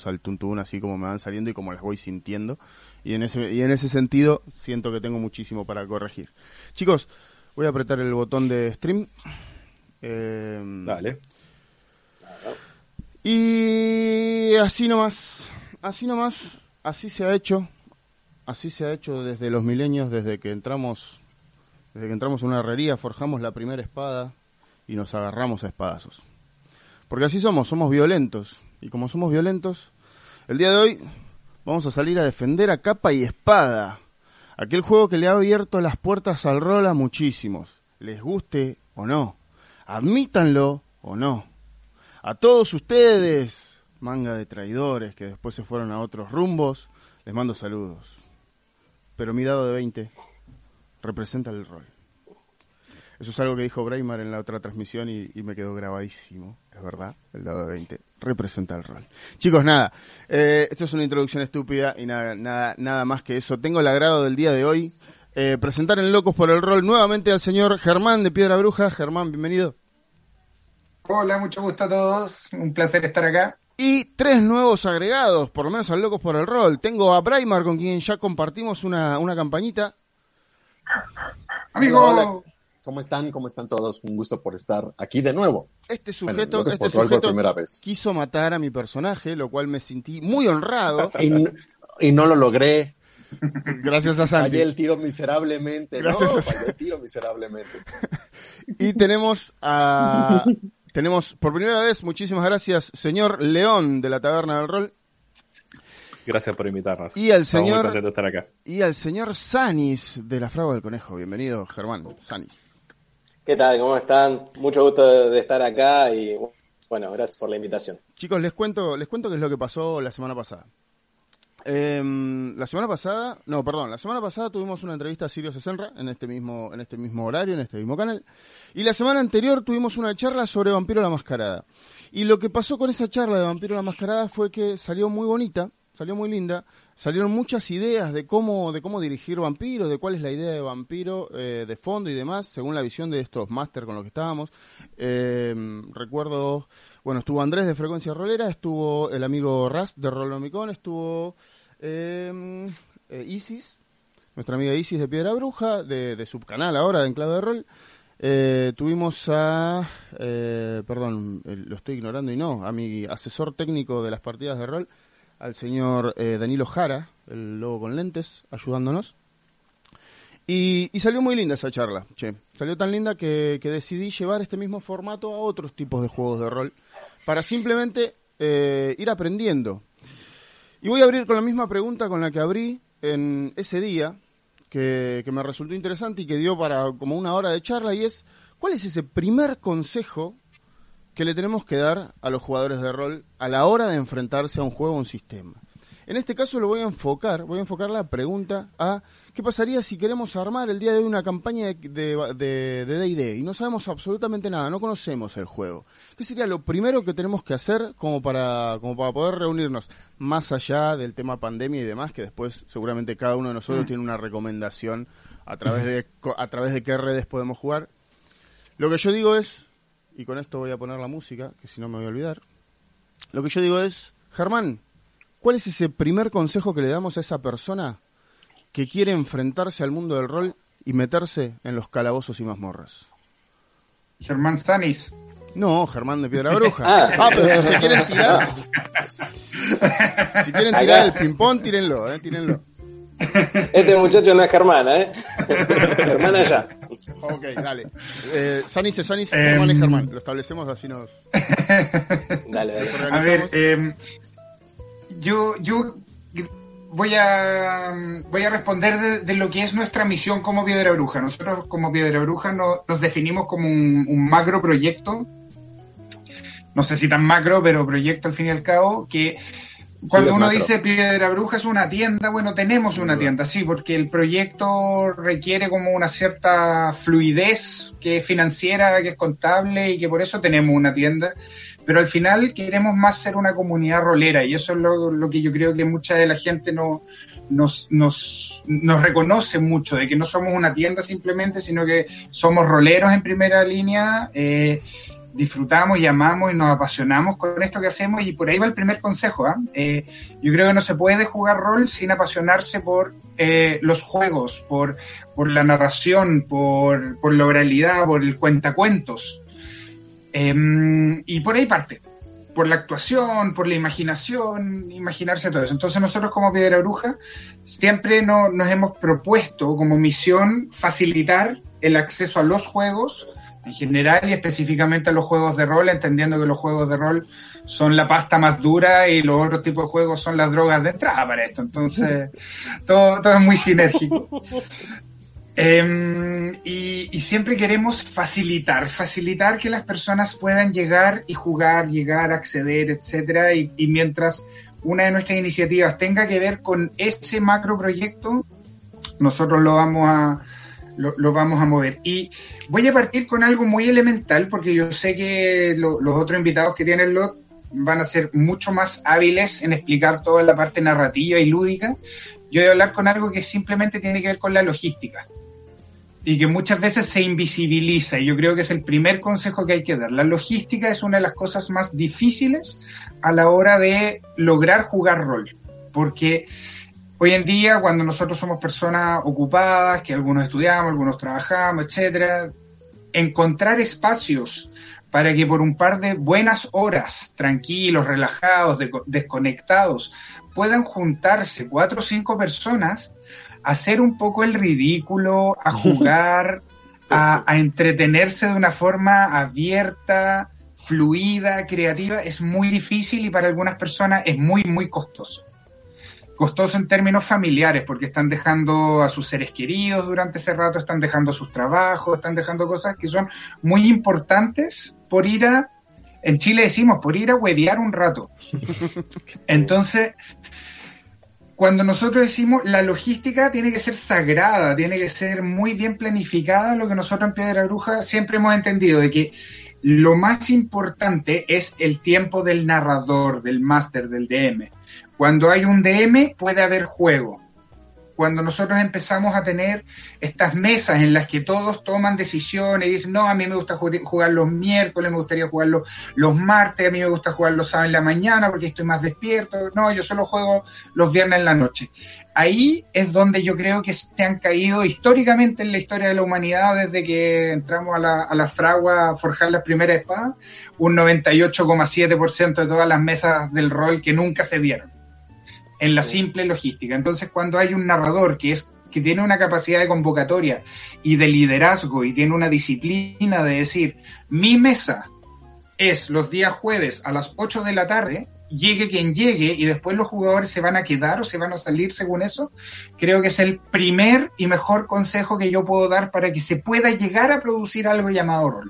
notes al tuntún, así como me van saliendo y como las voy sintiendo. Y en ese sentido siento que tengo muchísimo para corregir. Chicos, voy a apretar el botón de stream. Dale. Y así nomás, así se ha hecho desde los milenios, desde que entramos en una herrería, forjamos la primera espada y nos agarramos a espadazos. Porque así somos violentos. Y como somos violentos, el día de hoy vamos a salir a defender a capa y espada. Aquel juego que le ha abierto las puertas al rol a muchísimos. Les guste o no. Admítanlo o no. A todos ustedes, manga de traidores que después se fueron a otros rumbos, les mando saludos. Pero mi dado de 20 representa el rol. Eso es algo que dijo Braimar en la otra transmisión y me quedó grabadísimo. Es verdad, el dado de 20 representa el rol. Chicos, nada, esto es una introducción estúpida y nada más que eso. Tengo el agrado del día de hoy presentar en Locos por el Rol nuevamente al señor Germán de Piedra Bruja. Germán, bienvenido. Hola, mucho gusto a todos. Un placer estar acá. Y 3 nuevos agregados, por lo menos al Locos por el Rol. Tengo a Braimar, con quien ya compartimos una campañita. Amigo. Hola. ¿Cómo están? ¿Cómo están todos? Un gusto por estar aquí de nuevo. Este sujeto por primera vez. Quiso matar a mi personaje, lo cual me sentí muy honrado. Y no lo logré. Gracias a Santi. Fallé el tiro miserablemente. Fallé el tiro miserablemente. Y tenemos por primera vez, muchísimas gracias, señor León de la Taberna del Rol. Gracias por invitarnos. Y al Estamos señor, muy contentos de estar acá. Y al señor Sanis de la Fragua del Conejo. Bienvenido, Germán. Sanis. ¿Qué tal? ¿Cómo están? Mucho gusto de estar acá y bueno, gracias por la invitación. Chicos, les cuento qué es lo que pasó la semana pasada. La semana pasada tuvimos una entrevista a Sirio Sesenra en este mismo horario, en este mismo canal. Y la semana anterior tuvimos una charla sobre Vampiro la Mascarada. Y lo que pasó con esa charla de Vampiro la Mascarada fue que salió muy bonita, salió muy linda. Salieron muchas ideas de cómo dirigir Vampiro, de cuál es la idea de Vampiro de fondo y demás, según la visión de estos máster con los que estábamos. Recuerdo, bueno, estuvo Andrés de Frecuencia Rolera, estuvo el amigo Rast de Rolomicón, estuvo Isis, nuestra amiga Isis de Piedra Bruja, de subcanal ahora, de Enclave de Rol. Tuvimos lo estoy ignorando a mi asesor técnico de las partidas de rol, al señor Danilo Jara, el lobo con lentes, ayudándonos. Y salió muy linda esa charla, salió tan linda que decidí llevar este mismo formato a otros tipos de juegos de rol, para simplemente ir aprendiendo. Y voy a abrir con la misma pregunta con la que abrí en ese día, que me resultó interesante y que dio para como 1 hora de charla, y es, ¿cuál es ese primer consejo que le tenemos que dar a los jugadores de rol a la hora de enfrentarse a un juego o un sistema? En este caso lo voy a enfocar la pregunta a ¿qué pasaría si queremos armar el día de hoy una campaña de D&D y no sabemos absolutamente nada, no conocemos el juego? ¿Qué sería lo primero que tenemos que hacer como para poder reunirnos? Más allá del tema pandemia y demás, que después seguramente cada uno de nosotros tiene una recomendación a través de qué redes podemos jugar. Lo que yo digo es, y con esto voy a poner la música, que si no me voy a olvidar, lo que yo digo es, Germán, ¿cuál es ese primer consejo que le damos a esa persona que quiere enfrentarse al mundo del rol y meterse en los calabozos y mazmorras? Germán Sanis. No, Germán de Piedra Bruja. Pero si se quieren tirar, el ping-pong, tírenlo. Este muchacho no es Germán, Germán allá. Ok, dale. Sanis es Sanis, Germán es Germán. Lo establecemos así nos... Dale. A ver, yo voy a responder de lo que es nuestra misión como Piedra Bruja. Nosotros como Piedra Bruja nos definimos como un macro proyecto, no sé si tan macro, pero proyecto al fin y al cabo, que cuando uno dice Piedra Bruja es una tienda, bueno, tenemos una tienda, sí, porque el proyecto requiere como una cierta fluidez que es financiera, que es contable y que por eso tenemos una tienda. Pero al final queremos más ser una comunidad rolera y eso es lo que yo creo que mucha de la gente nos reconoce mucho, de que no somos una tienda simplemente, sino que somos roleros en primera línea disfrutamos y amamos y nos apasionamos con esto que hacemos, y por ahí va el primer consejo. Yo creo que no se puede jugar rol sin apasionarse por los juegos, por la narración, por la oralidad, por el cuentacuentos. Y por ahí parte, por la actuación, por la imaginación, imaginarse todo eso. Entonces nosotros como Piedra Bruja siempre nos hemos propuesto como misión facilitar el acceso a los juegos en general y específicamente a los juegos de rol, entendiendo que los juegos de rol son la pasta más dura y los otros tipos de juegos son las drogas de entrada para esto. Entonces todo es muy sinérgico. Y siempre queremos facilitar que las personas puedan llegar y jugar, acceder, etcétera, y mientras una de nuestras iniciativas tenga que ver con ese macro proyecto, nosotros lo vamos a mover. Y voy a partir con algo muy elemental, porque yo sé que los otros invitados que tienen van a ser mucho más hábiles en explicar toda la parte narrativa y lúdica. Yo voy a hablar con algo que simplemente tiene que ver con la logística y que muchas veces se invisibiliza, y yo creo que es el primer consejo que hay que dar. La logística es una de las cosas más difíciles a la hora de lograr jugar rol, porque hoy en día, cuando nosotros somos personas ocupadas, que algunos estudiamos, algunos trabajamos, etcétera, encontrar espacios para que por un par de buenas horas, tranquilos, relajados, desconectados, puedan juntarse 4 o 5 personas, hacer un poco el ridículo, a jugar, a entretenerse de una forma abierta, fluida, creativa, es muy difícil, y para algunas personas es muy, muy costoso. Costoso en términos familiares, porque están dejando a sus seres queridos durante ese rato, están dejando sus trabajos, están dejando cosas que son muy importantes por ir en Chile decimos, por ir a huevear un rato. Entonces, cuando nosotros decimos la logística tiene que ser sagrada, tiene que ser muy bien planificada, lo que nosotros en Piedra Bruja siempre hemos entendido de que lo más importante es el tiempo del narrador, del máster, del DM. Cuando hay un DM puede haber juego. Cuando nosotros empezamos a tener estas mesas en las que todos toman decisiones y dicen, no, a mí me gusta jugar los miércoles, me gustaría jugar los martes, a mí me gusta jugar los sábados en la mañana porque estoy más despierto, no, yo solo juego los viernes en la noche. Ahí es donde yo creo que se han caído históricamente en la historia de la humanidad, desde que entramos a la fragua a forjar las primeras espadas, un 98,7% de todas las mesas del rol que nunca se dieron en la simple logística. Entonces, cuando hay un narrador que tiene una capacidad de convocatoria y de liderazgo y tiene una disciplina de decir, mi mesa es los días jueves a las 8 de la tarde, llegue quien llegue, y después los jugadores se van a quedar o se van a salir según eso, creo que es el primer y mejor consejo que yo puedo dar para que se pueda llegar a producir algo llamado rol.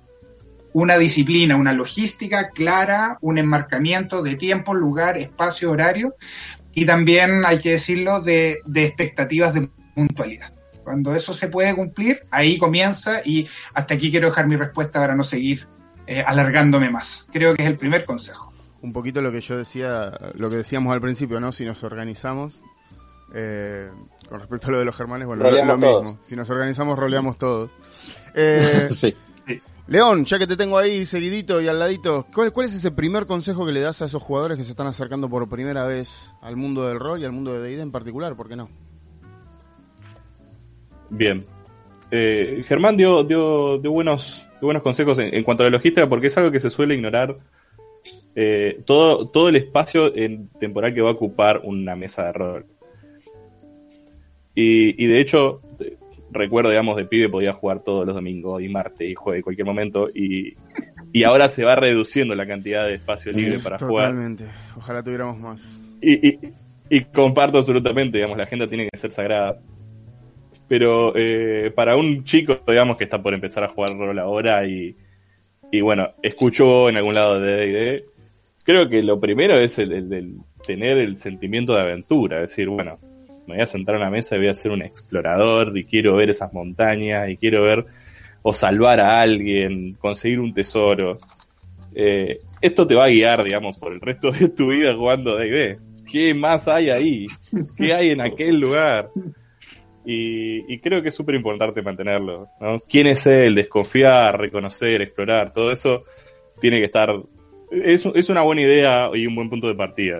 Una disciplina, una logística clara, un enmarcamiento de tiempo, lugar, espacio, horario, y también, hay que decirlo, de expectativas de puntualidad. Cuando eso se puede cumplir, ahí comienza, y hasta aquí quiero dejar mi respuesta para no seguir alargándome más. Creo que es el primer consejo. Un poquito lo que yo decía, lo que decíamos al principio, ¿no? Si nos organizamos, con respecto a lo de los germanes, bueno, lo mismo. Todos. Si nos organizamos, roleamos todos. Sí. León, ya que te tengo ahí seguidito y al ladito, ¿cuál es ese primer consejo que le das a esos jugadores que se están acercando por primera vez al mundo del rol y al mundo de D&D en particular? ¿Por qué no? Bien. Germán dio buenos consejos en cuanto a la logística, porque es algo que se suele ignorar. Todo el espacio temporal que va a ocupar una mesa de rol. Y de hecho, recuerdo, digamos, de pibe podía jugar todos los domingos y martes y jueves en cualquier momento, y ahora se va reduciendo la cantidad de espacio libre para jugar. Totalmente, ojalá tuviéramos más. Y comparto absolutamente, digamos, la agenda tiene que ser sagrada. Pero para un chico, digamos, que está por empezar a jugar rol ahora y bueno, escuchó en algún lado de D&D, creo que lo primero es el tener el sentimiento de aventura, es decir, bueno, me voy a sentar a una mesa y voy a ser un explorador y quiero ver esas montañas y quiero ver o salvar a alguien, conseguir un tesoro. Esto te va a guiar, digamos, por el resto de tu vida jugando D&D. ¿Qué más hay ahí? ¿Qué hay en aquel lugar? Y creo que es súper importante mantenerlo, ¿no? ¿Quién es él? Desconfiar, reconocer, explorar, todo eso tiene que estar... Es una buena idea y un buen punto de partida.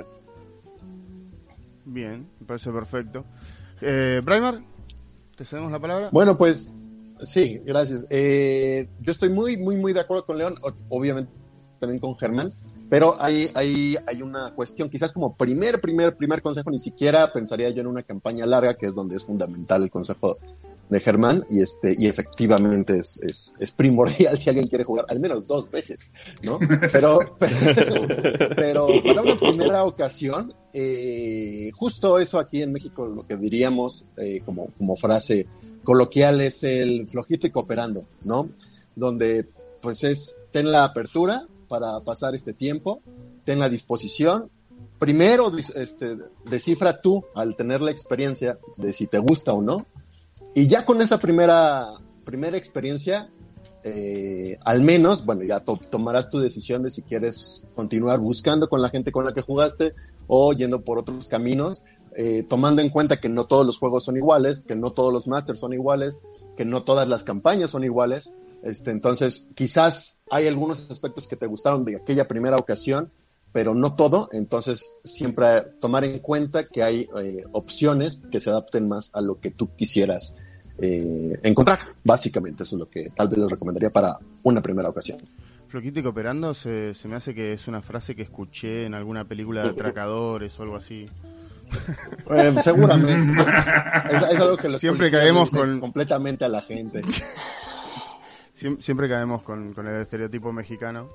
Bien, me parece perfecto. Braimar, ¿te cedemos la palabra? Bueno, pues sí, gracias. Yo estoy muy de acuerdo con León, obviamente también con Germán, pero hay una cuestión, quizás como primer consejo, ni siquiera pensaría yo en una campaña larga, que es donde es fundamental el consejo de Germán, y efectivamente es primordial si alguien quiere jugar al menos 2 veces, ¿no? Pero para una primera ocasión, justo eso aquí en México, lo que diríamos como frase coloquial es el flojito y cooperando, ¿no? Donde pues ten la apertura para pasar este tiempo, ten la disposición. Primero descifra tú, al tener la experiencia de si te gusta o no, y ya con esa primera experiencia, al menos, bueno, ya tomarás tu decisión de si quieres continuar buscando con la gente con la que jugaste o yendo por otros caminos, tomando en cuenta que no todos los juegos son iguales, que no todos los masters son iguales, que no todas las campañas son iguales. Entonces, quizás hay algunos aspectos que te gustaron de aquella primera ocasión, pero no todo. Entonces, siempre tomar en cuenta que hay opciones que se adapten más a lo que tú quisieras encontrar. Básicamente, eso es lo que tal vez les recomendaría para una primera ocasión. Flojito y cooperando se me hace que es una frase que escuché en alguna película de atracadores o algo así. Seguramente. Es algo que siempre caemos completamente a la gente. Siempre caemos con el estereotipo mexicano.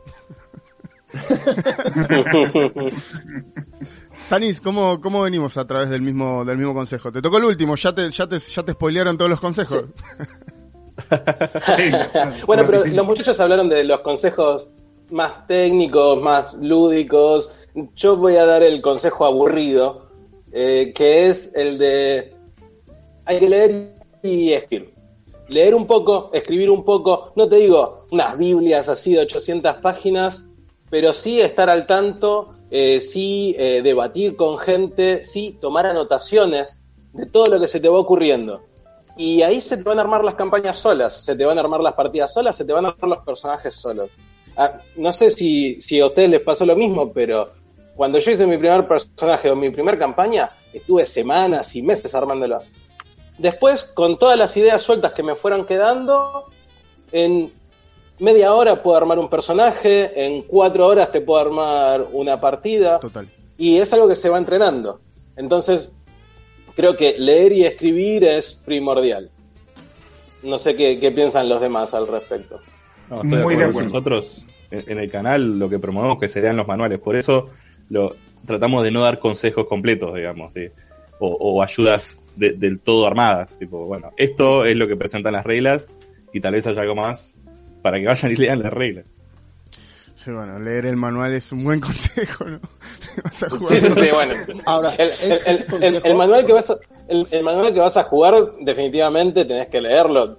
Sanis, ¿cómo venimos a través del mismo consejo? Te tocó el último, ya te spoilearon todos los consejos. Sí. Bueno, pero los muchachos hablaron de los consejos más técnicos, más lúdicos. Yo voy a dar el consejo aburrido, que es el de hay que leer y escribir. Leer un poco, escribir un poco, no te digo unas Biblias así de 800 páginas, pero sí estar al tanto, sí debatir con gente, sí tomar anotaciones de todo lo que se te va ocurriendo. Y ahí se te van a armar las campañas solas, se te van a armar las partidas solas, se te van a armar los personajes solos. No sé si a ustedes les pasó lo mismo, pero cuando yo hice mi primer personaje o mi primer campaña, estuve semanas y meses armándolo. Después, con todas las ideas sueltas que me fueron quedando, en media hora puedo armar un personaje, en 4 horas te puedo armar una partida. Total. Y es algo que se va entrenando. Entonces, creo que leer y escribir es primordial. No sé qué piensan los demás al respecto. No, estoy de acuerdo. Nosotros en el canal lo que promovemos que serían los manuales. Por eso tratamos de no dar consejos completos, digamos, o ayudas del todo armadas. Tipo, bueno, esto es lo que presentan las reglas y tal vez haya algo más para que vayan y lean las reglas. Sí, bueno, leer el manual es un buen consejo, ¿no? Vas a jugar. Sí, bueno. Ahora, el manual que vas a jugar, definitivamente tenés que leerlo.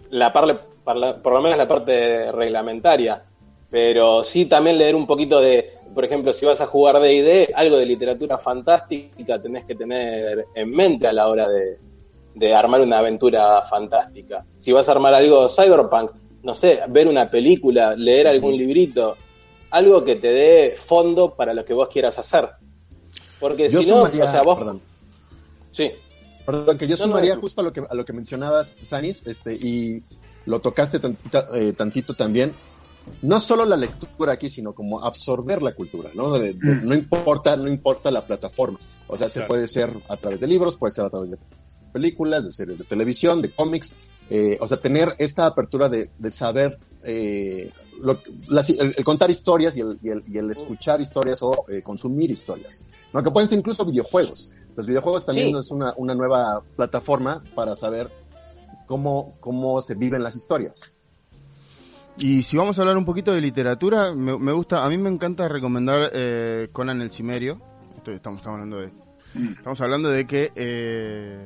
Por lo menos la parte reglamentaria. Pero sí también leer un poquito de, por ejemplo, si vas a jugar D&D, algo de literatura fantástica tenés que tener en mente a la hora de armar una aventura fantástica. Si vas a armar algo cyberpunk, no sé, ver una película, leer algún librito, algo que te dé fondo para lo que vos quieras hacer. Porque si no, o sea, vos... Perdón. Sí. Perdón, que yo sumaría justo a lo que mencionabas, Sanis, y lo tocaste tantito también. No solo la lectura aquí, sino como absorber la cultura, ¿no? No importa la plataforma. O sea, puede ser a través de libros, puede ser a través de películas, de series de televisión, de cómics. O sea, tener esta apertura de saber el contar historias y el escuchar historias o consumir historias, ¿no? Que pueden ser incluso videojuegos. Los videojuegos también es una nueva plataforma para saber cómo se viven las historias. Y si vamos a hablar un poquito de literatura, me gusta, a mí me encanta recomendar Conan el Cimerio. Estamos hablando de que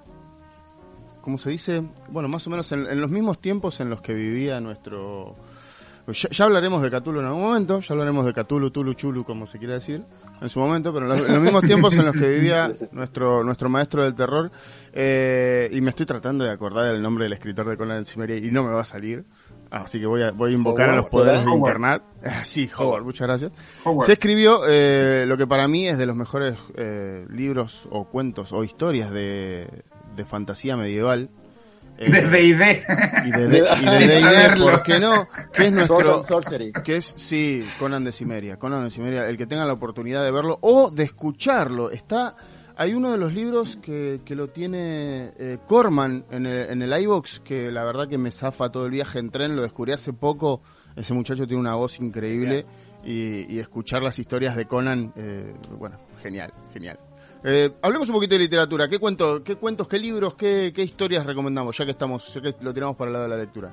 ¿cómo se dice? Bueno, más o menos en los mismos tiempos en los que vivía nuestro... Ya hablaremos de Cthulhu en algún momento, ya hablaremos de Cthulhu, Tulu, Chulu, como se quiera decir, en su momento, pero en los mismos tiempos en los que vivía nuestro maestro del terror, y me estoy tratando de acordar el nombre del escritor de Conan el Cimerio y no me va a salir, así que voy a invocar a los poderes de internet. Sí, Howard, muchas gracias. Howard. Se escribió lo que para mí es de los mejores libros o cuentos o historias de fantasía medieval. De D&D. Y de D&D, ¿por qué no? Que es Sword nuestro... and Sorcery. Que es, sí, Conan de Cimeria, el que tenga la oportunidad de verlo o de escucharlo. Hay uno de los libros que lo tiene Corman en el iVoox, que la verdad que me zafa todo el viaje en tren, lo descubrí hace poco. Ese muchacho tiene una voz increíble y escuchar las historias de Conan, bueno, genial. Hablemos un poquito de literatura. ¿Qué cuentos, qué libros, qué historias recomendamos? Ya que lo tiramos para el lado de la lectura.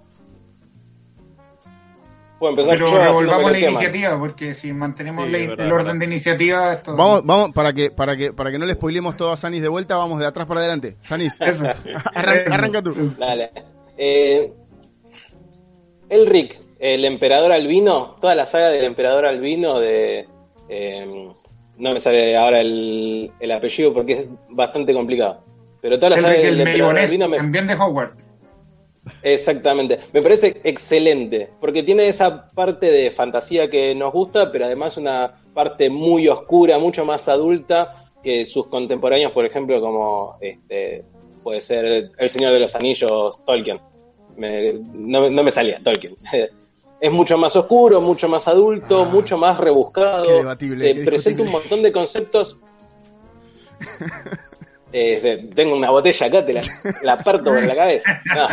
Puedo empezar Pero yo revolvamos la haciéndome el tema. iniciativa, porque si mantenemos Sí, el verdad. orden de iniciativa, esto... Vamos, para que no le spoilemos todo a Sanis de vuelta, vamos de atrás para adelante. Sanis, Eso. arranca tú. Dale. Elric, el emperador albino, toda la saga del emperador albino de... no me sale ahora el apellido porque es bastante complicado. Pero toda la saga El del emperador Meibonés, albino también de Hogwarts. Exactamente, me parece excelente, porque tiene esa parte de fantasía que nos gusta, pero además una parte muy oscura, mucho más adulta que sus contemporáneos, por ejemplo, como puede ser El Señor de los Anillos, Tolkien. No me salía Tolkien. Es mucho más oscuro, mucho más adulto, mucho más rebuscado. Qué debatible, qué Presenta discutible. un montón de conceptos. Tengo una botella acá, la parto por la cabeza. No.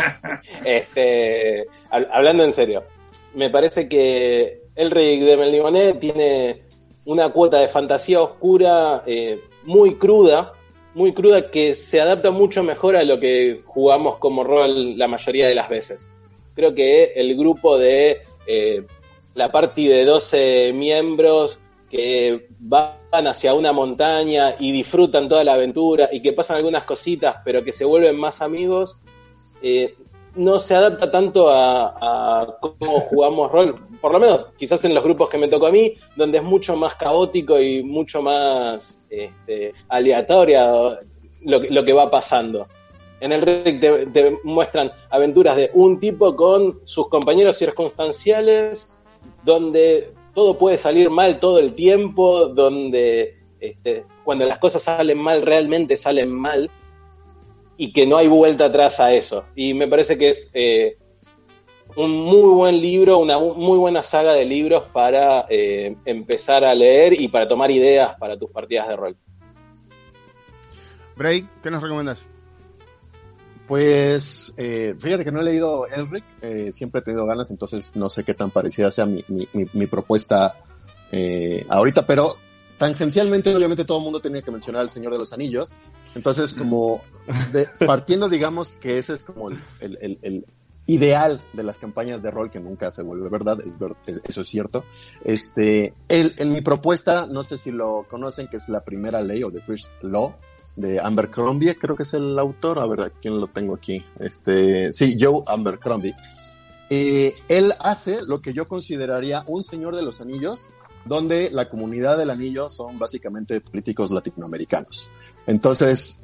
Hablando en serio, me parece que Elric de Melniboné tiene una cuota de fantasía oscura muy cruda, que se adapta mucho mejor a lo que jugamos como rol la mayoría de las veces. Creo que el grupo de la party de 12 miembros que van hacia una montaña y disfrutan toda la aventura y que pasan algunas cositas pero que se vuelven más amigos, no se adapta tanto a cómo jugamos rol, por lo menos quizás en los grupos que me tocó a mí, donde es mucho más caótico y mucho más aleatoria lo que va pasando. En el REC te muestran aventuras de un tipo con sus compañeros circunstanciales, donde todo puede salir mal todo el tiempo, donde cuando las cosas salen mal, realmente salen mal, y que no hay vuelta atrás a eso. Y me parece que es un muy buen libro, una muy buena saga de libros para empezar a leer y para tomar ideas para tus partidas de rol. Bray, ¿qué nos recomendás? Pues fíjate que no he leído Elric, siempre he tenido ganas, entonces no sé qué tan parecida sea mi propuesta ahorita, pero tangencialmente obviamente todo el mundo tenía que mencionar El Señor de los Anillos, entonces como partiendo digamos que ese es como el ideal de las campañas de rol que nunca se vuelve verdad, eso es cierto. En mi propuesta, no sé si lo conocen, que es La Primera Ley o The First Law, de Abercrombie, creo que es el autor, a ver, ¿a quién lo tengo aquí? Sí, Joe Abercrombie. Él hace lo que yo consideraría un Señor de los Anillos, donde la comunidad del anillo son básicamente políticos latinoamericanos. Entonces,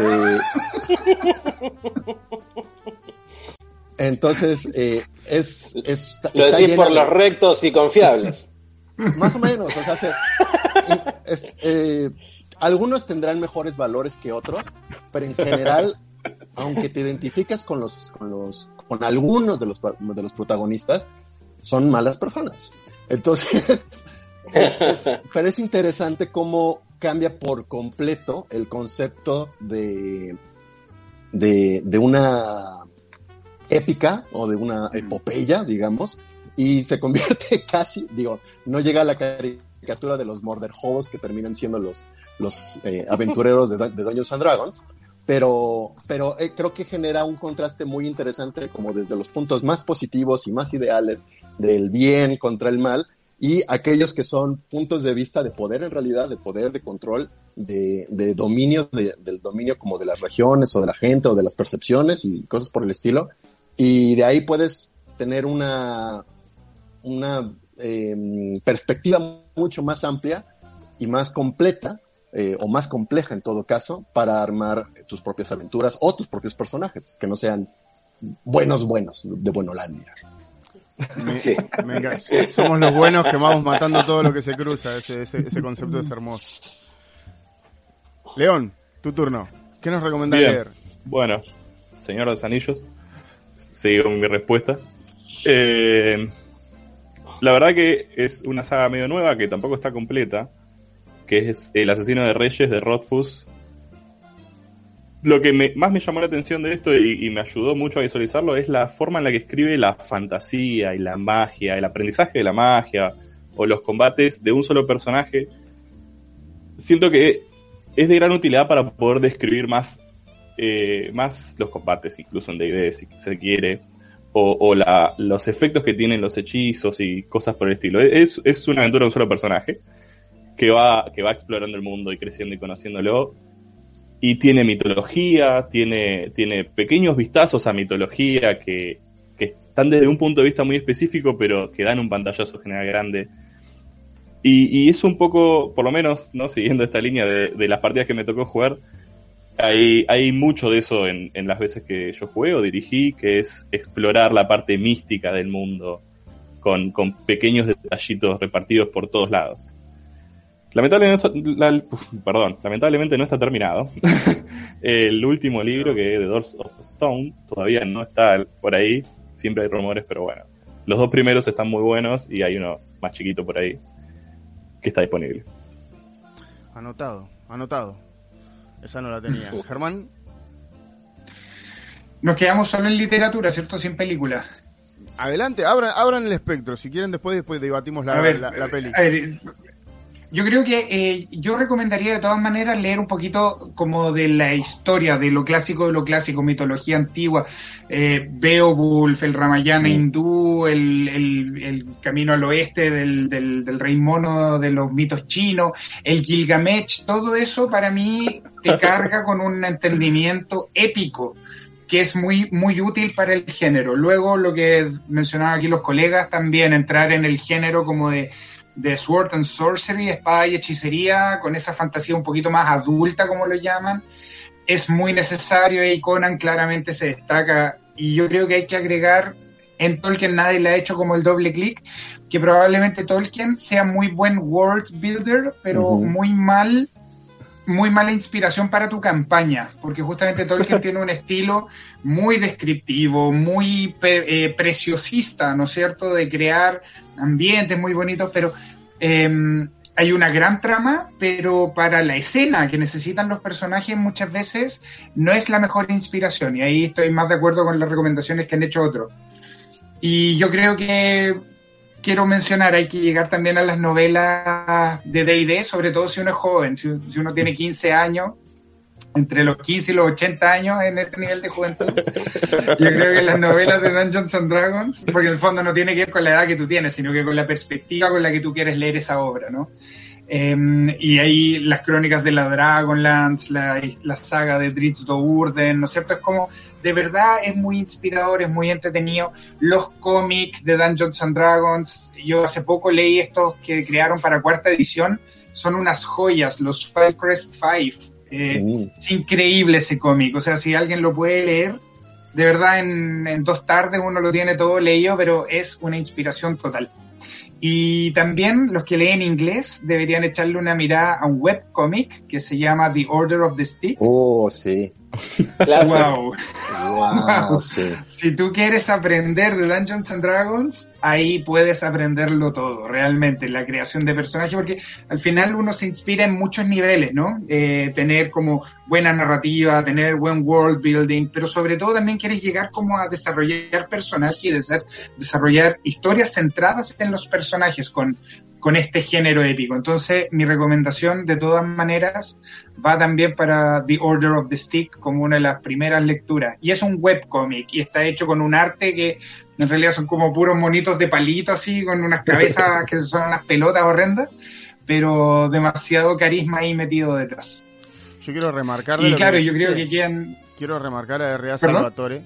Lo decís por los rectos y confiables. Más o menos, o sea, algunos tendrán mejores valores que otros, pero en general, aunque te identificas con algunos de los protagonistas, son malas personas. Entonces, pero es interesante cómo cambia por completo el concepto de una épica o de una epopeya, digamos, y se convierte casi, no llega a la caricatura de los Murder Hobos que terminan siendo los aventureros de Dungeons and Dragons, pero creo que genera un contraste muy interesante como desde los puntos más positivos y más ideales del bien contra el mal y aquellos que son puntos de vista de poder en realidad, de poder, de control, de dominio, del dominio como de las regiones o de la gente o de las percepciones y cosas por el estilo, y de ahí puedes tener una perspectiva mucho más amplia y más completa o más compleja en todo caso para armar tus propias aventuras o tus propios personajes que no sean buenos, de Buenolandia. Sí. Venga, somos los buenos que vamos matando todo lo que se cruza. Ese concepto es hermoso. León, tu turno. ¿Qué nos recomendás Bien. leer? Bueno, Señor de los Anillos. Sigo con mi respuesta. La verdad que es una saga medio nueva que tampoco está completa, que es El asesino de reyes de Rothfuss. Lo que más me llamó la atención de esto y me ayudó mucho a visualizarlo es la forma en la que escribe la fantasía y la magia, el aprendizaje de la magia o los combates de un solo personaje. Siento que es de gran utilidad para poder describir más los combates, incluso en D&D si se quiere, o los efectos que tienen los hechizos y cosas por el estilo. Es una aventura de un solo personaje que va explorando el mundo y creciendo y conociéndolo. Y tiene mitología, tiene pequeños vistazos a mitología que están desde un punto de vista muy específico, pero que dan un pantallazo general grande. Y es un poco, por lo menos, ¿no? Siguiendo esta línea de las partidas que me tocó jugar, hay mucho de eso en las veces que yo jugué o dirigí, que es explorar la parte mística del mundo con pequeños detallitos repartidos por todos lados. Lamentablemente no está terminado. El último libro, que es The Doors of Stone, todavía no está por ahí. Siempre hay rumores, pero bueno. Los dos primeros están muy buenos y hay uno más chiquito por ahí que está disponible. Anotado. Esa no la tenía. Germán. Nos quedamos solo en literatura, ¿cierto? Sin película. Adelante, abran el espectro. Si quieren, después debatimos la peli. A ver, yo creo que yo recomendaría de todas maneras leer un poquito como de la historia, de lo clásico, mitología antigua, Beowulf, el Ramayana hindú, el camino al oeste del rey mono de los mitos chinos, el Gilgamesh, todo eso para mí te carga con un entendimiento épico que es muy, muy útil para el género. Luego lo que mencionaban aquí los colegas, también entrar en el género como de Sword and Sorcery, espada y hechicería, con esa fantasía un poquito más adulta, como lo llaman, es muy necesario y Conan claramente se destaca. Y yo creo que hay que agregar, en Tolkien nadie le ha hecho como el doble clic, que probablemente Tolkien sea muy buen world builder, pero muy mala inspiración para tu campaña, porque justamente Tolkien tiene un estilo muy descriptivo, muy preciosista, ¿no es cierto?, de crear ambientes muy bonitos, pero hay una gran trama, pero para la escena que necesitan los personajes muchas veces no es la mejor inspiración, y ahí estoy más de acuerdo con las recomendaciones que han hecho otros. Y yo creo que quiero mencionar, hay que llegar también a las novelas de D&D, sobre todo si uno es joven, si uno tiene 15 años, entre los 15 y los 80 años en ese nivel de juventud. Yo creo que las novelas de Dungeons and Dragons, porque en el fondo no tiene que ver con la edad que tú tienes, sino que con la perspectiva con la que tú quieres leer esa obra, ¿no? Y ahí las crónicas de la Dragonlance, la saga de Drizzt Do'Urden, ¿no es cierto? Es como, de verdad es muy inspirador, es muy entretenido. Los cómics de Dungeons and Dragons, yo hace poco leí estos que crearon para 4ª edición, son unas joyas, los Firecrest 5. Es increíble ese cómic, o sea, si alguien lo puede leer, de verdad en 2 tardes uno lo tiene todo leído, pero es una inspiración total. Y también los que leen inglés deberían echarle una mirada a un webcomic que se llama The Order of the Stick. Oh, sí. Wow. Wow, sí. Si tú quieres aprender de Dungeons and Dragons, ahí puedes aprenderlo todo, realmente, la creación de personajes, porque al final uno se inspira en muchos niveles, ¿no? Tener como buena narrativa, tener buen world building, pero sobre todo también quieres llegar como a desarrollar personajes y desarrollar historias centradas en los personajes con este género épico. Entonces, mi recomendación, de todas maneras, va también para The Order of the Stick como una de las primeras lecturas. Y es un webcomic y está hecho con un arte que en realidad son como puros monitos de palito así, con unas cabezas que son unas pelotas horrendas, pero demasiado carisma ahí metido detrás. Yo quiero remarcar... Y claro, yo creo que quedan... Quiero remarcar a R.A. Salvatore.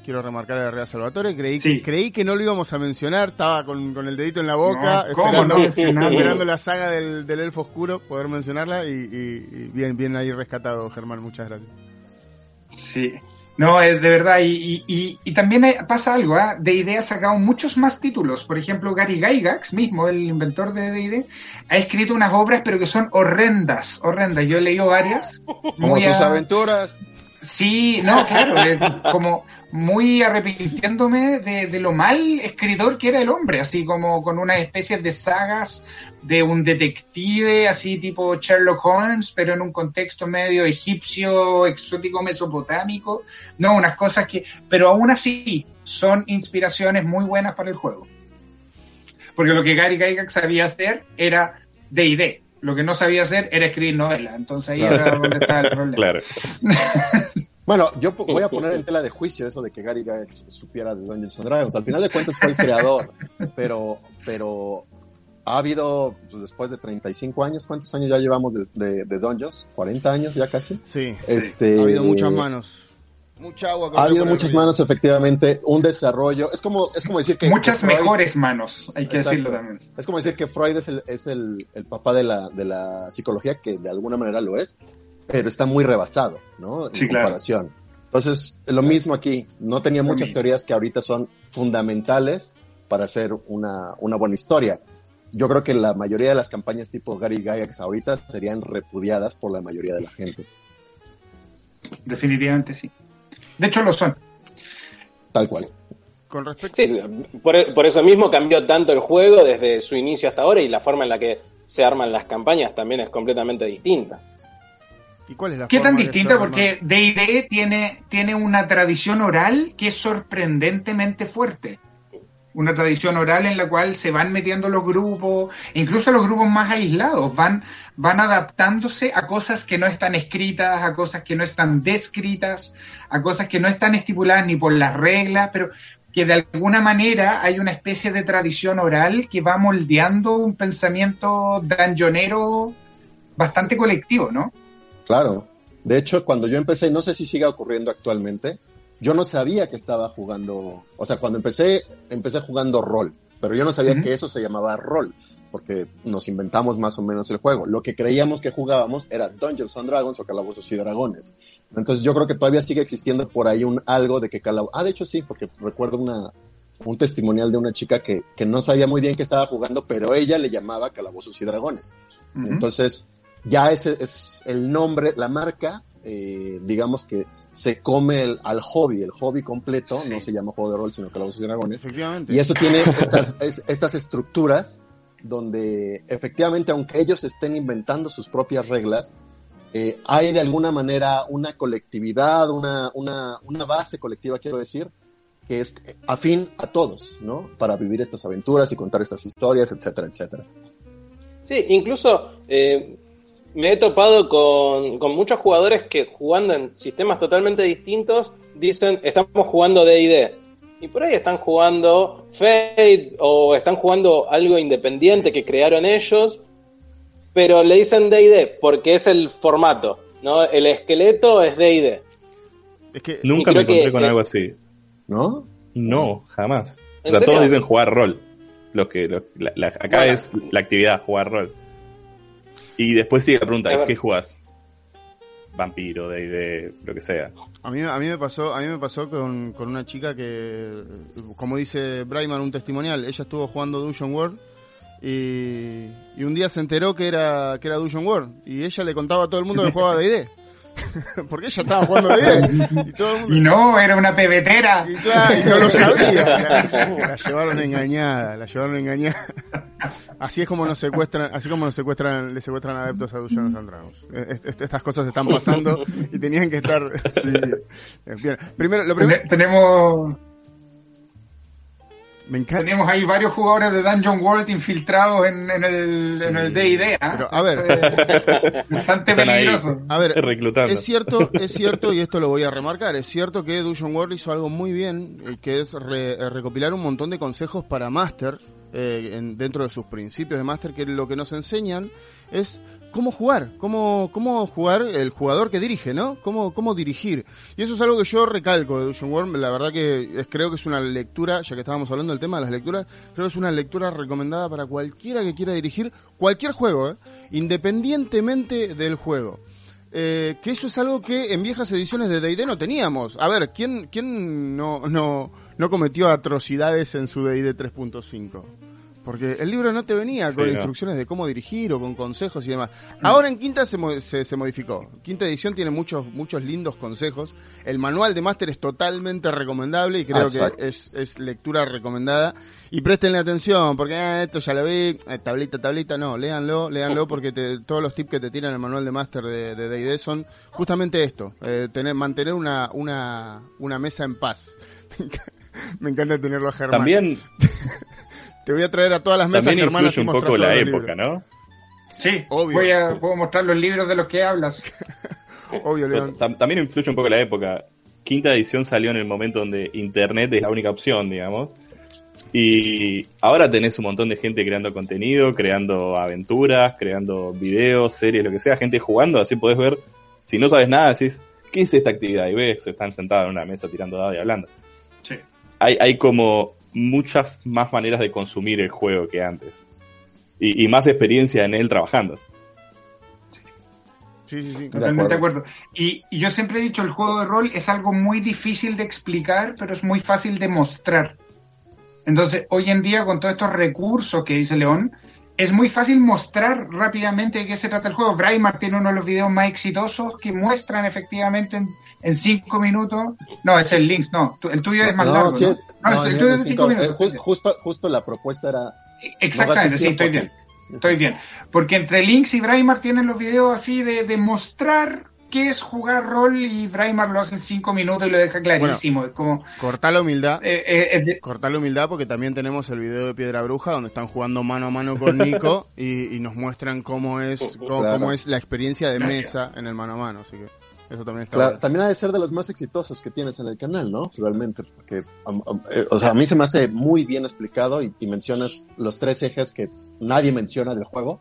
Creí que no lo íbamos a mencionar. Estaba con el dedito en la boca, esperando la saga del Elfo Oscuro, poder mencionarla. Y bien ahí rescatado, Germán. Muchas gracias. Sí. No, es de verdad, y también pasa algo, ¿ah? D&D ha sacado muchos más títulos. Por ejemplo, Gary Gygax mismo, el inventor de D&D, ha escrito unas obras, pero que son horrendas. Yo he leído varias. Como sus aventuras. Sí, no, claro, como muy arrepintiéndome de lo mal escritor que era el hombre, así como con una especie de sagas de un detective, así tipo Sherlock Holmes, pero en un contexto medio egipcio, exótico, mesopotámico. No, unas cosas que, pero aún así son inspiraciones muy buenas para el juego. Porque lo que Gary Gygax sabía hacer era D&D. Lo que no sabía hacer era escribir novelas. Entonces ahí era donde estaba el problema. Claro. Bueno, yo voy a poner en tela de juicio eso de que Gary Gygax supiera de Dungeons and Dragons. Al final de cuentas fue el creador, pero ha habido, pues, después de 35 años, ¿cuántos años ya llevamos de Dungeons? ¿40 años ya casi? Sí, ha habido muchas manos. Mucha agua. Ha habido muchas manos, efectivamente, un desarrollo. Es como decir que... Muchas que Freud, mejores manos, hay que decirlo también. Es como decir que Freud es el papá de la psicología, que de alguna manera lo es, pero está muy rebasado, ¿no? En comparación. Claro. Entonces, lo mismo aquí. No tenía muchas teorías que ahorita son fundamentales para hacer una buena historia. Yo creo que la mayoría de las campañas tipo Gary Gygax ahorita serían repudiadas por la mayoría de la gente. Definitivamente sí. De hecho lo son. Tal cual. Con respecto... Sí, por eso mismo cambió tanto el juego desde su inicio hasta ahora, y la forma en la que se arman las campañas también es completamente distinta. ¿Y cuál es la ¿Qué forma tan de distinta? Porque D&D tiene una tradición oral que es sorprendentemente fuerte. Una tradición oral en la cual se van metiendo los grupos, incluso los grupos más aislados, van adaptándose a cosas que no están escritas, a cosas que no están descritas, a cosas que no están estipuladas ni por las reglas, pero que de alguna manera hay una especie de tradición oral que va moldeando un pensamiento dungeonero bastante colectivo, ¿no? Claro. De hecho, cuando yo empecé, no sé si siga ocurriendo actualmente, yo no sabía que estaba jugando, o sea, cuando empecé jugando rol, pero yo no sabía que eso se llamaba rol, porque nos inventamos más o menos el juego. Lo que creíamos que jugábamos era Dungeons and Dragons o Calabozos y Dragones. Entonces yo creo que todavía sigue existiendo por ahí algo de que de hecho sí, porque recuerdo un testimonial de una chica que no sabía muy bien qué estaba jugando, pero ella le llamaba Calabozos y Dragones. Entonces ya ese es el nombre, la marca, digamos que se come al hobby, el hobby completo, no se llama juego de rol, sino Calabozos y Dragones. Efectivamente. Y eso tiene estas estructuras donde efectivamente, aunque ellos estén inventando sus propias reglas, hay de alguna manera una colectividad, una base colectiva, quiero decir, que es afín a todos, ¿no? Para vivir estas aventuras y contar estas historias, etcétera, etcétera. Sí, incluso me he topado con muchos jugadores que, jugando en sistemas totalmente distintos, dicen, estamos jugando D&D. Y por ahí están jugando Fate o están jugando algo independiente que crearon ellos, pero le dicen D&D porque es el formato, ¿no? El esqueleto es D&D. Es que nunca me encontré con algo así. ¿No? No, jamás. O sea, todos dicen jugar rol. Acá es la actividad, jugar rol. Y después sigue la pregunta, ¿qué jugás? Vampiro, D&D, lo que sea. A mí me pasó con una chica que, como dice Brayman, un testimonial. Ella estuvo jugando Dungeon World y un día se enteró que era Dungeon World y ella le contaba a todo el mundo que jugaba D&D. Porque ella estaba jugando D&D y todo el mundo... Y no, era una pebetera. Y claro, y no lo sabía. La llevaron engañada. Así es como le secuestran adeptos a Dungeons and Dragons. Estas cosas están pasando y tenían que estar... Bien. Primero... Tenemos ahí varios jugadores de Dungeon World infiltrados en el D&D, ¿eh? Pero, a ver, bastante peligroso. A ver, reclutando. Es cierto, y esto lo voy a remarcar, es cierto que Dungeon World hizo algo muy bien, que es recopilar un montón de consejos para Master, dentro de sus principios de Master, que lo que nos enseñan es cómo jugar el jugador que dirige, ¿no? Cómo dirigir. Y eso es algo que yo recalco de Dungeon World. La verdad que creo que es una lectura, ya que estábamos hablando del tema de las lecturas, creo que es una lectura recomendada para cualquiera que quiera dirigir cualquier juego, independientemente del juego. que eso es algo que en viejas ediciones de D&D no teníamos. A ver, ¿quién no cometió atrocidades en su D&D 3.5? Porque el libro no te venía con instrucciones de cómo dirigir o con consejos y demás. Ahora en Quinta se modificó. Quinta edición tiene muchos lindos consejos. El manual de Máster es totalmente recomendable y creo que es lectura recomendada. Y préstenle atención, porque esto ya lo vi, tablita, no, léanlo porque todos los tips que te tiran en el manual de Máster de D&D son justamente esto, mantener una mesa en paz. Me encanta tenerlo a Germán. También... Te voy a traer a todas las mesas, también Germán, influye un poco la época, libros. ¿no? Sí, obvio. Puedo mostrar los libros de los que hablas. Obvio, León. También influye un poco la época. Quinta edición salió en el momento donde internet es la única opción, digamos. Y ahora tenés un montón de gente creando contenido, creando aventuras, creando videos, series, lo que sea, gente jugando, así podés ver. Si no sabes nada, decís, ¿qué es esta actividad? Y ves, están sentados en una mesa tirando dados y hablando. Sí. Hay como muchas más maneras de consumir el juego que antes. Y más experiencia en él trabajando. Sí. Totalmente de acuerdo. Y yo siempre he dicho, el juego de rol es algo muy difícil de explicar, pero es muy fácil de mostrar. Entonces, hoy en día, con todos estos recursos que dice León, es muy fácil mostrar rápidamente de qué se trata el juego. Braimar tiene uno de los videos más exitosos que muestran efectivamente en 5 minutos. No, es el Lynx, no. El tuyo es más largo, sí, ¿no? El tuyo es de 5 minutos. Justo la propuesta era... Exactamente, sí, estoy bien. Estoy bien. Porque entre Lynx y Braimar tienen los videos así de mostrar qué es jugar rol, y Braimar lo hace en 5 minutos y lo deja clarísimo. Bueno, es como... Cortá la humildad. Cortá la humildad porque también tenemos el video de Piedra Bruja donde están jugando mano a mano con Nico y nos muestran cómo es la experiencia de mesa en el mano a mano. Así que eso también está bueno. También ha de ser de los más exitosos que tienes en el canal, ¿no? Realmente, porque o sea, a mí se me hace muy bien explicado y mencionas los 3 ejes que nadie menciona del juego.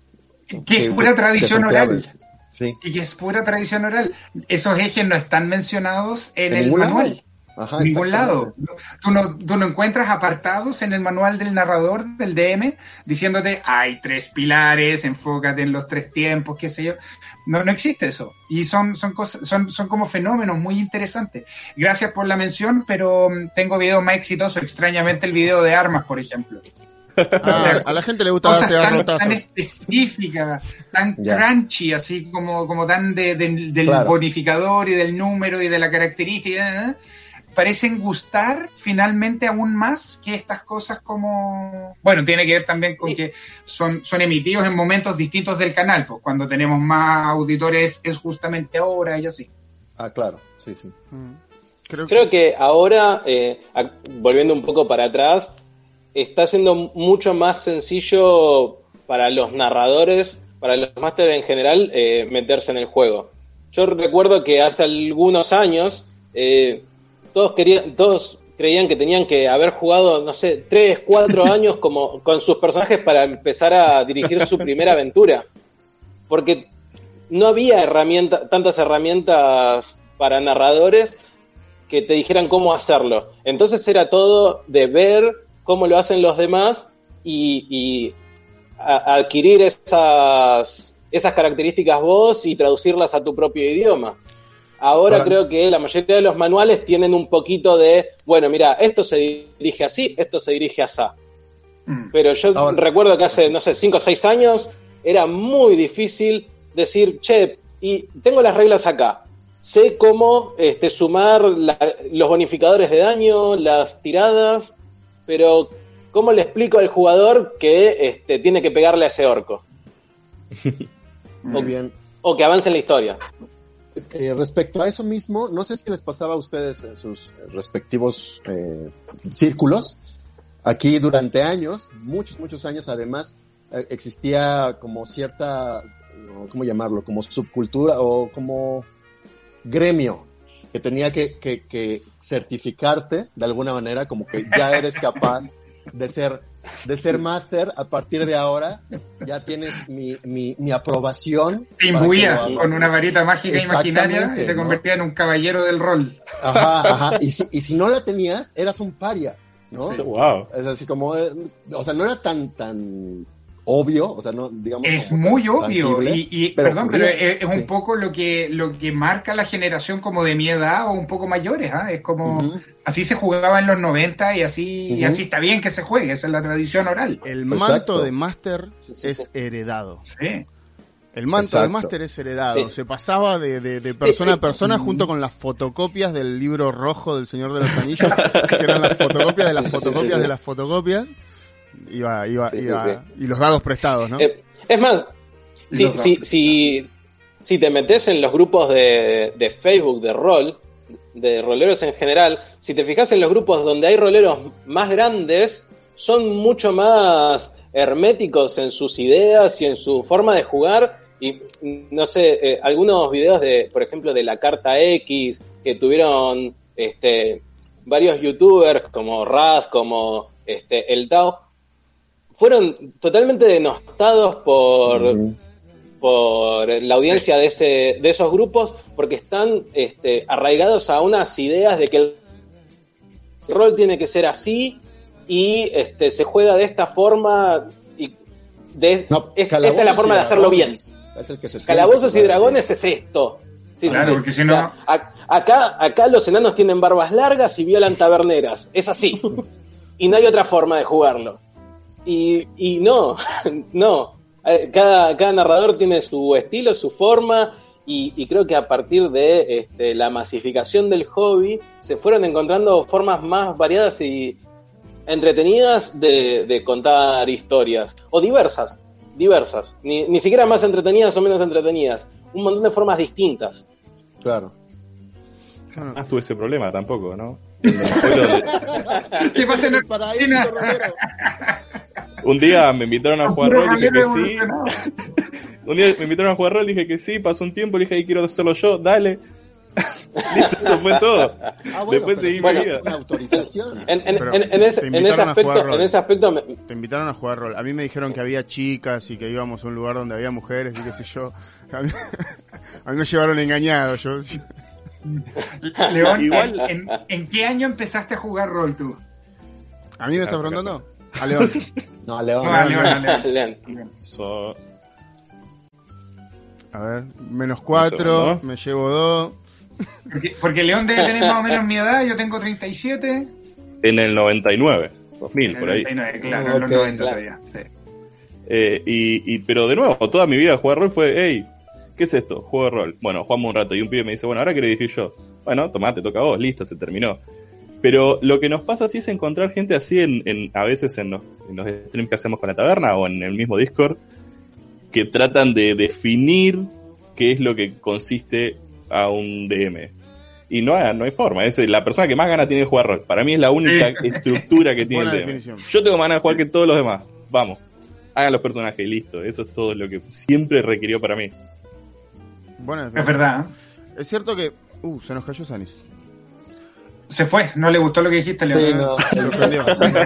Que es pura tradición oral. Sí. Y que es pura tradición oral. Esos ejes no están mencionados en el manual. Ajá, en ningún lado. Tú no encuentras apartados en el manual del narrador, del DM, diciéndote, hay 3 pilares, enfócate en los 3 tiempos, qué sé yo. No existe eso. Y son cosas, son como fenómenos muy interesantes. Gracias por la mención, pero tengo videos más exitosos. Extrañamente el video de armas, por ejemplo. A la gente le gusta darse garrotazos. Tan específica, tan crunchy, así como tan del bonificador y del número y de la característica, parecen gustar finalmente aún más que estas cosas como... Bueno, tiene que ver también con que son emitidos en momentos distintos del canal, pues cuando tenemos más auditores es justamente ahora y así. Ah, claro, sí. Creo que ahora, volviendo un poco para atrás, está siendo mucho más sencillo para los narradores, para los másteres en general, meterse en el juego. Yo recuerdo que hace algunos años todos creían que tenían que haber jugado, no sé, 3, 4 años como con sus personajes para empezar a dirigir su primera aventura. Porque no había tantas herramientas para narradores que te dijeran cómo hacerlo. Entonces era todo de ver cómo lo hacen los demás y adquirir esas características vos y traducirlas a tu propio idioma. Ahora creo que la mayoría de los manuales tienen un poquito de, bueno, mira, esto se dirige así, esto se dirige así. Pero yo recuerdo que hace, no sé, 5 o 6 años era muy difícil decir, che, y tengo las reglas acá. Sé cómo sumar los bonificadores de daño, las tiradas, pero ¿cómo le explico al jugador que tiene que pegarle a ese orco? Muy bien. O que avance en la historia. Respecto a eso mismo, no sé si les pasaba a ustedes en sus respectivos círculos. Aquí durante años, muchos años además, existía como cierta, ¿cómo llamarlo? Como subcultura o como gremio que tenía que certificarte de alguna manera, como que ya eres capaz de ser máster. A partir de ahora ya tienes mi aprobación. Te imbuía con una varita mágica imaginaria y te convertía en un caballero del rol. Ajá. Y si no la tenías, eras un paria, ¿no? Sí, wow. Es así como, o sea, no era tan obvio, o sea, no digamos es como muy tan obvio tangible, perdón, pero ocurría. es Sí. un poco lo que marca la generación como de mi edad o un poco mayores, ¿ah? Es como Ujú. así se jugaba en los 90 y así Ujú. está bien que se juegue, esa es la tradición oral. El Exacto. manto de Master Sí, sí, es heredado. Sí. El manto de Exacto. Master es heredado. Sí. Se pasaba de persona a persona junto con las fotocopias del libro rojo del Señor de los Anillos, que eran las fotocopias de las fotocopias de las fotocopias. Iba, Sí, sí, y los dados prestados, ¿no? Es más, Los si te metes en los grupos de Facebook de rol, de roleros en general, si te fijas en los grupos donde hay roleros más grandes, son mucho más herméticos en sus ideas y en su forma de jugar. Y no sé, algunos videos de, por ejemplo, de la Carta X, que tuvieron varios youtubers como Raz, como el Tao, fueron totalmente denostados por la audiencia de esos grupos, porque están arraigados a unas ideas de que el rol tiene que ser así y se juega de esta forma y No, esta es la forma de hacerlo bien. Es el que se Calabozos y tiene que dragones es esto. Sí, Claro, sí. porque si O no- sea, acá los enanos tienen barbas largas y violan taberneras. Es así. Y no hay otra forma de jugarlo. Y no, no. Cada narrador tiene su estilo, su forma, y creo que a partir de la masificación del hobby se fueron encontrando formas más variadas y entretenidas de contar historias. O diversas. Ni siquiera más entretenidas o menos entretenidas. Un montón de formas distintas. Claro. Ah, tuve ese problema tampoco, ¿no? ¿Qué pasa en el Paraíso rolero. Un día me invitaron a jugar Puro rol, dije rolero que sí. evolucionado. Un día me invitaron a jugar rol, dije que sí, pasó un tiempo, dije, quiero hacerlo yo, dale. Listo, eso fue todo. Ah, bueno, Después pero seguí sí mi es vida. una autorización. Pero En te ese invitaron a jugar rol. aspecto Te invitaron a jugar rol. A mí me dijeron que había chicas y que íbamos a un lugar donde había mujeres y qué sé yo. A mí me llevaron engañado. León, Igual- ¿en qué año empezaste a jugar rol tú? ¿A mí me estás preguntando? A León. No, León. No, a León, a León. León. So- A ver, -4, ¿no? me llevo 2. Porque León debe tener más o menos mi edad, yo tengo 37. en el 99, 2000, por ahí. 99, claro, Ok, en los 90 claro. todavía. Sí. Pero de nuevo, toda mi vida jugar rol fue, hey, ¿qué es esto? Juego de rol. Bueno, jugamos un rato y un pibe me dice, bueno, ahora quiero dirigir yo. Bueno, tomá, te toca a vos, listo, se terminó. Pero lo que nos pasa así es encontrar gente así a veces en los streams que hacemos con la taberna o en el mismo Discord, que tratan de definir qué es lo que consiste a un DM. Y no hay forma, es la persona que más gana tiene de jugar rol. Para mí es la única estructura que tiene Buena el DM. definición. Yo tengo más ganas de jugar que todos los demás. Vamos, hagan los personajes, listo. Eso es todo lo que siempre requirió para mí. Bueno, Es verdad. es cierto que... se nos cayó Sanis. Se fue, no le gustó lo que dijiste, León. Sí, no. Se sorprendió.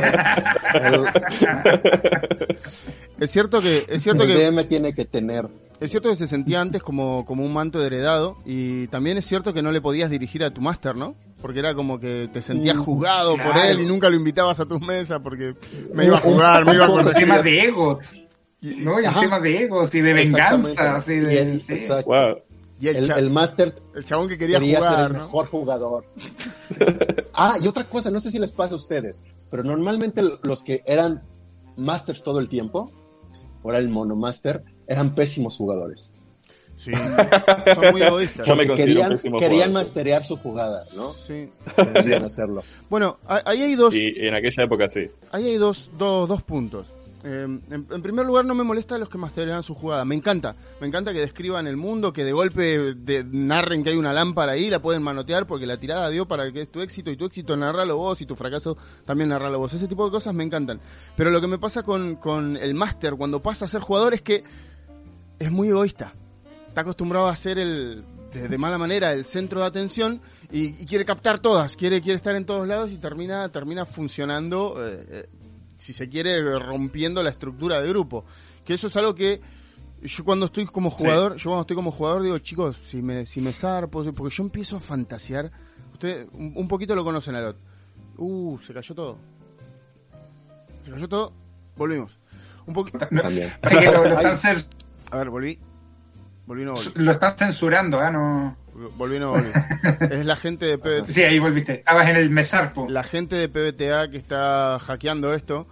Es cierto que El DM tiene que tener. es cierto que se sentía antes como un manto de heredado, y también es cierto que no le podías dirigir a tu máster, ¿no? Porque era como que te sentías juzgado por claro. él y nunca lo invitabas a tus mesas porque me iba a jugar, me iba a Por corregir. temas de egos. No, y el Ajá. tema de egos y de venganza. Así Y de, el, sí. exacto. Wow. Y el El máster chabón que quería quería ser jugar, el ¿no? mejor jugador. Y otra cosa, no sé si les pasa a ustedes, pero normalmente los que eran masters todo el tiempo, ahora el monomaster, eran pésimos jugadores. Sí, son muy egoístas. Yo me Porque considero un pésimo querían jugador. masterear su jugada, ¿no? Sí. Querían hacerlo. Bueno, ahí hay dos, Y en aquella época sí. ahí hay dos puntos. En primer lugar, no me molesta a los que masterean su jugada. Me encanta que describan el mundo, que de golpe narren que hay una lámpara ahí, la pueden manotear porque la tirada dio para que es tu éxito, y tu éxito narralo vos, y tu fracaso también narralo vos. Ese tipo de cosas me encantan. Pero lo que me pasa con el máster cuando pasa a ser jugador es que es muy egoísta. Está acostumbrado a ser de mala manera el centro de atención y quiere captar todas, quiere estar en todos lados, y termina funcionando, si se quiere, rompiendo la estructura de grupo. Que eso es algo que yo cuando estoy como jugador, digo, chicos, si me zarpo, porque yo empiezo a fantasear. Ustedes un poquito lo conocen a Lot. Se cayó todo. Volvimos. Un poquito. También. Parece que lo están A ver, volví. No volví. lo están censurando, no. Volví, no volví. Es la gente de PBTA. Sí, ahí volviste. Estabas en el Mesarpo. La gente de PBTA que está hackeando esto.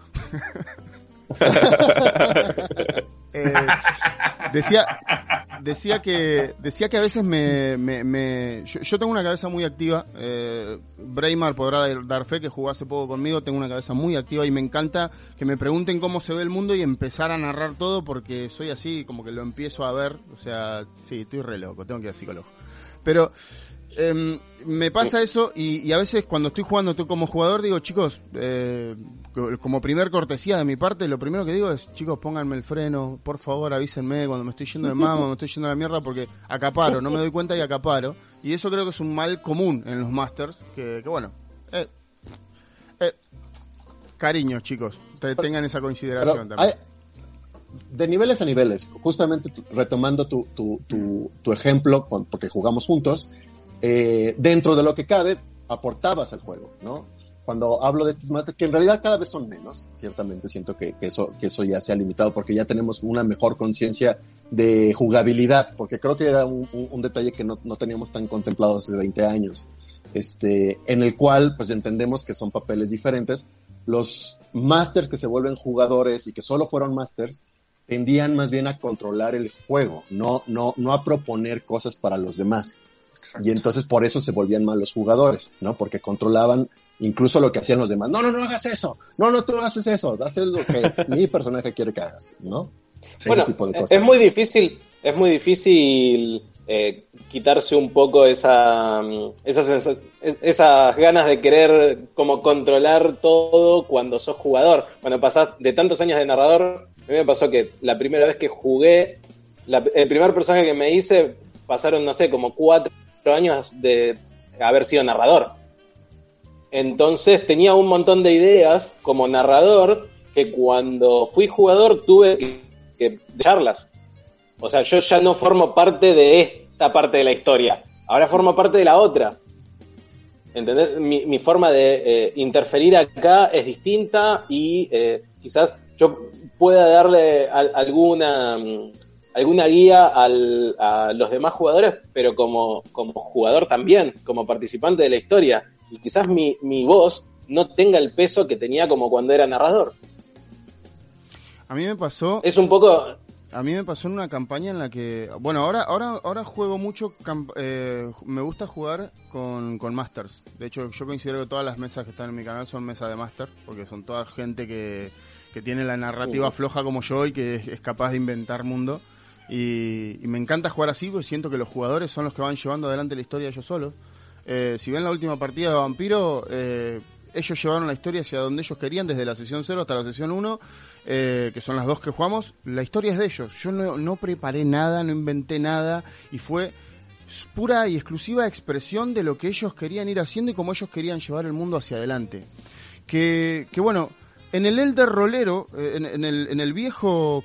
Decía que a veces yo tengo una cabeza muy activa. Braimar podrá dar fe, que jugó hace poco conmigo. Tengo una cabeza muy activa y me encanta que me pregunten cómo se ve el mundo y empezar a narrar todo, porque soy así, como que lo empiezo a ver. O sea, sí, estoy re loco, tengo que ir a psicólogo. Pero me pasa eso y a veces cuando estoy jugando tú como jugador digo, chicos, como primer cortesía de mi parte, lo primero que digo es, chicos, pónganme el freno, por favor, avísenme cuando me estoy yendo de mama, me estoy yendo a la mierda, porque acaparo, no me doy cuenta y acaparo. Y eso creo que es un mal común en los Masters, que bueno, cariños, chicos, tengan esa consideración también. De niveles a niveles, justamente retomando tu ejemplo, porque jugamos juntos, dentro de lo que cabe, aportabas al juego, ¿no? Cuando hablo de estos masters, que en realidad cada vez son menos, ciertamente siento que eso ya se ha limitado, porque ya tenemos una mejor conciencia de jugabilidad, porque creo que era un detalle que no teníamos tan contemplado hace 20 años, en el cual pues entendemos que son papeles diferentes. Los masters que se vuelven jugadores y que solo fueron masters tendían más bien a controlar el juego, no a proponer cosas para los demás. Exacto. Y entonces por eso se volvían malos jugadores, ¿no? Porque controlaban incluso lo que hacían los demás. No hagas eso. No, tú no haces eso. Haces lo que mi personaje quiere que hagas, ¿no? Bueno, ese tipo de cosas. Es muy difícil quitarse un poco esas ganas de querer como controlar todo cuando sos jugador. Cuando pasás de tantos años de narrador, a mí me pasó que la primera vez que jugué, el primer personaje que me hice, pasaron, no sé, como 4 años de haber sido narrador. Entonces tenía un montón de ideas como narrador que cuando fui jugador tuve que dejarlas. O sea, yo ya no formo parte de esta parte de la historia. Ahora formo parte de la otra. ¿Entendés? Mi forma de interferir acá es distinta y quizás yo pueda darle alguna guía a los demás jugadores, pero como jugador también, como participante de la historia. Y quizás mi voz no tenga el peso que tenía como cuando era narrador. A mí me pasó... Es un poco... A mí me pasó en una campaña en la que... Bueno, ahora juego mucho... me gusta jugar con Masters. De hecho, yo considero que todas las mesas que están en mi canal son mesas de Master, porque son toda gente que tiene la narrativa floja como yo y que es capaz de inventar mundo. Y me encanta jugar así, porque siento que los jugadores son los que van llevando adelante la historia ellos solos. Si ven la última partida de Vampiro, ellos llevaron la historia hacia donde ellos querían, desde la sesión 0 hasta la sesión 1, que son las 2 que jugamos. La historia es de ellos. Yo no preparé nada, no inventé nada, y fue pura y exclusiva expresión de lo que ellos querían ir haciendo y cómo ellos querían llevar el mundo hacia adelante. Que bueno, en el Elder Rolero, en el viejo...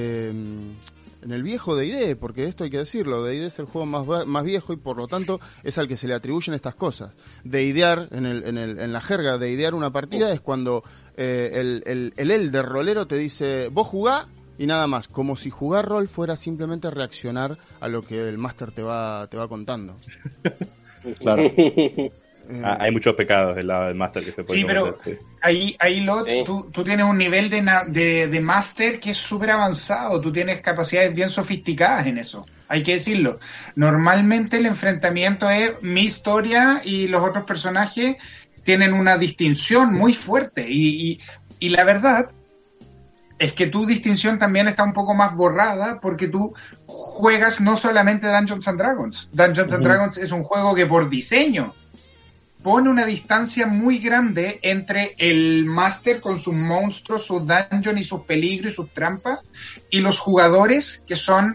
en el viejo D&D, porque esto hay que decirlo, D&D es el juego más viejo y por lo tanto es al que se le atribuyen estas cosas. D&Dear, en la jerga, D&Dear una partida es cuando el Elder Rolero te dice, vos jugá y nada más, como si jugar rol fuera simplemente reaccionar a lo que el máster te va contando. Claro. Hay muchos pecados del lado del máster que se puede cometer. Sí, pero ahí tú tienes un nivel de máster que es súper avanzado. Tú tienes capacidades bien sofisticadas en eso. Hay que decirlo. Normalmente el enfrentamiento es mi historia y los otros personajes tienen una distinción muy fuerte. Y la verdad es que tu distinción también está un poco más borrada porque tú juegas no solamente Dungeons and Dragons. Dungeons and Dragons es un juego que por diseño pone una distancia muy grande entre el máster con sus monstruos, sus dungeons y sus peligros y sus trampas, y los jugadores que son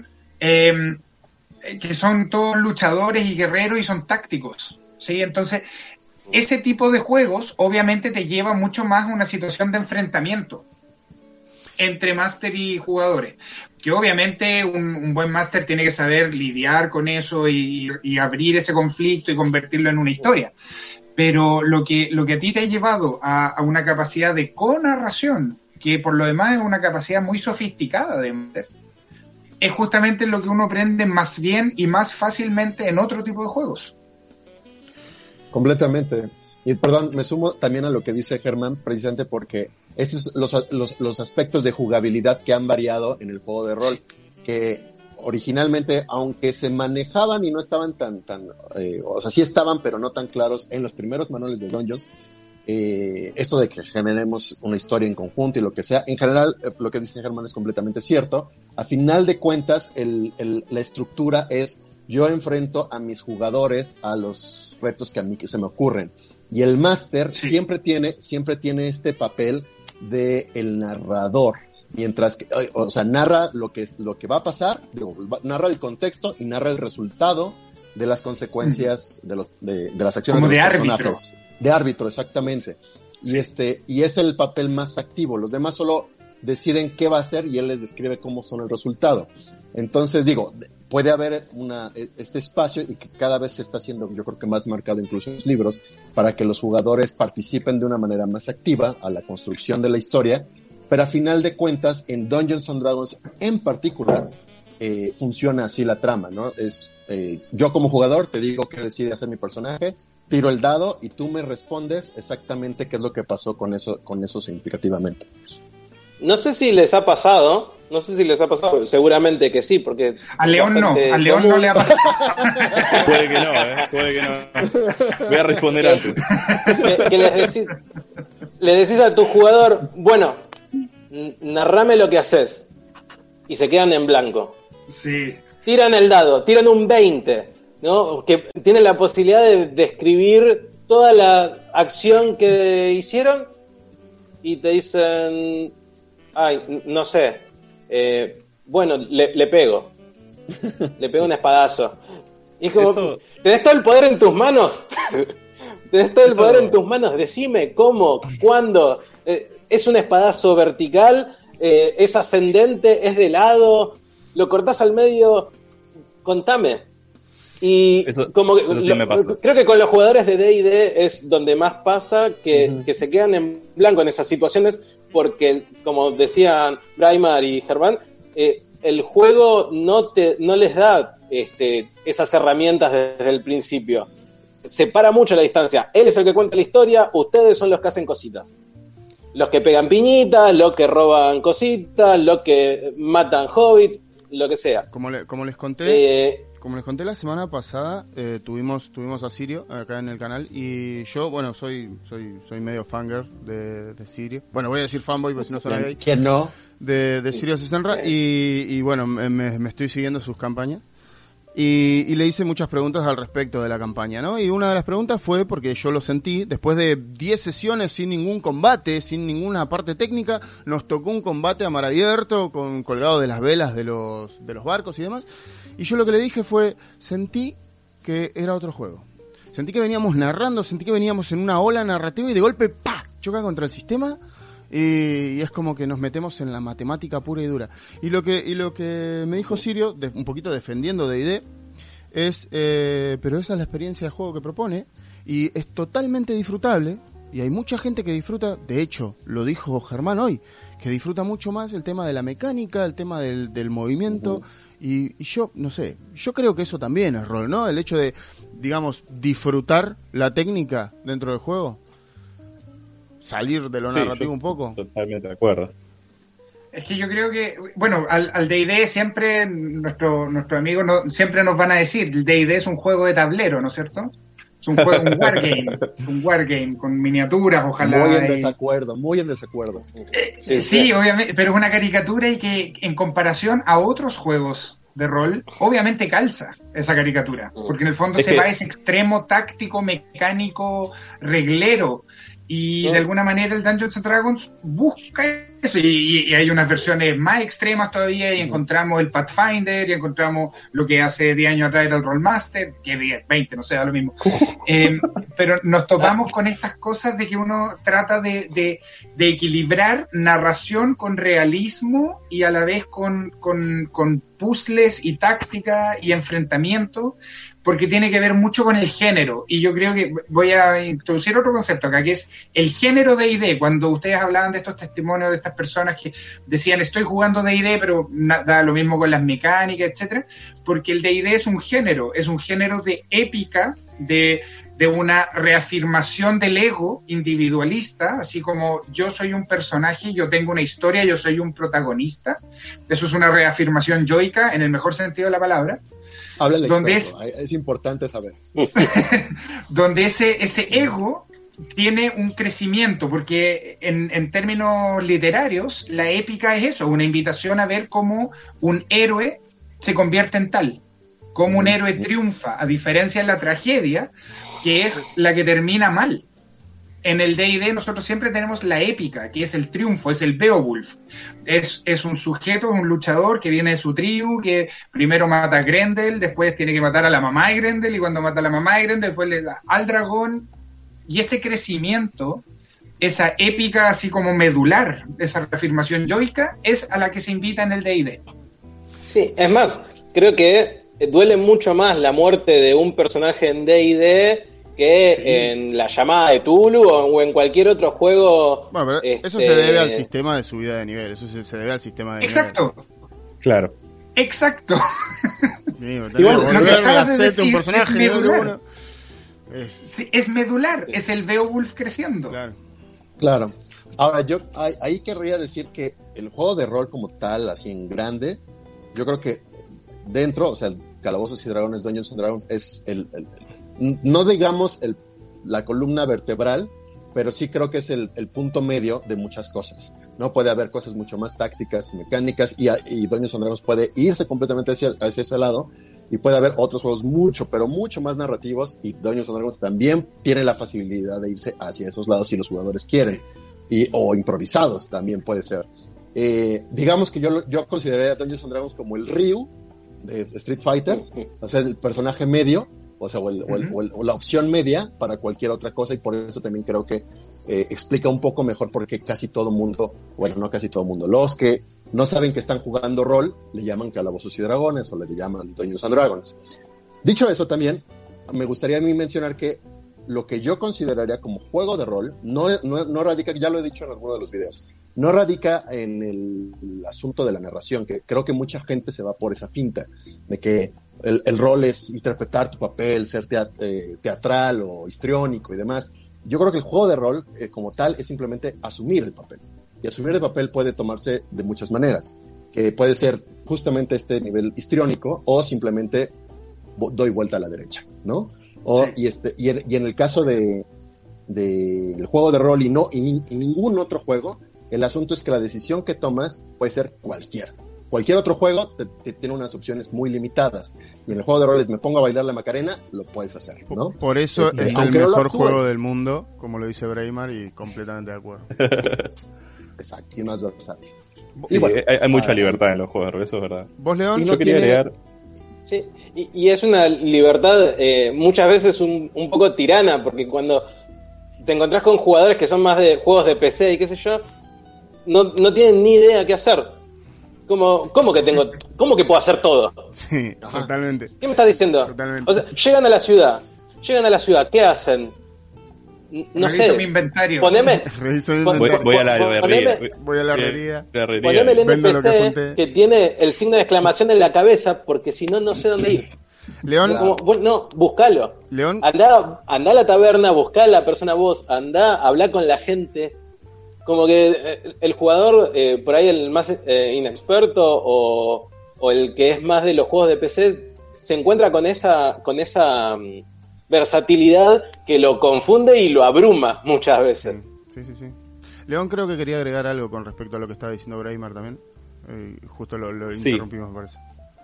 todos luchadores y guerreros y son tácticos, ¿sí? Entonces, ese tipo de juegos obviamente te lleva mucho más a una situación de enfrentamiento entre máster y jugadores, que obviamente un buen máster tiene que saber lidiar con eso y abrir ese conflicto y convertirlo en una historia. Pero lo que a ti te ha llevado a una capacidad de co-narración que por lo demás es una capacidad muy sofisticada de meter. Es justamente lo que uno aprende más bien y más fácilmente en otro tipo de juegos. Completamente. Y perdón, me sumo también a lo que dice Germán, precisamente porque esos son los aspectos de jugabilidad que han variado en el juego de rol, que originalmente, aunque se manejaban y no estaban o sea, sí estaban, pero no tan claros en los primeros manuales de Dungeons, esto de que generemos una historia en conjunto y lo que sea, en general, lo que dice Germán es completamente cierto. A final de cuentas, la estructura es: yo enfrento a mis jugadores a los retos que a mí se me ocurren. Y el máster siempre tiene este papel de el narrador. Mientras que, o sea, narra lo que va a pasar, narra el contexto y narra el resultado de las consecuencias de las acciones como de los de personajes. De árbitro, exactamente. Y es el papel más activo. Los demás solo deciden qué va a hacer y él les describe cómo son el resultado. Entonces, digo, puede haber este espacio, y que cada vez se está haciendo, yo creo que más marcado incluso en los libros, para que los jugadores participen de una manera más activa a la construcción de la historia, pero a final de cuentas, en Dungeons & Dragons en particular, funciona así la trama, ¿no? Yo como jugador te digo qué decide hacer mi personaje, tiro el dado y tú me respondes exactamente qué es lo que pasó con eso significativamente. No sé si les ha pasado, seguramente que sí, porque... A León no le ha pasado. Puede que no. Voy a responder antes. Que le decís a tu jugador, bueno, narrame lo que haces, y se quedan en blanco. Sí. Tiran el dado, tiran un 20, ¿no? Que tienen la posibilidad de describir toda la acción que hicieron, y te dicen... Ay, no sé. Bueno, le pego. Le pego un espadazo. Y es como, ¿tenés todo el poder en tus manos? ¿Tenés todo el poder en tus manos? Decime cómo, cuándo. ¿Es un espadazo vertical? ¿Es ascendente? ¿Es de lado? ¿Lo cortás al medio? Contame. Y eso sí me pasa. Creo que con los jugadores de D&D es donde más pasa que se quedan en blanco en esas situaciones, porque, como decían Braimar y Germán, el juego no les da esas herramientas desde el principio. Separa mucho la distancia. Él es el que cuenta la historia, ustedes son los que hacen cositas. Los que pegan piñitas, los que roban cositas, los que matan hobbits, lo que sea. Como les conté... Como les conté la semana pasada, tuvimos a Sirio acá en el canal, y yo, bueno, soy medio fangirl de Sirio. Bueno, voy a decir fanboy porque si no suena gay. ¿Quién no? De Sirio Senra, y bueno, me estoy siguiendo sus campañas. Y le hice muchas preguntas al respecto de la campaña, ¿no? Y una de las preguntas fue porque yo lo sentí, después de 10 sesiones sin ningún combate, sin ninguna parte técnica, nos tocó un combate a mar abierto, colgado de las velas de los barcos y demás. Y yo lo que le dije fue, sentí que era otro juego. Sentí que veníamos narrando, sentí que veníamos en una ola narrativa y de golpe, ¡pah!, choca contra el sistema y es como que nos metemos en la matemática pura y dura. Y lo que me dijo Sirio, un poquito defendiendo D&D, es, pero esa es la experiencia de juego que propone y es totalmente disfrutable. Y hay mucha gente que disfruta, de hecho, lo dijo Germán hoy, que disfruta mucho más el tema de la mecánica, el tema del movimiento. Y yo, no sé, yo creo que eso también es rol, ¿no? El hecho de, digamos, disfrutar la técnica dentro del juego. Salir de lo narrativo un poco. Totalmente de acuerdo. Es que yo creo que, bueno, al D&D siempre, nuestros amigos siempre nos van a decir, el D&D es un juego de tablero, ¿no es cierto? Es un wargame con miniaturas, ojalá. Muy en desacuerdo. Sí, obviamente, pero es una caricatura y que en comparación a otros juegos de rol, obviamente calza esa caricatura, porque en el fondo va a ese extremo táctico, mecánico, reglero. Y de alguna manera el Dungeons & Dragons busca eso, y hay unas versiones más extremas todavía, y encontramos el Pathfinder, y encontramos lo que hace 10 años atrás era el Rollmaster, que 10, 20, no sé, da lo mismo. Pero nos topamos con estas cosas de que uno trata de equilibrar narración con realismo y a la vez con puzzles y táctica y enfrentamiento, porque tiene que ver mucho con el género. Y yo creo que voy a introducir otro concepto acá, que es el género D&D. Cuando ustedes hablaban de estos testimonios de estas personas que decían, estoy jugando D&D, pero da lo mismo con las mecánicas, etcétera, porque el D&D es un género de épica, de una reafirmación del ego individualista, así como yo soy un personaje, yo tengo una historia, yo soy un protagonista. Eso es una reafirmación yoica en el mejor sentido de la palabra. Habla el experto, es importante saber. Donde ese ego tiene un crecimiento, porque en términos literarios, la épica es eso, una invitación a ver cómo un héroe se convierte en tal, cómo un héroe triunfa, a diferencia de la tragedia, que es la que termina mal. En el D&D nosotros siempre tenemos la épica, que es el triunfo, es el Beowulf. Es un sujeto, un luchador que viene de su tribu, que primero mata a Grendel, después tiene que matar a la mamá de Grendel, y cuando mata a la mamá de Grendel, después le da al dragón. Y ese crecimiento, esa épica así como medular, esa reafirmación yoica, es a la que se invita en el D&D. Sí, es más, creo que duele mucho más la muerte de un personaje en D&D que en la llamada de Tulu o en cualquier otro juego. Bueno, pero eso se debe al sistema de subida de nivel, eso se debe al sistema de Exacto. nivel. Claro. Exacto. Igual, volverme a hacerte un personaje nivel 1. Es medular, es el Beowulf creciendo. Claro. Ahora, yo ahí querría decir que el juego de rol como tal, así en grande, yo creo que dentro, o sea, el Calabozos y Dragones, Dungeons and Dragons, es no digamos la columna vertebral, pero sí creo que es el punto medio de muchas cosas, ¿no? Puede haber cosas mucho más tácticas y mecánicas, y Dungeons and Dragons puede irse completamente hacia ese lado, y puede haber otros juegos pero mucho más narrativos, y Dungeons and Dragons también tiene la facilidad de irse hacia esos lados si los jugadores quieren, o improvisados también puede ser. Digamos que yo consideraría a Dungeons and Dragons como el Ryu de Street Fighter, o sea, el personaje medio, o sea, o la opción media para cualquier otra cosa, y por eso también creo que explica un poco mejor por qué casi todo mundo, bueno, no casi todo mundo, los que no saben que están jugando rol, le llaman Calabozos y Dragones, o le llaman Dungeons and Dragons. Dicho eso, también me gustaría a mí mencionar que lo que yo consideraría como juego de rol no radica, ya lo he dicho en alguno de los videos, no radica en el asunto de la narración, que creo que mucha gente se va por esa finta, de que el rol es interpretar tu papel, ser teatral o histriónico y demás. Yo creo que el juego de rol como tal es simplemente asumir el papel. Y asumir el papel puede tomarse de muchas maneras, que puede ser justamente este nivel histriónico, o simplemente doy vuelta a la derecha, ¿no? Y en el caso del juego de rol y ningún otro juego, el asunto es que la decisión que tomas puede ser cualquier otro juego te tiene unas opciones muy limitadas, y en el juego de rol es me pongo a bailar la Macarena, lo puedes hacer, ¿no? Por eso es el mejor juego del mundo, como lo dice Braimar, y completamente de acuerdo. Exacto, y más versátil. Sí, bueno, hay mucha libertad en los juegos de rol, eso es verdad. ¿Vos, León? Yo quería agregar... Sí, y es una libertad muchas veces un poco tirana, porque cuando te encontrás con jugadores que son más de juegos de PC y qué sé yo, no tienen ni idea qué hacer. ¿Cómo que puedo hacer todo? Sí, totalmente. ¿Qué me estás diciendo? Totalmente. O sea, llegan a la ciudad, ¿qué hacen? No Reviso sé. mi inventario. Reviso mi inventario. Voy a la herrería. Voy a la herrería. Poneme el Vendo lo que NPC junté. que tiene el signo de exclamación en la cabeza, porque si no sé dónde ir. León, No, buscalo. León, Andá a la taberna, buscá a la persona vos, andá a hablar con la gente. Como que el jugador, por ahí el más inexperto o el que es más de los juegos de PC, se encuentra con esa versatilidad que lo confunde y lo abruma muchas veces. Sí. León, creo que quería agregar algo con respecto a lo que estaba diciendo Braimar también. Justo lo interrumpimos, me parece.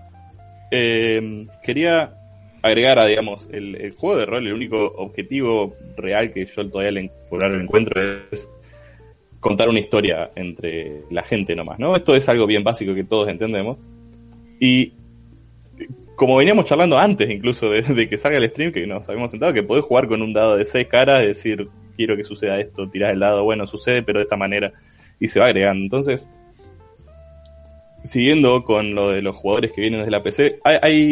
Quería agregar digamos, el juego de rol, el único objetivo real que yo todavía por ahora encuentro es contar una historia entre la gente nomás, ¿no? Esto es algo bien básico que todos entendemos. Y como veníamos charlando antes incluso de que salga el stream, que nos habíamos sentado, que podés jugar con un dado de 6 caras, decir, quiero que suceda esto, tirás el dado, bueno, sucede, pero de esta manera, y se va agregando. Entonces, siguiendo con lo de los jugadores que vienen desde la PC, hay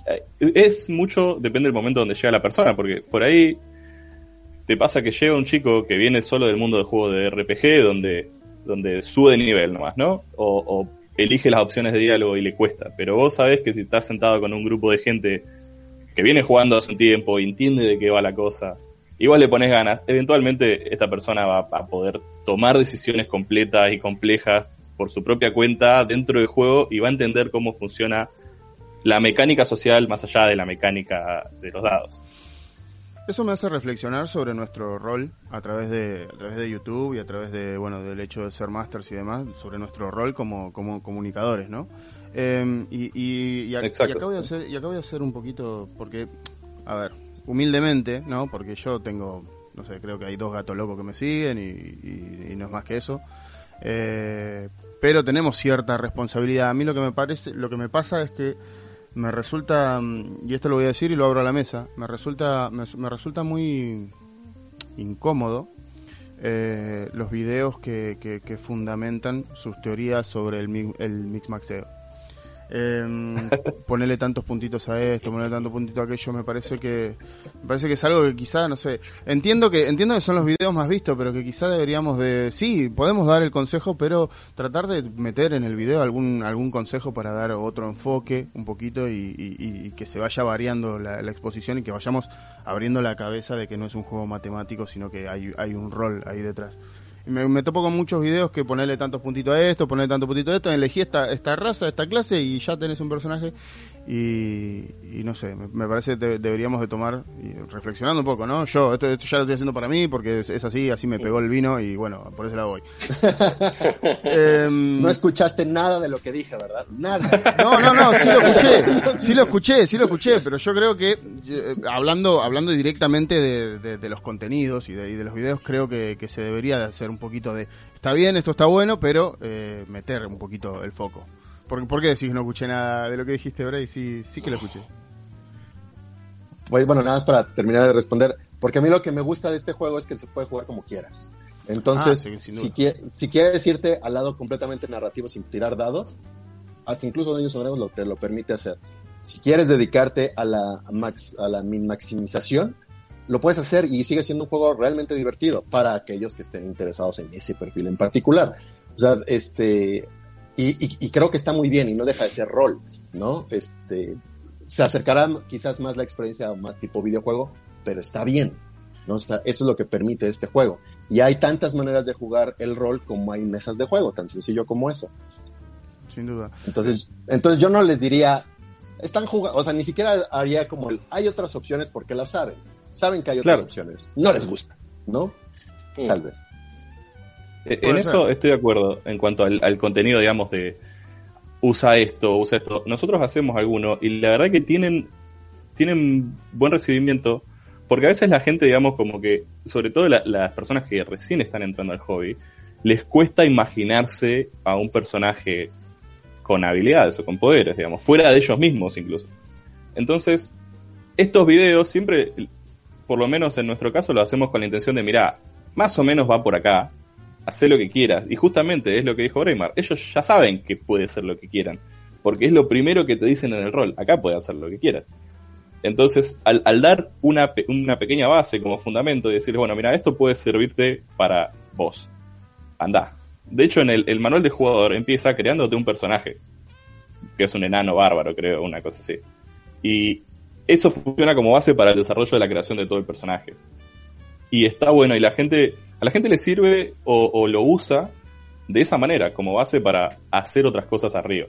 es mucho, depende del momento donde llega la persona, porque por ahí te pasa que llega un chico que viene solo del mundo de juegos de RPG, donde sube de nivel nomás, ¿no? O elige las opciones de diálogo y le cuesta. Pero vos sabés que si estás sentado con un grupo de gente que viene jugando hace un tiempo y entiende de qué va la cosa, igual le pones ganas, eventualmente esta persona va a poder tomar decisiones completas y complejas por su propia cuenta dentro del juego y va a entender cómo funciona la mecánica social más allá de la mecánica de los dados. Eso me hace reflexionar sobre nuestro rol a través de YouTube y a través de, bueno, del hecho de ser masters y demás, sobre nuestro rol como comunicadores, ¿no? Y acá voy a hacer un poquito, porque, a ver, humildemente, ¿no? Porque yo tengo, no sé, creo que hay 2 gatos locos que me siguen y no es más que eso. Pero tenemos cierta responsabilidad. A mí lo que me pasa es que me resulta, y esto lo voy a decir y lo abro a la mesa, me resulta muy incómodo los videos que fundamentan sus teorías sobre el mixmaxeo. Ponerle tantos puntitos a esto, ponerle tantos puntitos a aquello, me parece que es algo que quizá, no sé, entiendo que son los videos más vistos, pero que quizá deberíamos sí, podemos dar el consejo, pero tratar de meter en el video algún consejo para dar otro enfoque un poquito y que se vaya variando la exposición y que vayamos abriendo la cabeza de que no es un juego matemático, sino que hay un rol ahí detrás. Me topo con muchos videos que ponerle tantos puntitos a esto, ponerle tantos puntitos a esto, elegí esta raza, esta clase y ya tenés un personaje y no sé, me parece que deberíamos de tomar, reflexionando un poco, ¿no? Esto ya lo estoy haciendo para mí porque es así me pegó el vino y bueno, por eso la voy. No escuchaste nada de lo que dije, ¿verdad? Nada. No, sí lo escuché, pero yo creo que hablando directamente de los contenidos y de los videos, creo que se debería de hacer un poquito de, está bien, esto está bueno, pero meter un poquito el foco. ¿Por qué decís que no escuché nada de lo que dijiste, Bray? Sí que lo escuché. Pues bueno, nada más para terminar de responder, porque a mí lo que me gusta de este juego es que se puede jugar como quieras. Entonces, si quieres irte al lado completamente narrativo sin tirar dados, hasta incluso Dungeons & Dragons te lo permite hacer. Si quieres dedicarte a la min-maximización, lo puedes hacer y sigue siendo un juego realmente divertido para aquellos que estén interesados en ese perfil en particular. O sea, y creo que está muy bien y no deja de ser rol, ¿no? Se acercará quizás más la experiencia más tipo videojuego, pero está bien, ¿no? O sea, eso es lo que permite este juego. Y hay tantas maneras de jugar el rol como hay mesas de juego, tan sencillo como eso. Sin duda. Entonces yo no les diría, están jugando, o sea, ni siquiera haría como hay otras opciones porque lo saben. Saben que hay otras opciones. No les gusta, ¿no? Tal vez. En eso estoy de acuerdo en cuanto al contenido, digamos, de usa esto. Nosotros hacemos alguno y la verdad que tienen buen recibimiento, porque a veces la gente, digamos, como que, sobre todo las personas que recién están entrando al hobby, les cuesta imaginarse a un personaje con habilidades o con poderes, digamos, fuera de ellos mismos incluso. Entonces, estos videos siempre, por lo menos en nuestro caso, lo hacemos con la intención de, mirá, más o menos va por acá, hacé lo que quieras. Y justamente es lo que dijo Breymar, ellos ya saben que puede ser lo que quieran, porque es lo primero que te dicen en el rol, acá puedes hacer lo que quieras. Entonces, al dar una pequeña base como fundamento y decir, bueno, mira, esto puede servirte para vos, andá. De hecho, en el manual de jugador empieza creándote un personaje, que es un enano bárbaro, creo, una cosa así. Y eso funciona como base para el desarrollo de la creación de todo el personaje. Y está bueno, y a la gente le sirve o lo usa de esa manera, como base para hacer otras cosas arriba.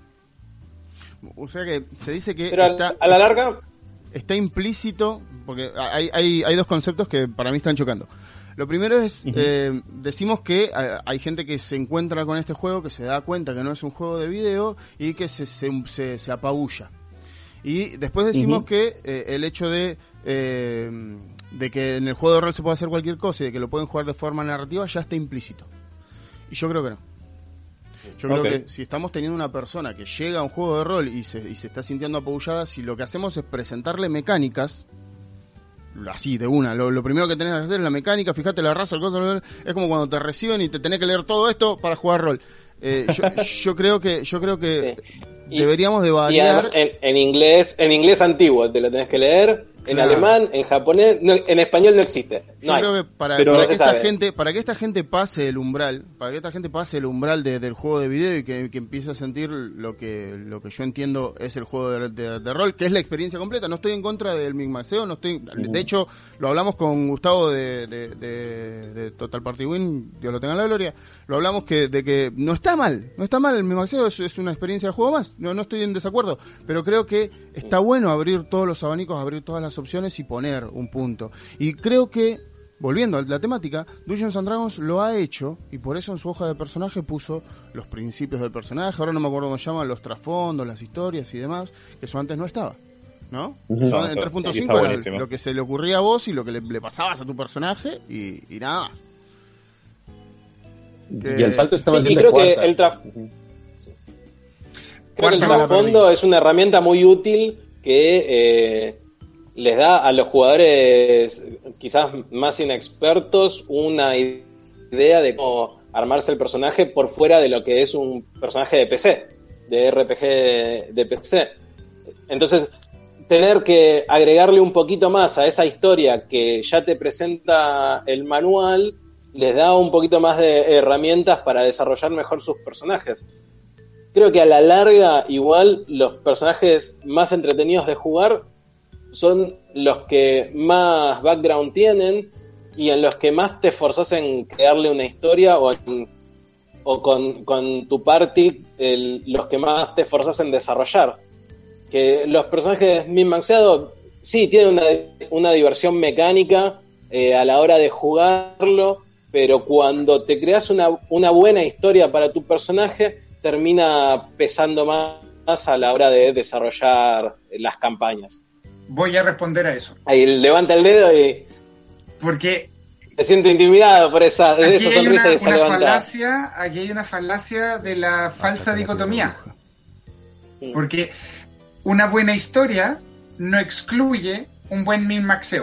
O sea que se dice que pero a la larga está implícito, porque hay dos conceptos que para mí están chocando. Lo primero es, decimos que hay gente que se encuentra con este juego, que se da cuenta que no es un juego de video y que se apabulla. Y después decimos que el hecho de que en el juego de rol se puede hacer cualquier cosa y de que lo pueden jugar de forma narrativa ya está implícito. Y yo creo que no. Yo creo que si estamos teniendo una persona que llega a un juego de rol y se está sintiendo apabullada, si lo que hacemos es presentarle mecánicas, así de una, lo primero que tenés que hacer es la mecánica, fíjate la raza, es como cuando te reciben y te tenés que leer todo esto para jugar rol. Yo creo que deberíamos de Y variar. además en inglés antiguo te lo tenés que leer, en Claro. alemán, en japonés, en español no existe. Yo No hay. creo que para Pero no que se esta sabe. gente, para que esta gente pase el umbral, del juego de video y que empiece a sentir lo que yo entiendo es el juego de rol, que es la experiencia completa. No estoy en contra del micmaxeo, de hecho lo hablamos con Gustavo de Total Party Win, Dios lo tenga en la gloria. Lo hablamos de que no está mal el micmaxeo, es una experiencia de juego más. No estoy en desacuerdo, pero creo que está bueno abrir todos los abanicos, abrir todas las opciones y poner un punto. Y creo que, volviendo a la temática, Dungeons and Dragons lo ha hecho y por eso en su hoja de personaje puso los principios del personaje. Ahora no me acuerdo cómo se llaman, los trasfondos, las historias y demás, que eso antes no estaba, ¿no? Eso en 3.5 era buenísimo. lo que se le ocurría a vos y lo que le pasabas a tu personaje y nada más. Y el salto está más Y bien de creo que cuarta. el Cuarta trasfondo es una herramienta muy útil que les da a los jugadores quizás más inexpertos una idea de cómo armarse el personaje por fuera de lo que es un personaje de PC, de RPG de PC. Entonces, tener que agregarle un poquito más a esa historia que ya te presenta el manual les da un poquito más de herramientas para desarrollar mejor sus personajes. Creo que a la larga, igual, los personajes más entretenidos de jugar son los que más background tienen y en los que más te esforzás en crearle una historia o con tu party, los que más te esforzás en desarrollar. Que los personajes min-maxeados sí tienen una diversión mecánica a la hora de jugarlo, pero cuando te creas una buena historia para tu personaje, termina pesando más a la hora de desarrollar las campañas. Voy a responder a eso. Ahí levanta el dedo y Porque te siento intimidado por esa aquí hay sonrisa y esa levantada. aquí hay una falacia de la falsa dicotomía. Porque una buena historia no excluye un buen min-maxeo.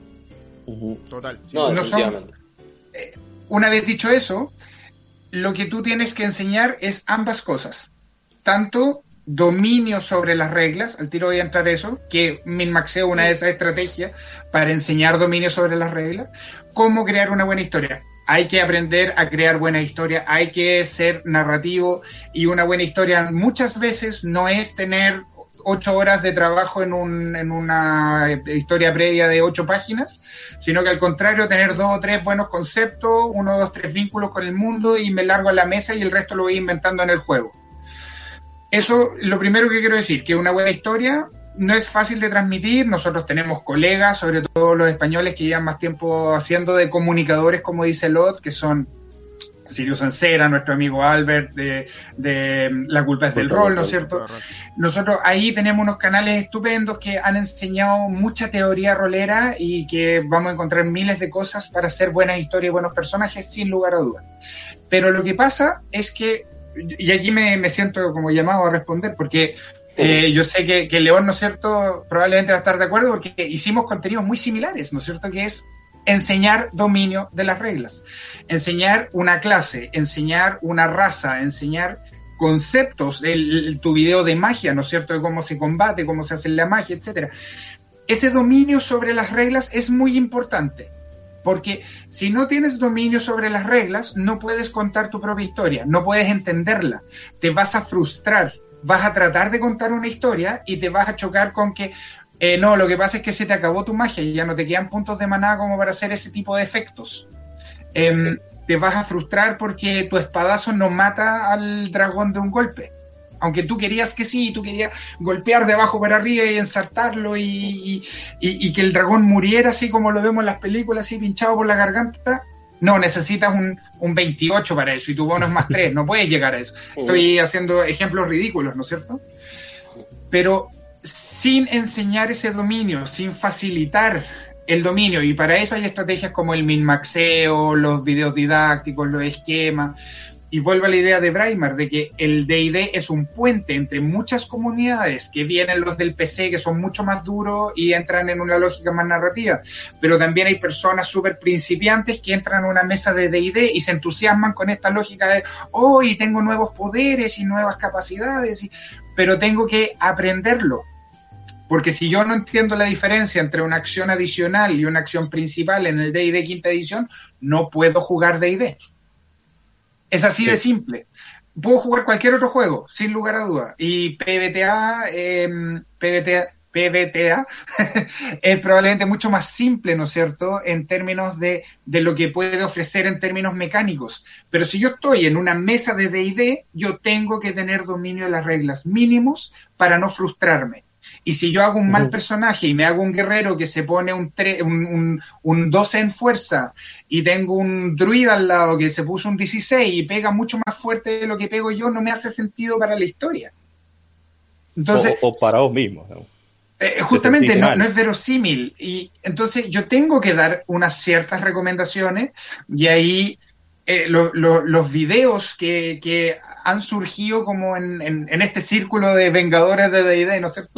Total. No, no son- definitivamente. Una vez dicho eso, lo que tú tienes que enseñar es ambas cosas. Tanto dominio sobre las reglas, al tiro voy a entrar eso, que min-maxeo una de esas estrategias para enseñar dominio sobre las reglas, como crear una buena historia. Hay que aprender a crear buena historia, hay que ser narrativo, y una buena historia muchas veces no es tener 8 horas de trabajo en una historia previa de 8 páginas, sino que al contrario, tener 2 o 3 buenos conceptos, 1, 2, 3 vínculos con el mundo y me largo a la mesa y el resto lo voy inventando en el juego. Eso, lo primero que quiero decir, que una buena historia no es fácil de transmitir. Nosotros tenemos colegas, sobre todo los españoles que llevan más tiempo haciendo de comunicadores, como dice Lot, que son Sirio Sancera, nuestro amigo Albert de La culpa es del rol, ¿no es cierto? Nosotros ahí tenemos unos canales estupendos que han enseñado mucha teoría rolera y que vamos a encontrar miles de cosas para hacer buenas historias y buenos personajes, sin lugar a dudas. Pero lo que pasa es que, y aquí me siento como llamado a responder, porque yo sé que León, ¿no es cierto?, probablemente va a estar de acuerdo, porque hicimos contenidos muy similares, ¿no es cierto?, que es enseñar dominio de las reglas, enseñar una clase, enseñar una raza, enseñar conceptos, tu video de magia, ¿no es cierto?, de cómo se combate, cómo se hace la magia, etcétera. Ese dominio sobre las reglas es muy importante, porque si no tienes dominio sobre las reglas, no puedes contar tu propia historia, no puedes entenderla, te vas a frustrar, vas a tratar de contar una historia y te vas a chocar con que no, lo que pasa es que se te acabó tu magia y ya no te quedan puntos de maná como para hacer ese tipo de efectos. Te vas a frustrar porque tu espadazo no mata al dragón de un golpe. Aunque tú querías que sí, tú querías golpear de abajo para arriba y ensartarlo y que el dragón muriera así como lo vemos en las películas, así pinchado por la garganta. No, necesitas un 28 para eso y tu bono es más 3, no puedes llegar a eso. Estoy haciendo ejemplos ridículos, ¿no es cierto? Pero sin enseñar ese dominio, sin facilitar el dominio, y para eso hay estrategias como el min-maxeo, los videos didácticos, los esquemas, y vuelvo a la idea de Braimar, de que el D&D es un puente entre muchas comunidades, que vienen los del PC, que son mucho más duros y entran en una lógica más narrativa, pero también hay personas súper principiantes que entran a una mesa de D&D y se entusiasman con esta lógica de, y tengo nuevos poderes y nuevas capacidades, pero tengo que aprenderlo. Porque si yo no entiendo la diferencia entre una acción adicional y una acción principal en el D&D quinta edición, no puedo jugar D&D. Es así de simple. Puedo jugar cualquier otro juego, sin lugar a dudas. Y PBTA es probablemente mucho más simple, ¿no es cierto?, en términos de lo que puede ofrecer en términos mecánicos. Pero si yo estoy en una mesa de D&D, yo tengo que tener dominio de las reglas mínimos para no frustrarme. Y si yo hago un mal personaje y me hago un guerrero que se pone un 12 en fuerza y tengo un druida al lado que se puso un 16 y pega mucho más fuerte de lo que pego yo, no me hace sentido para la historia. Entonces, o para vos mismo, ¿no? Justamente no es verosímil. Y entonces yo tengo que dar unas ciertas recomendaciones y ahí los videos que han surgido como en este círculo de vengadores de D&D, ¿no es cierto?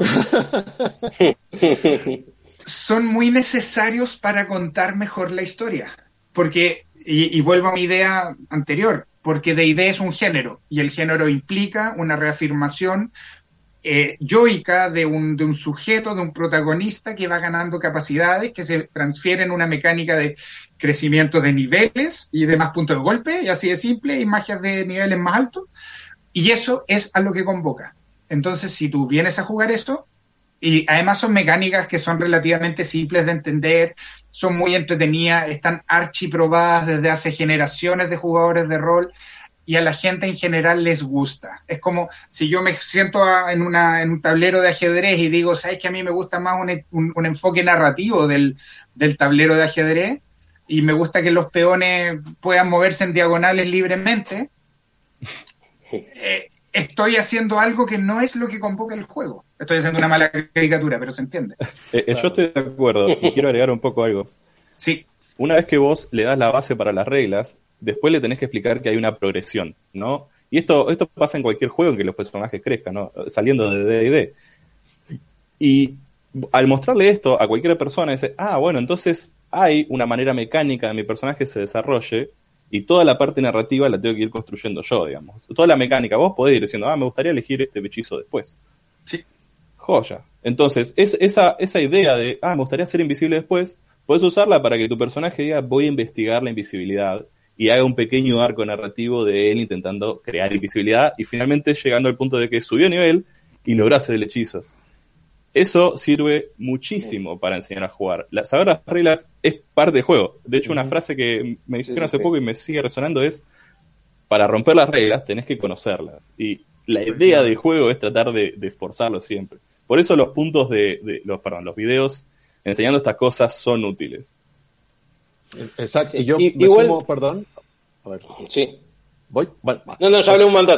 Son muy necesarios para contar mejor la historia. Porque, y vuelvo a mi idea anterior, porque D&D es un género, y el género implica una reafirmación yoica de un sujeto, de un protagonista que va ganando capacidades que se transfieren una mecánica de crecimiento de niveles y de más puntos de golpe, y así de simple, y magias de niveles más altos, y eso es a lo que convoca. Entonces, si tú vienes a jugar eso, y además son mecánicas que son relativamente simples de entender, son muy entretenidas, están archiprobadas desde hace generaciones de jugadores de rol, y a la gente en general les gusta. Es como si yo me siento en un tablero de ajedrez y digo, ¿sabes que a mí me gusta más un enfoque narrativo del tablero de ajedrez? Y me gusta que los peones puedan moverse en diagonales libremente. Estoy haciendo algo que no es lo que convoca el juego. Estoy haciendo una mala caricatura, pero se entiende. Yo estoy de acuerdo y quiero agregar un poco algo. Sí. Una vez que vos le das la base para las reglas, después le tenés que explicar que hay una progresión, ¿no? Y esto pasa en cualquier juego en que los personajes crezcan, ¿no? Saliendo de D&D. Y al mostrarle esto a cualquier persona, dice, bueno, entonces hay una manera mecánica de mi personaje se desarrolle y toda la parte narrativa la tengo que ir construyendo yo, digamos. Toda la mecánica, vos podés ir diciendo, me gustaría elegir este hechizo después. Sí. Joya. Entonces, esa idea de, me gustaría ser invisible después, podés usarla para que tu personaje diga, voy a investigar la invisibilidad y haga un pequeño arco narrativo de él intentando crear invisibilidad y finalmente llegando al punto de que subió nivel y logró hacer el hechizo. Eso sirve muchísimo para enseñar a jugar. Saber las reglas es parte del juego. De hecho, una frase que me dijeron hace poco y me sigue resonando es, para romper las reglas tenés que conocerlas. Y la idea del juego es tratar de forzarlo siempre. Por eso los puntos los videos enseñando estas cosas son útiles. Exacto. Y yo igual, sumo, perdón. A ver. Sí. ¿Voy? Bueno, No, ya hablé un montón.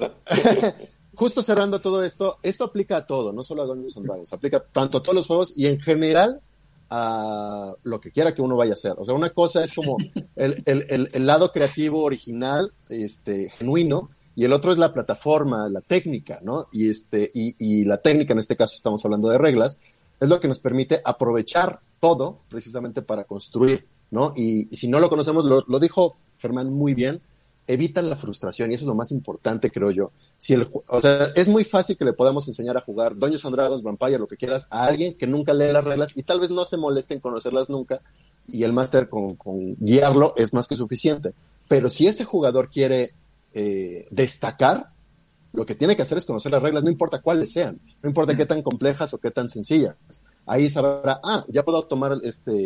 Justo cerrando todo esto aplica a todo, no solo a Dungeons & Dragons, aplica tanto a todos los juegos y en general a lo que quiera que uno vaya a hacer. O sea, una cosa es como el lado creativo original, genuino, y el otro es la plataforma, la técnica, ¿no? Y la técnica, en este caso estamos hablando de reglas, es lo que nos permite aprovechar todo precisamente para construir, ¿no? Y si no lo conocemos, lo dijo Germán muy bien, evitan la frustración y eso es lo más importante, creo yo. O sea, es muy fácil que le podamos enseñar a jugar Dungeons & Dragons, Vampire, lo que quieras, a alguien que nunca lee las reglas y tal vez no se moleste en conocerlas nunca y el máster con guiarlo es más que suficiente. Pero si ese jugador quiere destacar, lo que tiene que hacer es conocer las reglas, no importa cuáles sean, no importa qué tan complejas o qué tan sencillas. Ahí sabrá, ya puedo tomar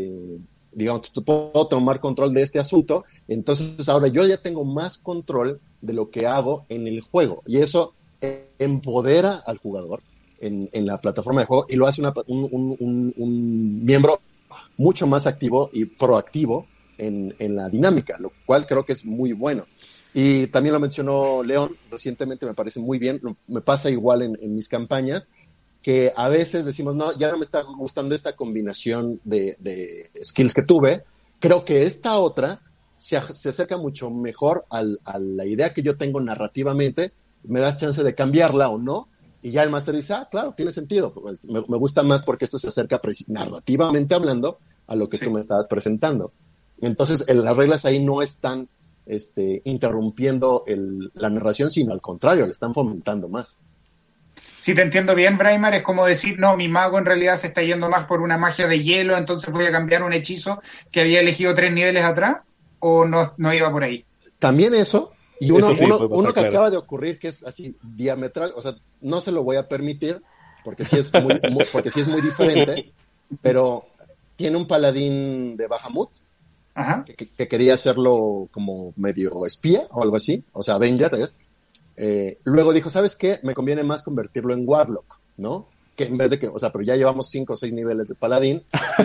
puedo tomar control de este asunto, entonces ahora yo ya tengo más control de lo que hago en el juego, y eso empodera al jugador en la plataforma de juego y lo hace un miembro mucho más activo y proactivo en la dinámica, lo cual creo que es muy bueno. Y también lo mencionó León recientemente, me parece muy bien, me pasa igual en mis campañas, que a veces decimos, no, ya no me está gustando esta combinación de skills que tuve, creo que esta otra se acerca mucho mejor a la idea que yo tengo narrativamente, me das chance de cambiarla o no, y ya el máster dice, claro, tiene sentido, pues, me gusta más porque esto se acerca narrativamente hablando a lo que tú me estabas presentando. Entonces, las reglas ahí no están interrumpiendo la narración, sino al contrario, le están fomentando más. Si te entiendo bien, Braimar, es como decir, no, mi mago en realidad se está yendo más por una magia de hielo, entonces voy a cambiar un hechizo que había elegido 3 niveles atrás, o no iba por ahí. También eso, y uno, Eso sí, uno, puede pasar, uno que claro. acaba de ocurrir, que es así diametral, o sea, no se lo voy a permitir, porque sí es muy diferente, pero tiene un paladín de Bahamut, Ajá. que quería hacerlo como medio espía o algo así, o sea, Avenger es. Luego dijo, ¿sabes qué? Me conviene más convertirlo en Warlock, ¿no? Que en vez de que, o sea, pero ya llevamos 5 o 6 niveles de paladín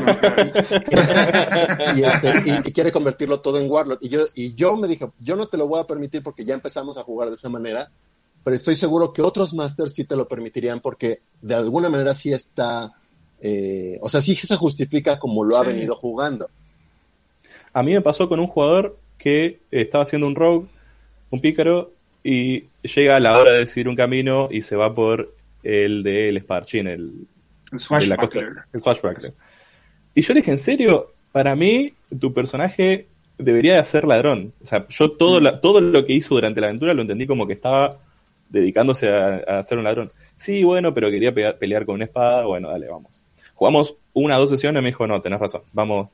y quiere convertirlo todo en Warlock. Y yo me dije, yo no te lo voy a permitir porque ya empezamos a jugar de esa manera, pero estoy seguro que otros masters sí te lo permitirían porque de alguna manera sí está, o sea, sí se justifica como lo ha venido jugando. A mí me pasó con un jugador que estaba haciendo un rogue, un pícaro, y llega a la hora de decidir un camino y se va por el del esparchín, El de la Swashbuckler. costa, el Swashbuckler. Y yo le dije, en serio, para mí tu personaje debería de ser ladrón. O sea, yo todo lo que hizo durante la aventura lo entendí como que estaba dedicándose a ser un ladrón. Sí, bueno, pero quería pelear con una espada. Bueno, dale, vamos. Jugamos 1 o 2 sesiones y me dijo, no, tenés razón, vamos.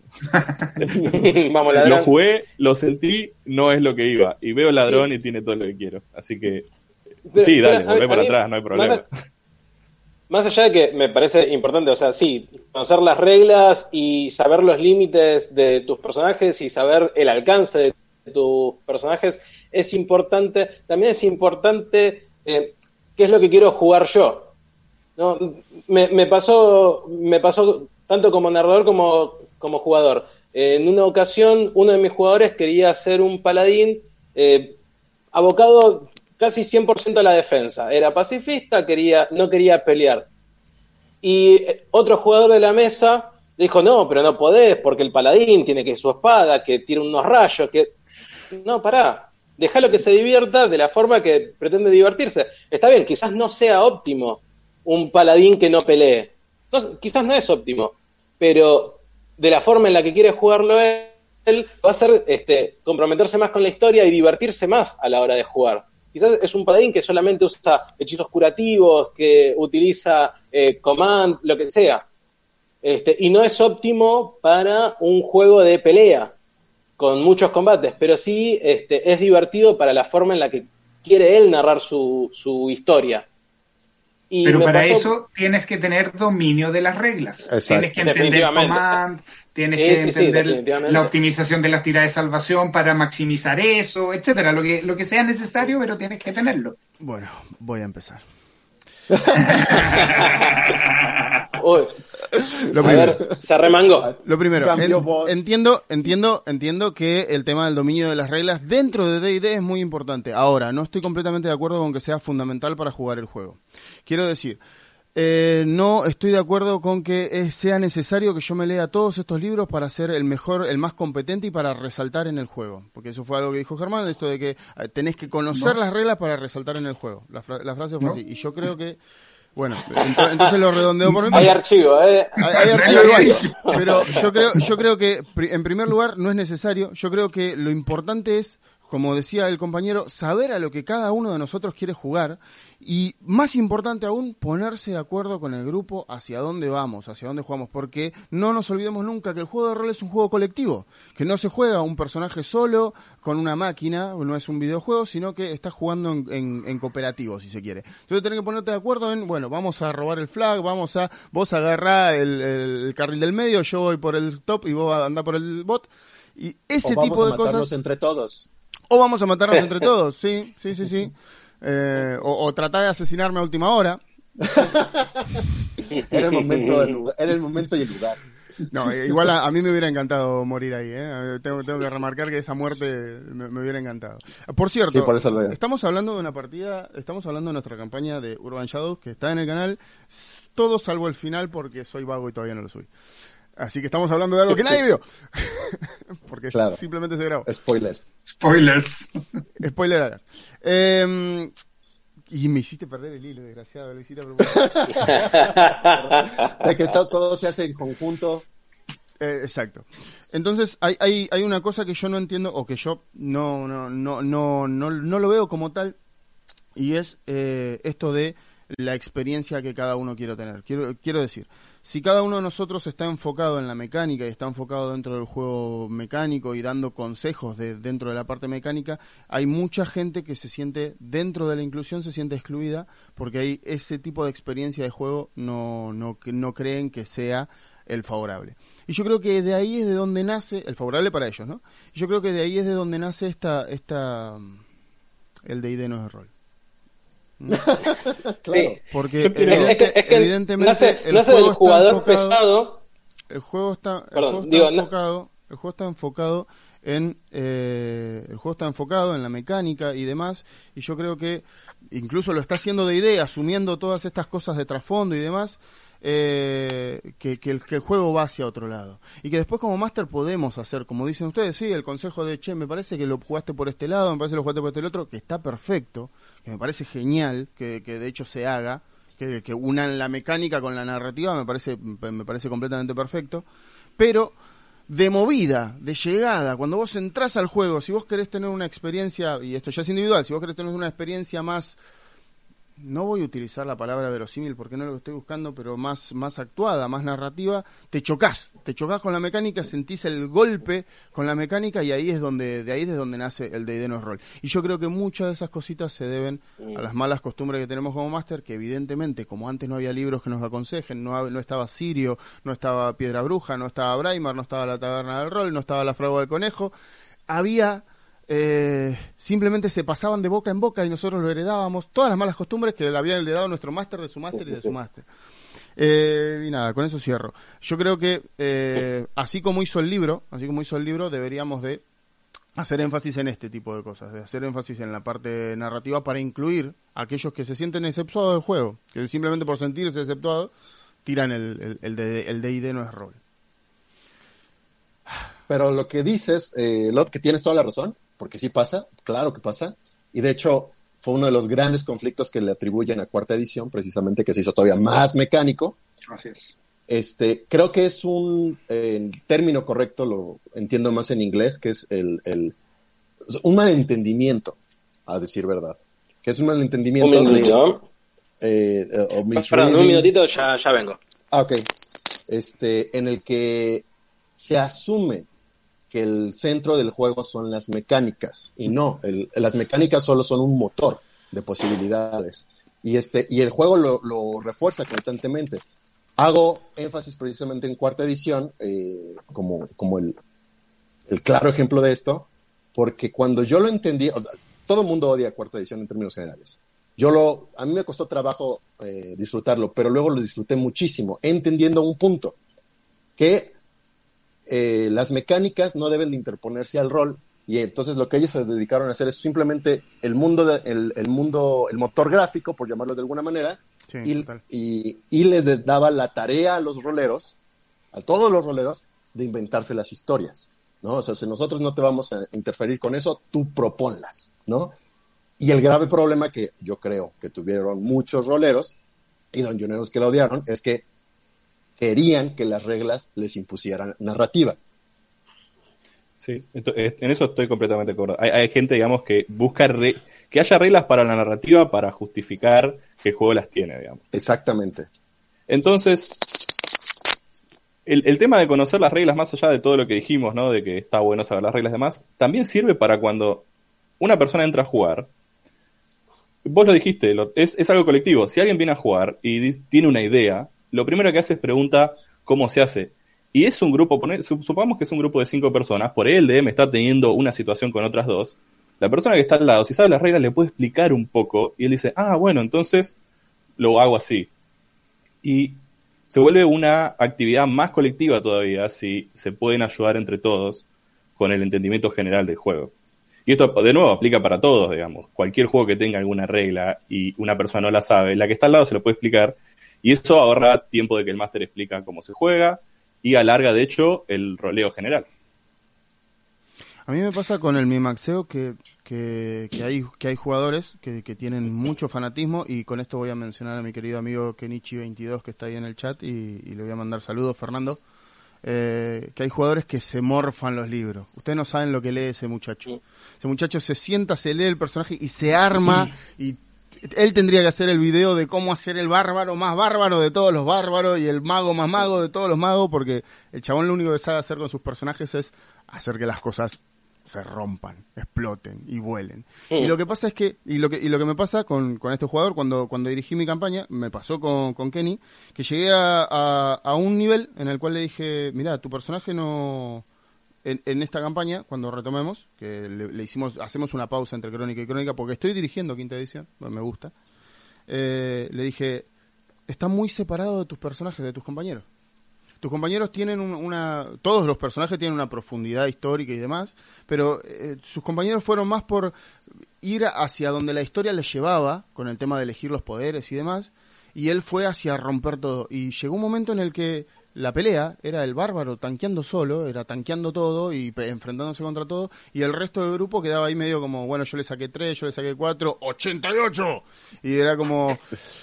Vamos, ladrón. Lo jugué, lo sentí, no es lo que iba. Y veo ladrón y tiene todo lo que quiero. Así que, sí, dale, volvé para atrás, no hay problema. Más allá de que me parece importante, o sea, sí, conocer las reglas y saber los límites de tus personajes y saber el alcance de tus personajes es importante. También es importante qué es lo que quiero jugar yo. ¿No? Me pasó tanto como narrador como jugador. En una ocasión, uno de mis jugadores quería ser un paladín abocado casi 100% a la defensa. Era pacifista, no quería pelear. Y otro jugador de la mesa dijo, no, pero no podés, porque el paladín tiene que su espada, que tira unos rayos, que... No, pará. Dejalo que se divierta de la forma que pretende divertirse. Está bien, quizás no sea óptimo un paladín que no pelee. No, quizás no es óptimo, pero de la forma en la que quiere jugarlo él va a ser comprometerse más con la historia y divertirse más a la hora de jugar. Quizás es un paladín que solamente usa hechizos curativos, que utiliza command, lo que sea. Y no es óptimo para un juego de pelea con muchos combates, pero sí es divertido para la forma en la que quiere él narrar su historia. Y pero para eso tienes que tener dominio de las reglas. Exacto. Tienes que entender command, tienes que entender la optimización de las tiradas de salvación para maximizar eso, etcétera, lo que sea necesario, pero tienes que tenerlo. Bueno, voy a empezar. Uy, Lo a primero. ver, se remangó. Lo primero, Cambio voz. entiendo que el tema del dominio de las reglas dentro de D&D es muy importante. Ahora, no estoy completamente de acuerdo con que sea fundamental para jugar el juego. Quiero decir, no estoy de acuerdo con que sea necesario que yo me lea todos estos libros para ser el mejor, el más competente y para resaltar en el juego. Porque eso fue algo que dijo Germán, esto de que tenés que conocer las reglas para resaltar en el juego. La frase fue así. Y yo creo que... Bueno, entonces lo redondeo por mí. Hay archivo, Hay archivo igual. Pero yo creo que, en primer lugar, no es necesario. Yo creo que lo importante es, como decía el compañero, saber a lo que cada uno de nosotros quiere jugar. Y más importante aún, ponerse de acuerdo con el grupo hacia dónde vamos, hacia dónde jugamos. Porque no nos olvidemos nunca que el juego de rol es un juego colectivo. Que no se juega un personaje solo con una máquina, no es un videojuego, sino que estás jugando en cooperativo, si se quiere. Entonces tenés que ponerte de acuerdo en, bueno, vamos a robar el flag, vos agarrá el carril del medio, yo voy por el top y vos andá por el bot. Y ese tipo de cosas... entre todos. O vamos a matarnos entre todos, sí. O tratar de asesinarme a última hora. Era el momento y el lugar. No, igual a mí me hubiera encantado morir ahí, ¿eh? Tengo que remarcar que esa muerte me hubiera encantado. Por cierto, Sí, por eso lo veo. estamos hablando de una partida, estamos hablando de nuestra campaña de Urban Shadows, que está en el canal, todo salvo el final porque soy vago y todavía no lo subí. Así que estamos hablando de algo que nadie vio. Porque Claro. simplemente se grabó. Spoilers. Spoilers. Spoiler alert. Y me hiciste perder el hilo, desgraciado. Lo hiciste a propósito. De que todo se hace en conjunto. Exacto. Entonces hay una cosa que yo no entiendo o que yo no lo veo como tal, y es esto de la experiencia que cada uno quiere tener. Quiero decir, si cada uno de nosotros está enfocado en la mecánica y está enfocado dentro del juego mecánico y dando consejos dentro de la parte mecánica, hay mucha gente que se siente, dentro de la inclusión, se siente excluida porque hay ese tipo de experiencia de juego no creen que sea el favorable. Y yo creo que de ahí es de donde nace, el favorable para ellos, ¿no? Y yo creo que de ahí es de donde nace el D&D no es rol. Claro. Sí. Porque Es que evidentemente nace del jugador pesado. El juego está enfocado en la mecánica y demás, y yo creo que incluso lo está haciendo D&D, asumiendo todas estas cosas de trasfondo y demás, que el juego va hacia otro lado. Y que después como máster podemos hacer, como dicen ustedes, sí, el consejo de, che, me parece que lo jugaste por este lado, me parece que lo jugaste por este otro, que está perfecto, que me parece genial, que de hecho se haga, que unan la mecánica con la narrativa, me parece completamente perfecto, pero de movida, de llegada, cuando vos entrás al juego, si vos querés tener una experiencia, y esto ya es individual, si vos querés tener una experiencia más, no voy a utilizar la palabra verosímil porque no es lo que estoy buscando, pero más actuada, más narrativa, te chocás con la mecánica, sentís el golpe con la mecánica, y ahí es donde nace el D&D no es rol. Y yo creo que muchas de esas cositas se deben a las malas costumbres que tenemos como máster, que evidentemente, como antes no había libros que nos aconsejen, no estaba Sirio, no estaba Piedra Bruja, no estaba Braimar, no estaba la Taberna del Rol, no estaba la Fragua del Conejo, había... simplemente se pasaban de boca en boca y nosotros lo heredábamos, todas las malas costumbres que le había heredado nuestro máster de su máster y de su máster. Y nada, con eso cierro. Yo creo que así como hizo el libro, deberíamos de hacer énfasis en este tipo de cosas, de hacer énfasis en la parte narrativa para incluir a aquellos que se sienten exceptuados del juego, que simplemente por sentirse exceptuados tiran el D&D no es rol. Pero lo que dices, Lot, que tienes toda la razón, porque sí pasa, claro que pasa, y de hecho fue uno de los grandes conflictos que le atribuyen a cuarta edición, precisamente, que se hizo todavía más mecánico. Así es. Creo que es el término correcto, lo entiendo más en inglés, que es un malentendimiento, a decir verdad, que es un malentendimiento un minutito. Perdón, un minutito, ya vengo. Ok. En el que se asume que el centro del juego son las mecánicas, y no, las mecánicas solo son un motor de posibilidades, y el juego lo refuerza constantemente. Hago énfasis precisamente en cuarta edición, como el claro ejemplo de esto, porque cuando yo lo entendí, todo el mundo odia cuarta edición en términos generales. A mí me costó trabajo disfrutarlo, pero luego lo disfruté muchísimo, entendiendo un punto, que las mecánicas no deben de interponerse al rol, y entonces lo que ellos se dedicaron a hacer es simplemente el motor gráfico, por llamarlo de alguna manera, sí, y les daba la tarea a los roleros, a todos los roleros, de inventarse las historias, ¿no? O sea, si nosotros no te vamos a interferir con eso, tú proponlas, ¿no? Y el grave problema que yo creo que tuvieron muchos roleros y dungeoneros que la odiaron es que querían que las reglas les impusieran narrativa. Sí, en eso estoy completamente de acuerdo. Hay gente, digamos, que busca que haya reglas para la narrativa para justificar que el juego las tiene, digamos. Exactamente. Entonces, el tema de conocer las reglas, más allá de todo lo que dijimos, ¿no? De que está bueno saber las reglas y demás, también sirve para cuando una persona entra a jugar. Vos lo dijiste, es algo colectivo. Si alguien viene a jugar y tiene una idea, lo primero que hace es pregunta cómo se hace. Y es un grupo, supongamos que es un grupo de 5 personas, por ahí el DM está teniendo una situación con otras 2. La persona que está al lado, si sabe las reglas, le puede explicar un poco, y él dice, bueno, entonces lo hago así. Y se vuelve una actividad más colectiva todavía, si se pueden ayudar entre todos con el entendimiento general del juego. Y esto, de nuevo, aplica para todos, digamos. Cualquier juego que tenga alguna regla y una persona no la sabe, la que está al lado se lo puede explicar. Y eso ahorra tiempo de que el máster explica cómo se juega y alarga, de hecho, el roleo general. A mí me pasa con el Mimaxeo que hay jugadores que tienen mucho fanatismo, y con esto voy a mencionar a mi querido amigo Kenichi22 que está ahí en el chat y le voy a mandar saludos, Fernando. Que hay jugadores que se morfan los libros. Ustedes no saben lo que lee ese muchacho. Ese muchacho se sienta, se lee el personaje y se arma y él tendría que hacer el video de cómo hacer el bárbaro más bárbaro de todos los bárbaros y el mago más mago de todos los magos, porque el chabón lo único que sabe hacer con sus personajes es hacer que las cosas se rompan, exploten y vuelen. Y lo que pasa es que, y lo que me pasa con este jugador, cuando dirigí mi campaña, me pasó con Kenny, que llegué a un nivel en el cual le dije, mirá, tu personaje no... En esta campaña, cuando retomemos, que hacemos una pausa entre crónica y crónica, porque estoy dirigiendo quinta edición, me gusta, le dije, está muy separado de tus personajes, de tus compañeros. Tus compañeros tienen todos los personajes tienen una profundidad histórica y demás, pero sus compañeros fueron más por ir hacia donde la historia les llevaba, con el tema de elegir los poderes y demás, y él fue hacia romper todo. Y llegó un momento en el que la pelea era el bárbaro tanqueando solo, era tanqueando todo y enfrentándose contra todo, y el resto del grupo quedaba ahí medio como, bueno, yo le saqué 3, yo le saqué 4, 88, y era como...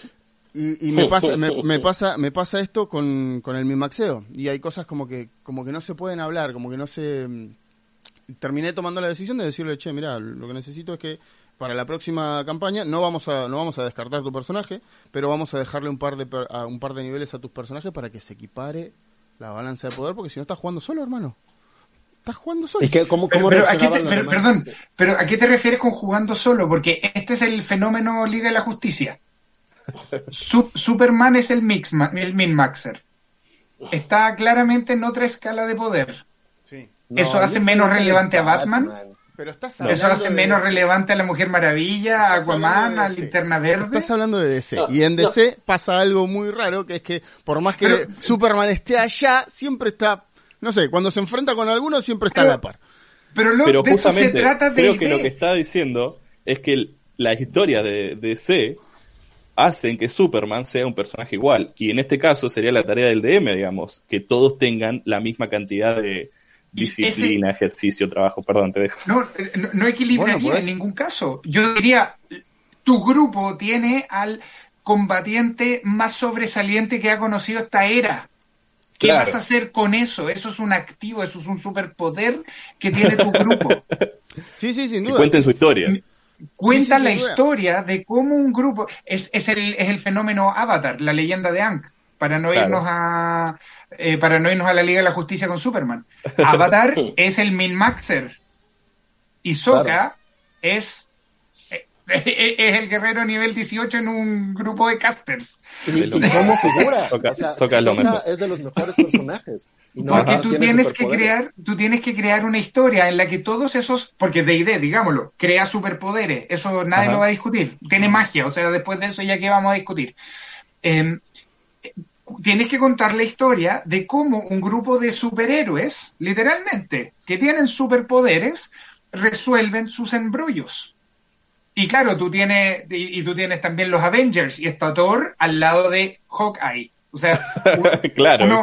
Y me pasa esto con el minmaxeo, y hay cosas como que no se pueden hablar, como que no se... Terminé tomando la decisión de decirle, che, mirá, lo que necesito es que para la próxima campaña no vamos a descartar tu personaje, pero vamos a dejarle un par de niveles a tus personajes para que se equipare la balanza de poder, porque si no estás jugando solo, hermano. Estás jugando solo. ¿Y cómo reaccionaban los demás? Perdón, pero ¿a qué te refieres con jugando solo? Porque este es el fenómeno Liga de la Justicia. Superman es el min-maxer. Está claramente en otra escala de poder. Sí. Eso hace menos relevante a Batman. Pero estás eso hace menos relevante a la Mujer Maravilla, a Aquaman, a Linterna Verde. Estás hablando de DC. Y en DC pasa algo muy raro, que es que por más que Superman esté allá, siempre está, no sé, cuando se enfrenta con alguno siempre está a la par. Pero justamente, eso se trata de creo que lo que está diciendo es que las historias de DC hacen que Superman sea un personaje igual. Y en este caso sería la tarea del DM, digamos, que todos tengan la misma cantidad de disciplina, ejercicio, trabajo. Perdón, te dejo. No equilibraría en ningún caso. Yo diría, tu grupo tiene al combatiente más sobresaliente que ha conocido esta era. ¿Qué vas a hacer con eso? Eso es un activo, eso es un superpoder que tiene tu grupo. Sí, sin duda. Que cuenten su historia. Cuenta la historia de cómo un grupo... Es el fenómeno Avatar, la leyenda de Aang, para no irnos a la Liga de la Justicia con Superman. Avatar es el min-maxer. Y Sokka es el guerrero nivel 18 en un grupo de casters. ¿Y cómo figura? Sokka es de los mejores personajes. Y no, porque tú tienes que crear una historia en la que todos esos, porque D&D, digámoslo, crea superpoderes, eso nadie lo va a discutir, tiene magia, o sea, después de eso ya que vamos a discutir. Tienes que contar la historia de cómo un grupo de superhéroes, literalmente, que tienen superpoderes, resuelven sus embrollos. Y claro, tú tienes también los Avengers y está Thor al lado de Hawkeye. O sea, claro.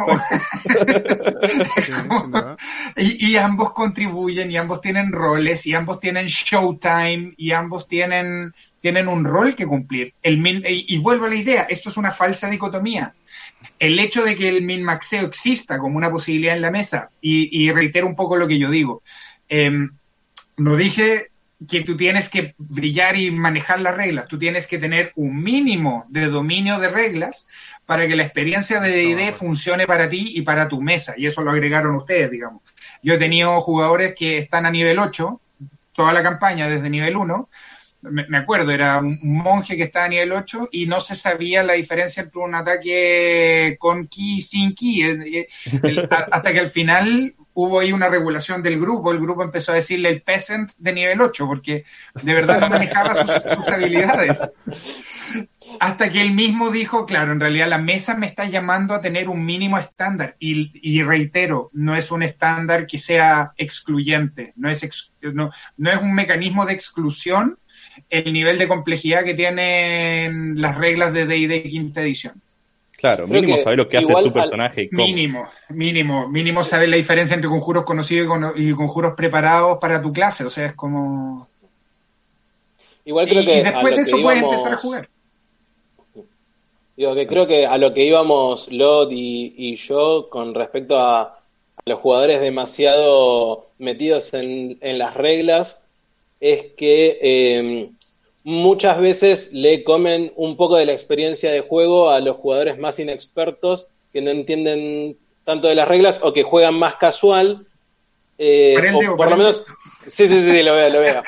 y ambos contribuyen, y ambos tienen roles, y ambos tienen showtime, y ambos tienen un rol que cumplir. Y vuelvo a la idea, esto es una falsa dicotomía. El hecho de que el min-maxeo exista como una posibilidad en la mesa, y reitero un poco lo que yo digo, no dije que tú tienes que brillar y manejar las reglas, tú tienes que tener un mínimo de dominio de reglas para que la experiencia de D&D funcione para ti y para tu mesa, y eso lo agregaron ustedes, digamos. Yo he tenido jugadores que están a nivel 8, toda la campaña desde nivel 1, me acuerdo, era un monje que estaba a nivel 8 y no se sabía la diferencia entre un ataque con ki y sin ki, hasta que al final hubo ahí una regulación del grupo, el grupo empezó a decirle el peasant de nivel 8, porque de verdad no manejaba sus habilidades. Hasta que él mismo dijo, claro, en realidad la mesa me está llamando a tener un mínimo estándar, y reitero, no es un estándar que sea excluyente, no es un mecanismo de exclusión el nivel de complejidad que tienen las reglas de D&D quinta edición. Claro, mínimo saber lo que hace tu personaje. Mínimo saber la diferencia entre conjuros conocidos y conjuros preparados para tu clase, o sea, es como... Igual creo que y después de eso puedes empezar a jugar. Digo que creo que a lo que íbamos Lot y yo con respecto a los jugadores demasiado metidos en las reglas es que muchas veces le comen un poco de la experiencia de juego a los jugadores más inexpertos que no entienden tanto de las reglas o que juegan más casual. O por lo menos, sí, lo veo.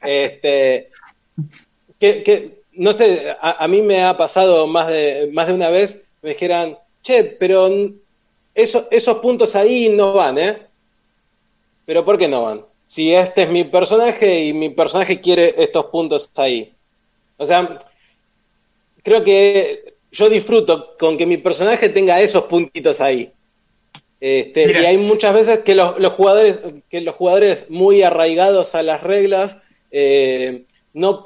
No sé, a mí me ha pasado más de una vez, me dijeran, che, pero esos puntos ahí no van, ¿eh? ¿Pero por qué no van? Si este es mi personaje y mi personaje quiere estos puntos ahí. O sea, creo que yo disfruto con que mi personaje tenga esos puntitos ahí. Y hay muchas veces que los jugadores muy arraigados a las reglas no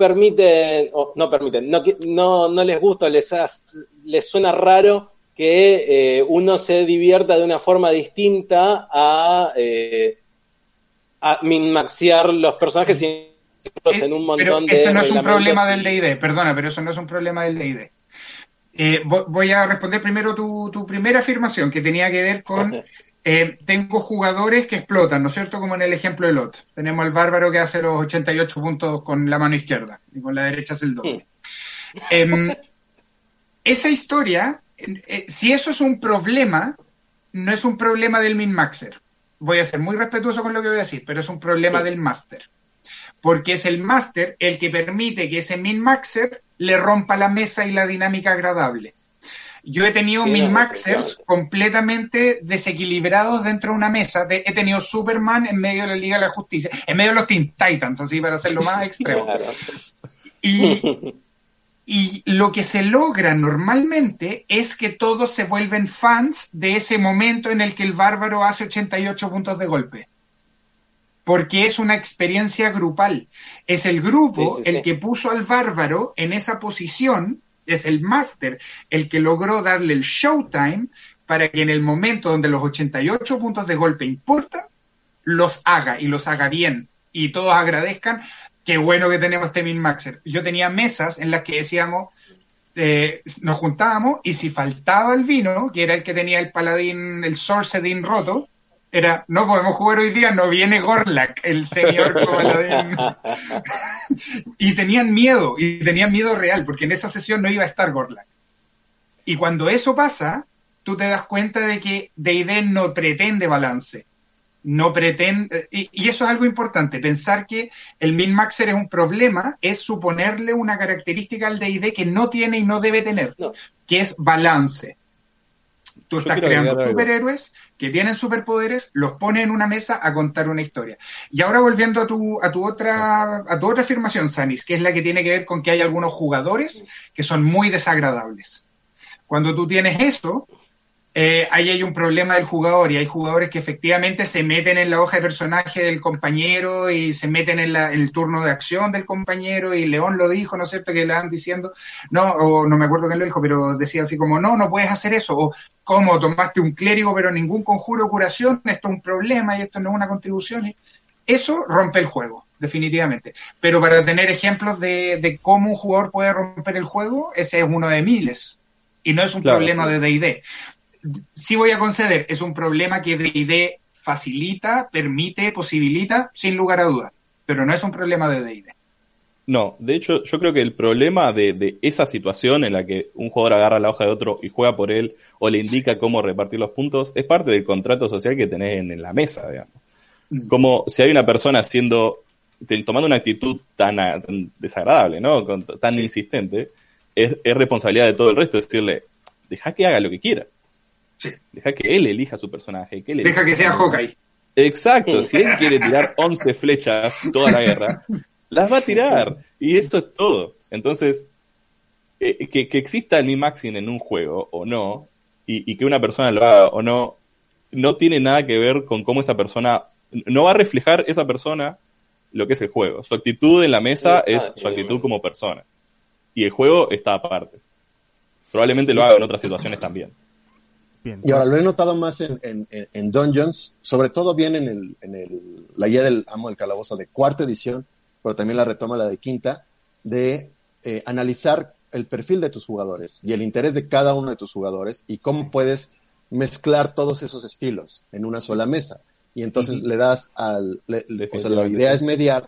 les gusta, les suena raro que uno se divierta de una forma distinta a min-maxear los personajes en un montón pero de eso no es un problema del y... D&D, perdona, pero eso no es un problema del D&D. Voy a responder primero tu primera afirmación, que tenía que ver con tengo jugadores que explotan, ¿no es cierto? Como en el ejemplo de Lot. Tenemos al bárbaro que hace los 88 puntos con la mano izquierda y con la derecha hace el doble. Esa historia, si eso es un problema, no es un problema del min-maxer. Voy a ser muy respetuoso con lo que voy a decir, pero es un problema del máster. Porque es el máster el que permite que ese min-maxer le rompa la mesa y la dinámica agradable. Yo he tenido min-maxers completamente desequilibrados dentro de una mesa. He tenido Superman en medio de la Liga de la Justicia, en medio de los Teen Titans, así para hacerlo más extremo. Claro. Y lo que se logra normalmente es que todos se vuelven fans de ese momento en el que el bárbaro hace 88 puntos de golpe. Porque es una experiencia grupal. Es el grupo el que puso al bárbaro en esa posición, es el máster el que logró darle el showtime para que en el momento donde los 88 puntos de golpe importan, los haga y los haga bien. Y todos agradezcan, qué bueno que tenemos este min-maxer. Yo tenía mesas en las que decíamos, nos juntábamos y si faltaba el vino, que era el que tenía el paladín, el Sorcedin roto, era, no podemos jugar hoy día, no viene Gorlak, el señor paladín. Y tenían miedo real, porque en esa sesión no iba a estar Gorlak. Y cuando eso pasa, tú te das cuenta de que D&D no pretende balance. No pretende, y eso es algo importante, pensar que el min-maxer es un problema, es suponerle una característica al D&D que no tiene y no debe tener, que es balance. Tú estás creando superhéroes que tienen superpoderes, los pones en una mesa a contar una historia. Y ahora volviendo a tu otra afirmación, Sanis, que es la que tiene que ver con que hay algunos jugadores que son muy desagradables. Cuando tú tienes eso, ahí hay un problema del jugador y hay jugadores que efectivamente se meten en la hoja de personaje del compañero y se meten en el turno de acción del compañero y León lo dijo, ¿no es cierto? Que le van diciendo, no, o no me acuerdo quién lo dijo, pero decía así como, no puedes hacer eso, o ¿cómo tomaste un clérigo pero ningún conjuro de curación? Esto es un problema y esto no es una contribución. Eso rompe el juego, definitivamente. Pero para tener ejemplos de cómo un jugador puede romper el juego, ese es uno de miles y no es un problema de D&D. Sí voy a conceder, es un problema que D&D facilita, permite, posibilita, sin lugar a dudas, pero no es un problema de D&D. No, de hecho, yo creo que el problema de esa situación en la que un jugador agarra la hoja de otro y juega por él o le indica cómo repartir los puntos es parte del contrato social que tenés en la mesa, digamos. Como si hay una persona tomando una actitud tan desagradable, ¿no? Tan insistente, es responsabilidad de todo el resto decirle, deja que haga lo que quiera. Sí. Deja que él elija su personaje. Deja que sea Hawkeye. Exacto, si él quiere tirar 11 flechas toda la guerra, las va a tirar. Y esto es todo. Entonces, que exista el min-maxing en un juego o no, y que una persona lo haga o no, no tiene nada que ver con cómo esa persona, no va a reflejar esa persona lo que es el juego. Su actitud en la mesa es su actitud como persona. Y el juego está aparte. Probablemente lo haga en otras situaciones también. Bien. Y ahora lo he notado más en Dungeons, sobre todo bien en la guía del Amo del Calabozo de cuarta edición, pero también la retoma la de quinta, de analizar el perfil de tus jugadores y el interés de cada uno de tus jugadores y cómo puedes mezclar todos esos estilos en una sola mesa. Y entonces le das la idea es mediar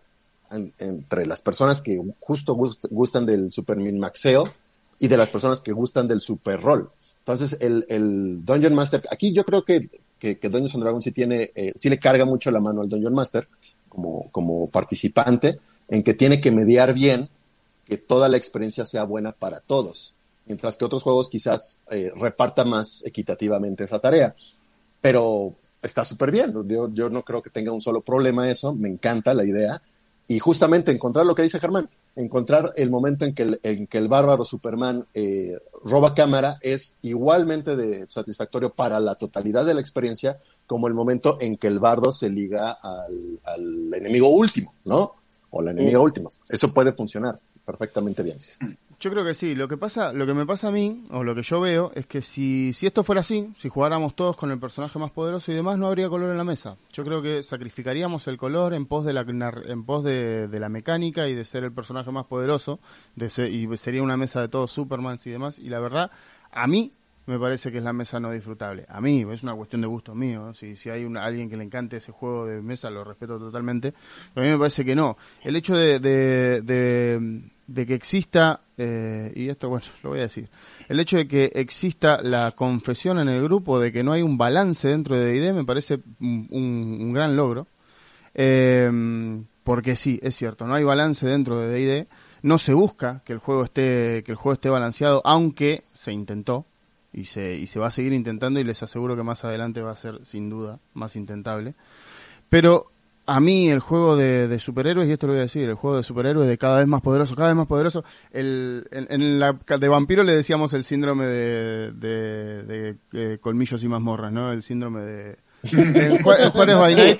entre las personas que justo gustan del super min-maxeo y de las personas que gustan del super rol. Entonces, el Dungeon Master, aquí yo creo que Dungeons and Dragons sí le carga mucho la mano al Dungeon Master como participante, en que tiene que mediar bien que toda la experiencia sea buena para todos, mientras que otros juegos quizás reparta más equitativamente esa tarea. Pero está súper bien, yo no creo que tenga un solo problema eso, me encanta la idea, y justamente encontrar lo que dice Germán, encontrar el momento en que el bárbaro Superman roba cámara es igualmente satisfactorio para la totalidad de la experiencia como el momento en que el bardo se liga al enemigo último, ¿no? O la enemiga última. Eso puede funcionar perfectamente bien. Yo creo que sí. Lo que me pasa a mí, o lo que yo veo, es que si esto fuera así, si jugáramos todos con el personaje más poderoso y demás, no habría color en la mesa. Yo creo que sacrificaríamos el color en pos de la mecánica y de ser el personaje más poderoso, y sería una mesa de todos Supermans y demás. Y la verdad, a mí me parece que es la mesa no disfrutable. A mí, es una cuestión de gusto mío, ¿no? Si hay alguien que le encante ese juego de mesa, lo respeto totalmente. Pero a mí me parece que no. El hecho de que exista, y esto, bueno, lo voy a decir, el hecho de que exista la confesión en el grupo de que no hay un balance dentro de D&D me parece un gran logro. Porque sí, es cierto, no hay balance dentro de D&D. No se busca que el juego esté balanceado, aunque se intentó. Y se va a seguir intentando, y les aseguro que más adelante va a ser sin duda más intentable. Pero a mí el juego de superhéroes, y esto lo voy a decir, el juego de superhéroes de cada vez más poderoso, de vampiro le decíamos el síndrome de colmillos y mazmorras, ¿no? El síndrome de... En Juárez by Night,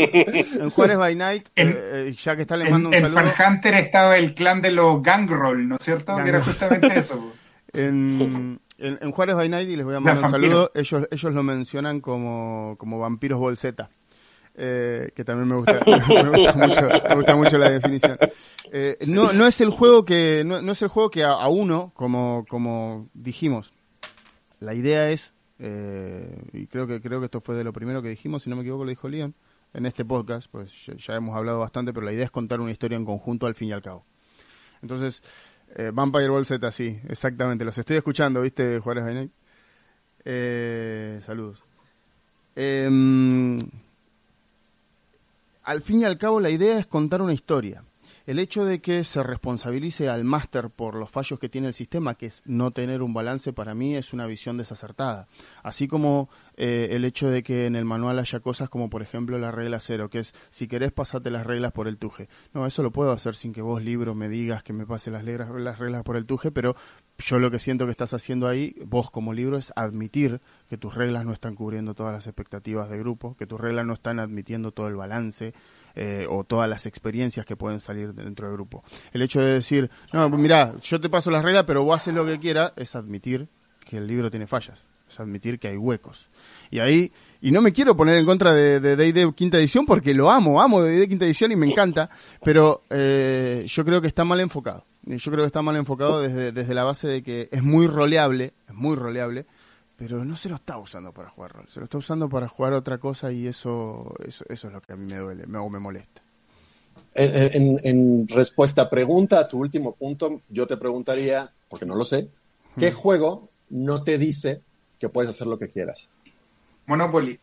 ya que está, le mando un saludo. En Fan Hunter estaba el clan de los Gangroll, ¿no es cierto? Que era justamente eso. En Juárez by Night, y les voy a mandar un saludo, ellos lo mencionan como vampiros bolseta, que también me gusta mucho la definición. No es el juego que a uno, como dijimos, la idea es, y creo que esto fue de lo primero que dijimos, si no me equivoco lo dijo Leon en este podcast, pues ya hemos hablado bastante, pero la idea es contar una historia en conjunto al fin y al cabo. Entonces, Vampire Ball Z, sí, exactamente. Los estoy escuchando, ¿viste, Juárez by Night? Saludos. Al fin y al cabo, la idea es contar una historia. El hecho de que se responsabilice al máster por los fallos que tiene el sistema, que es no tener un balance, para mí es una visión desacertada. Así como el hecho de que en el manual haya cosas como, por ejemplo, la regla 0, que es, si querés, pasate las reglas por el tuje. No, eso lo puedo hacer sin que vos, libro, me digas que me pase las reglas por el tuje, pero yo lo que siento que estás haciendo ahí, vos como libro, es admitir que tus reglas no están cubriendo todas las expectativas de grupo, que tus reglas no están admitiendo todo el balance, o todas las experiencias que pueden salir dentro del grupo. El hecho de decir, no, mirá, yo te paso las reglas, pero vos haces lo que quieras, es admitir que el libro tiene fallas, es admitir que hay huecos. Y no me quiero poner en contra de D&D quinta edición, porque lo amo D&D quinta edición y me encanta, pero yo creo que está mal enfocado. Yo creo que está mal enfocado desde la base de que es muy roleable, pero no se lo está usando para jugar rol, se lo está usando para jugar otra cosa, y eso es lo que a mí me duele, o me molesta. En respuesta a pregunta, a tu último punto, yo te preguntaría, porque no lo sé, ¿qué juego no te dice que puedes hacer lo que quieras? Monopoly.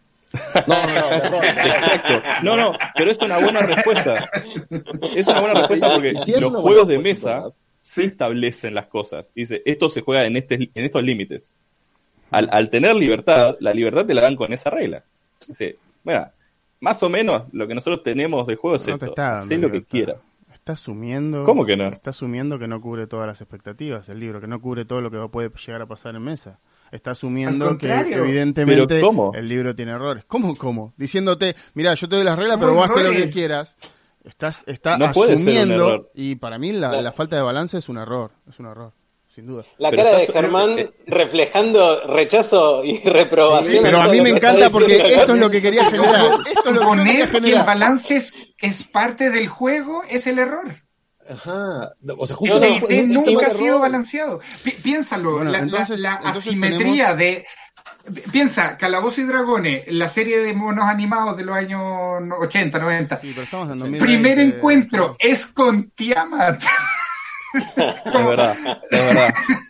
Exacto. No, pero es una buena respuesta. Es una buena respuesta porque los juegos de mesa sí establecen las cosas. Dice, esto se juega en estos límites. Al tener libertad, la libertad te la dan con esa regla. Dice, bueno, más o menos lo que nosotros tenemos de juego es esto. Sé lo que quiera. Está asumiendo... ¿Cómo que no? Está asumiendo que no cubre todas las expectativas el libro, que no cubre todo lo que puede llegar a pasar en mesa. Está asumiendo que evidentemente el libro tiene errores. ¿Cómo? Diciéndote, mira, yo te doy las reglas, pero vos haces lo que quieras. Está no asumiendo, y para mí la falta de balance es un error, sin duda. La cara de Germán reflejando rechazo y reprobación. Sí, pero a mí me encanta porque esto es lo que quería generar. Poner que el balance es parte del juego es el error. Ajá, o sea, justo nunca ha sido balanceado. Piénsalo, bueno, la asimetría de piensa, Calabozos y Dragones, la serie de monos animados de los años 80, 90. Sí, pero estamos en 2020. Primer encuentro es con Tiamat. Es verdad, es verdad.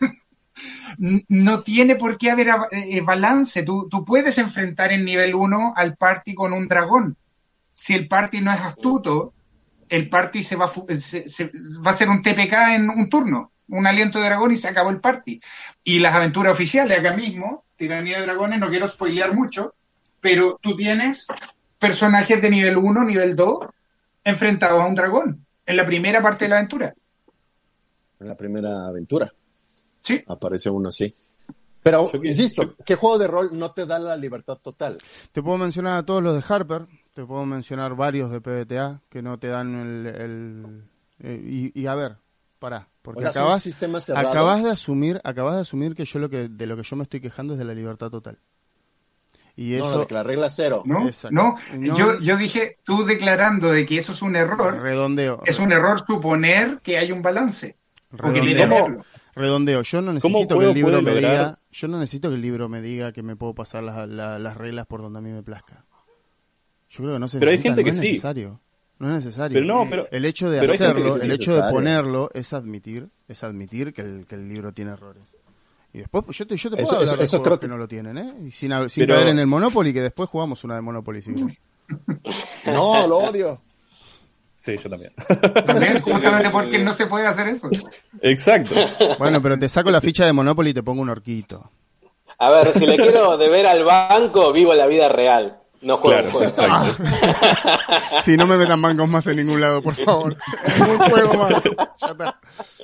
No tiene por qué haber balance. Tú puedes enfrentar en nivel 1 al party con un dragón. Si el party no es astuto, el party se va a hacer un TPK en un turno, un aliento de dragón y se acabó el party. Y las aventuras oficiales acá mismo, Tiranía de Dragones, no quiero spoilear mucho, pero tú tienes personajes de nivel 1, nivel 2, enfrentados a un dragón, en la primera parte de la aventura. En la primera aventura. Sí. Aparece uno así. Pero, insisto, ¿qué juego de rol no te da la libertad total? Te puedo mencionar a todos los de Harper, te puedo mencionar varios de PBTA que no te dan y a ver, pará, porque O sea, son sistemas cerrados. acabas de asumir que yo de lo que yo me estoy quejando es de la libertad total. Y No, eso de que la regla es 0. No, Exacto. no. No. Yo dije, tú declarando de que eso es un error, redondeo. es un error suponer que hay un balance. Porque Redondeo. tiene que haberlo. Redondeo, yo no ¿Cómo necesito que el libro puedo me lograr- diga, yo no necesito que el libro me diga que me puedo pasar las reglas por donde a mí me plazca. Yo creo que no se Pero hay necesita, gente no que es sí. necesario. No es necesario. Pero no, pero El hecho de pero hay gente hacerlo, que sí el es hecho de necesario. ponerlo es admitir que el libro tiene errores. Y después pues, yo te puedo Eso- hablar de eso juegos creo que que- no lo tienen, ¿eh? Y sin Pero- caer en el Monopoly, que después jugamos una de Monopoly si querés. No, lo odio. Sí, yo también. También, justamente porque no se puede hacer eso. Exacto. Bueno, pero te saco la ficha de Monopoly y te pongo un orquito. A ver, si le quiero deber al banco, vivo la vida real. No juego Claro, juegos. exacto. Si no me metan bancos más en ningún lado, por favor. En ningún juego más. Ya está.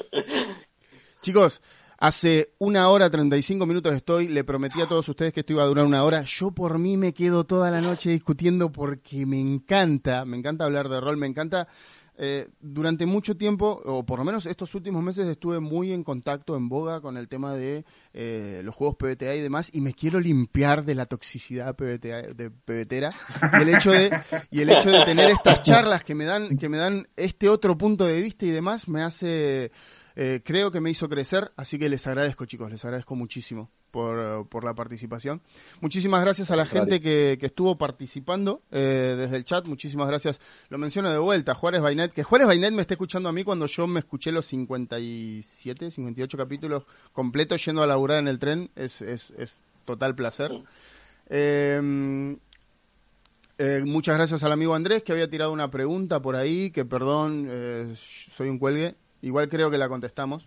Chicos, hace 1 hora 35 minutos estoy. Le prometí a todos ustedes que esto iba a durar 1 hora. Yo por mí me quedo toda la noche discutiendo porque me encanta hablar de rol, me encanta. Durante mucho tiempo, o por lo menos estos últimos meses, estuve muy en contacto, en boga, con el tema de los juegos PBTA y demás, y me quiero limpiar de la toxicidad PBTera, y el hecho de tener estas charlas que me dan este otro punto de vista y demás, me hace, creo que me hizo crecer, así que les agradezco, chicos, les agradezco muchísimo por la participación. Muchísimas gracias a la gente que estuvo participando desde el chat. Muchísimas gracias. Lo menciono de vuelta, Juárez Bainet. Que Juárez Bainet me esté escuchando a mí cuando yo me escuché los 57, 58 capítulos completos yendo a laburar en el tren. Es total placer. Muchas gracias al amigo Andrés que había tirado una pregunta por ahí. Que perdón, soy un cuelgue. Igual creo que la contestamos.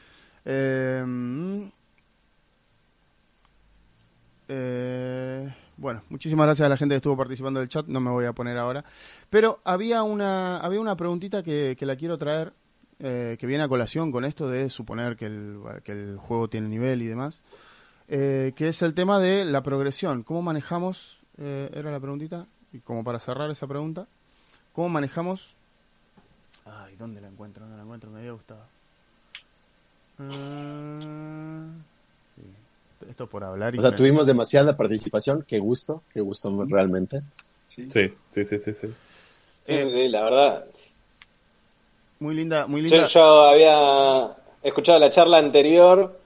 Bueno, muchísimas gracias a la gente que estuvo participando del chat, no me voy a poner ahora. Pero había una preguntita que la quiero traer, que viene a colación con esto de suponer que el juego tiene nivel y demás, que es el tema de la progresión. ¿Cómo manejamos, era la preguntita, y como para cerrar esa pregunta, cómo manejamos... Ay, ¿dónde la encuentro? No la encuentro, me había gustado. Sí. Esto por hablar. Y O sea, tuvimos demasiada participación. Qué gusto realmente. Sí, sí, sí, sí, sí. Sí, la verdad. Muy linda, muy linda. Yo había escuchado la charla anterior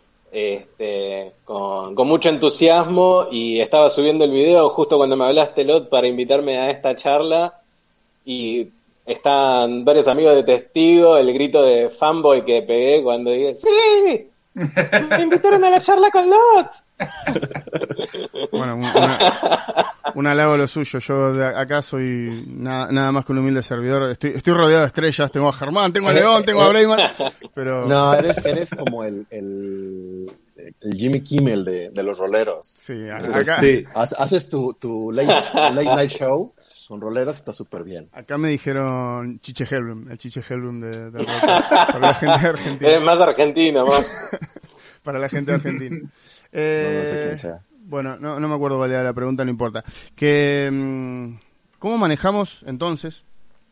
con mucho entusiasmo y estaba subiendo el video justo cuando me hablaste, Lot, para invitarme a esta charla y están varios amigos de testigo, el grito de fanboy que pegué cuando dije ¡sí! ¡Me invitaron a la charla con Lot! Bueno, un halago lo suyo. Yo de acá soy nada más que un humilde servidor. Estoy rodeado de estrellas. Tengo a Germán, tengo a León, tengo a Brayman. Pero No, eres como el Jimmy Kimmel de los roleros. sí, acá, Sí. Haces tu late night show con roleros, está súper bien. acá me dijeron Chiche Helblum, el Chiche Helblum del rock. Para la gente de Argentina. Eres más argentino, más. Para la gente de Argentina. No sé quién sea. Bueno, no me acuerdo cuál era la pregunta, no importa. ¿Cómo manejamos entonces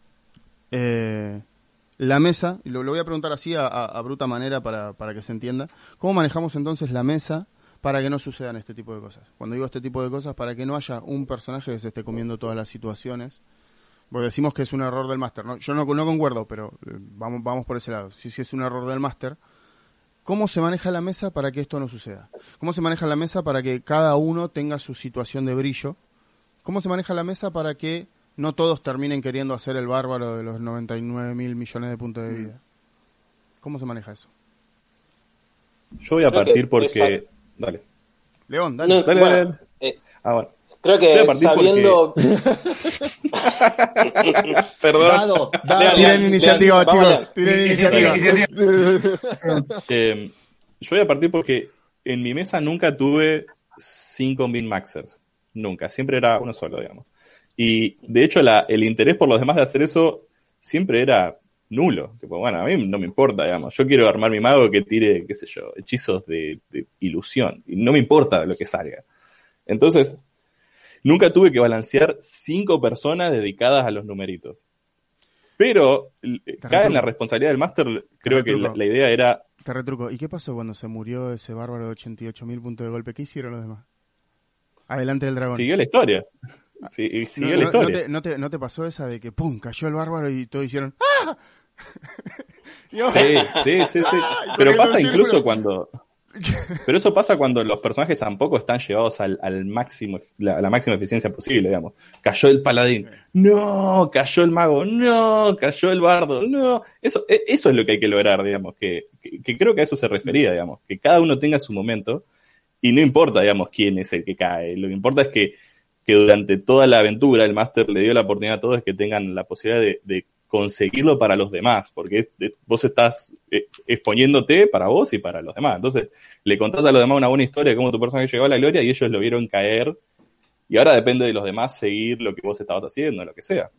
la mesa? Y lo voy a preguntar así a bruta manera para que se entienda. ¿Cómo manejamos entonces la mesa para que no sucedan este tipo de cosas? Cuando digo este tipo de cosas, para que no haya un personaje que se esté comiendo todas las situaciones. Porque decimos que es un error del máster, ¿no? Yo no concuerdo, pero vamos por ese lado. Si es un error del máster, ¿cómo se maneja la mesa para que esto no suceda? ¿Cómo se maneja la mesa para que cada uno tenga su situación de brillo? ¿Cómo se maneja la mesa para que no todos terminen queriendo hacer el bárbaro de los 99.000 millones de puntos de vida? ¿Cómo se maneja eso? Yo voy a Creo partir que porque... Dale. León, dale. No, Dale, bueno, dale. Bueno. creo Voy a que partir sabiendo... Perdón. Dado. Tiren iniciativa, León, vamos, chicos. Tiren iniciativa. Yo voy a partir porque en mi mesa nunca tuve 5 min-maxers. Nunca. Siempre era uno solo, digamos. Y de hecho el interés por los demás de hacer eso siempre era nulo. Tipo, bueno, a mí no me importa, digamos. Yo quiero armar mi mago que tire, qué sé yo, hechizos de ilusión. Y no me importa lo que salga. Entonces, nunca tuve que balancear 5 personas dedicadas a los numeritos. Pero cae en la responsabilidad del máster, creo que la idea era... Te retruco. ¿Y qué pasó cuando se murió ese bárbaro de 88.000 puntos de golpe? ¿Qué hicieron los demás? Adelante del dragón. Siguió la historia. Sí, siguió la historia. ¿No te pasó esa de que, pum, cayó el bárbaro y todos hicieron ¡ah! Sí. Pero pasa incluso cuando... Pero eso pasa cuando los personajes tampoco están llevados al máximo, la máxima eficiencia posible, digamos. Cayó el paladín, no, cayó el mago, no, cayó el bardo, no. Eso es lo que hay que lograr, digamos, que creo que a eso se refería, digamos, que cada uno tenga su momento y no importa, digamos, quién es el que cae. Lo que importa es que durante toda la aventura el máster le dio la oportunidad a todos que tengan la posibilidad de conseguirlo para los demás, porque vos estás exponiéndote para vos y para los demás. Entonces, le contás a los demás una buena historia de cómo tu personaje llegó a la gloria y ellos lo vieron caer, y ahora depende de los demás seguir lo que vos estabas haciendo, lo que sea.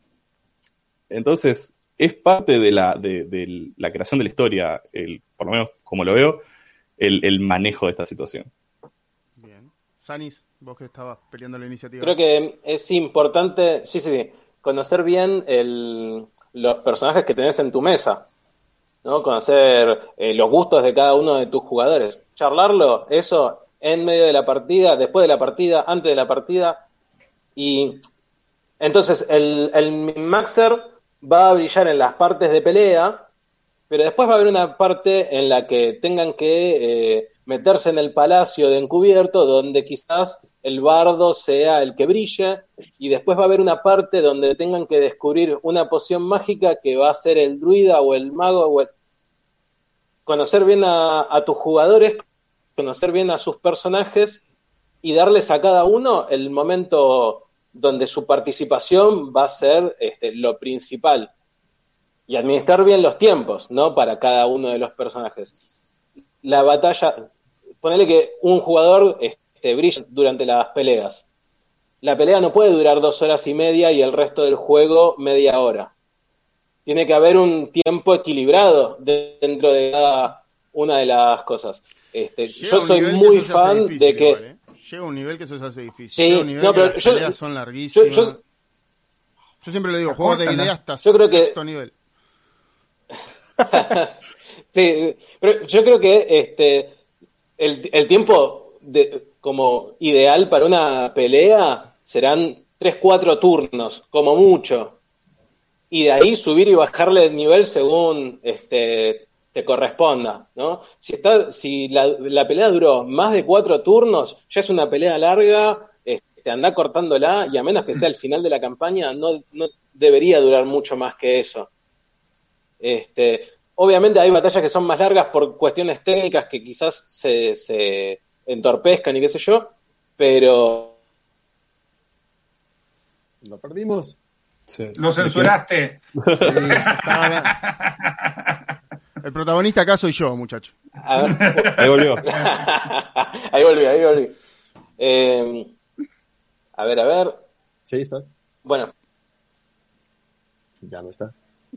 Entonces, es parte de la creación de la historia, por lo menos como lo veo, el manejo de esta situación. Bien. Sanis, vos que estabas peleando la iniciativa. Creo que es importante, sí, conocer bien los personajes que tenés en tu mesa, ¿no? Conocer los gustos de cada uno de tus jugadores. Charlarlo, eso, en medio de la partida, después de la partida, antes de la partida. Y entonces el Min-Maxer va a brillar en las partes de pelea, pero después va a haber una parte en la que tengan que meterse en el palacio de encubierto, donde quizás el bardo sea el que brille, y después va a haber una parte donde tengan que descubrir una poción mágica que va a ser el druida o el mago. Conocer bien a tus jugadores, conocer bien a sus personajes y darles a cada uno el momento donde su participación va a ser lo principal. Y administrar bien los tiempos, ¿no? Para cada uno de los personajes. La batalla, ponele que un jugador brilla durante las peleas. La pelea no puede durar 2 horas y media y el resto del juego media hora. Tiene que haber un tiempo equilibrado dentro de cada una de las cosas. Yo soy muy fan de que... Igual, ¿eh? Llega un nivel que eso se hace difícil. Sí, llega un nivel no, que pero las yo, peleas son larguísimas. Yo siempre lo digo, juegos de idea hasta yo creo sexto nivel. Sí, pero yo creo que el tiempo como ideal para una pelea serán 3-4 turnos, como mucho. Y de ahí subir y bajarle el nivel según te corresponda, ¿no? Si la pelea duró más de 4 turnos, ya es una pelea larga, andá cortándola, y a menos que sea el final de la campaña, no debería durar mucho más que eso. Obviamente hay batallas que son más largas por cuestiones técnicas que quizás se entorpezcan y qué sé yo, pero... Lo perdimos. Sí. Lo censuraste. El protagonista acá soy yo, muchacho. A ver. Ahí volvió. Ahí volví. A ver. Sí, está. Bueno. Ya no está.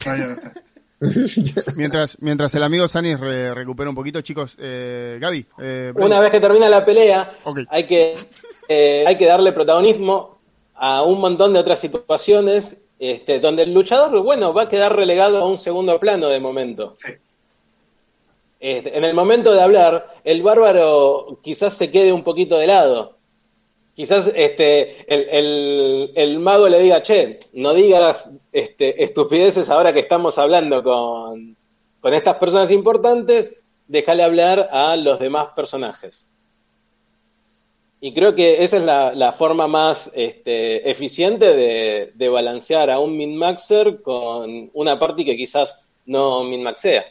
Mientras el amigo Sanis recupera un poquito, chicos, Gaby. Una vez que termina la pelea, okay. hay que darle protagonismo a un montón de otras situaciones donde el luchador, bueno, va a quedar relegado a un segundo plano de momento. Sí. En el momento de hablar, el bárbaro quizás se quede un poquito de lado. Quizás el mago le diga, che, no digas estupideces ahora que estamos hablando con estas personas importantes, déjale hablar a los demás personajes. Y creo que esa es la forma más eficiente de balancear a un min-maxer con una party que quizás no min-maxea.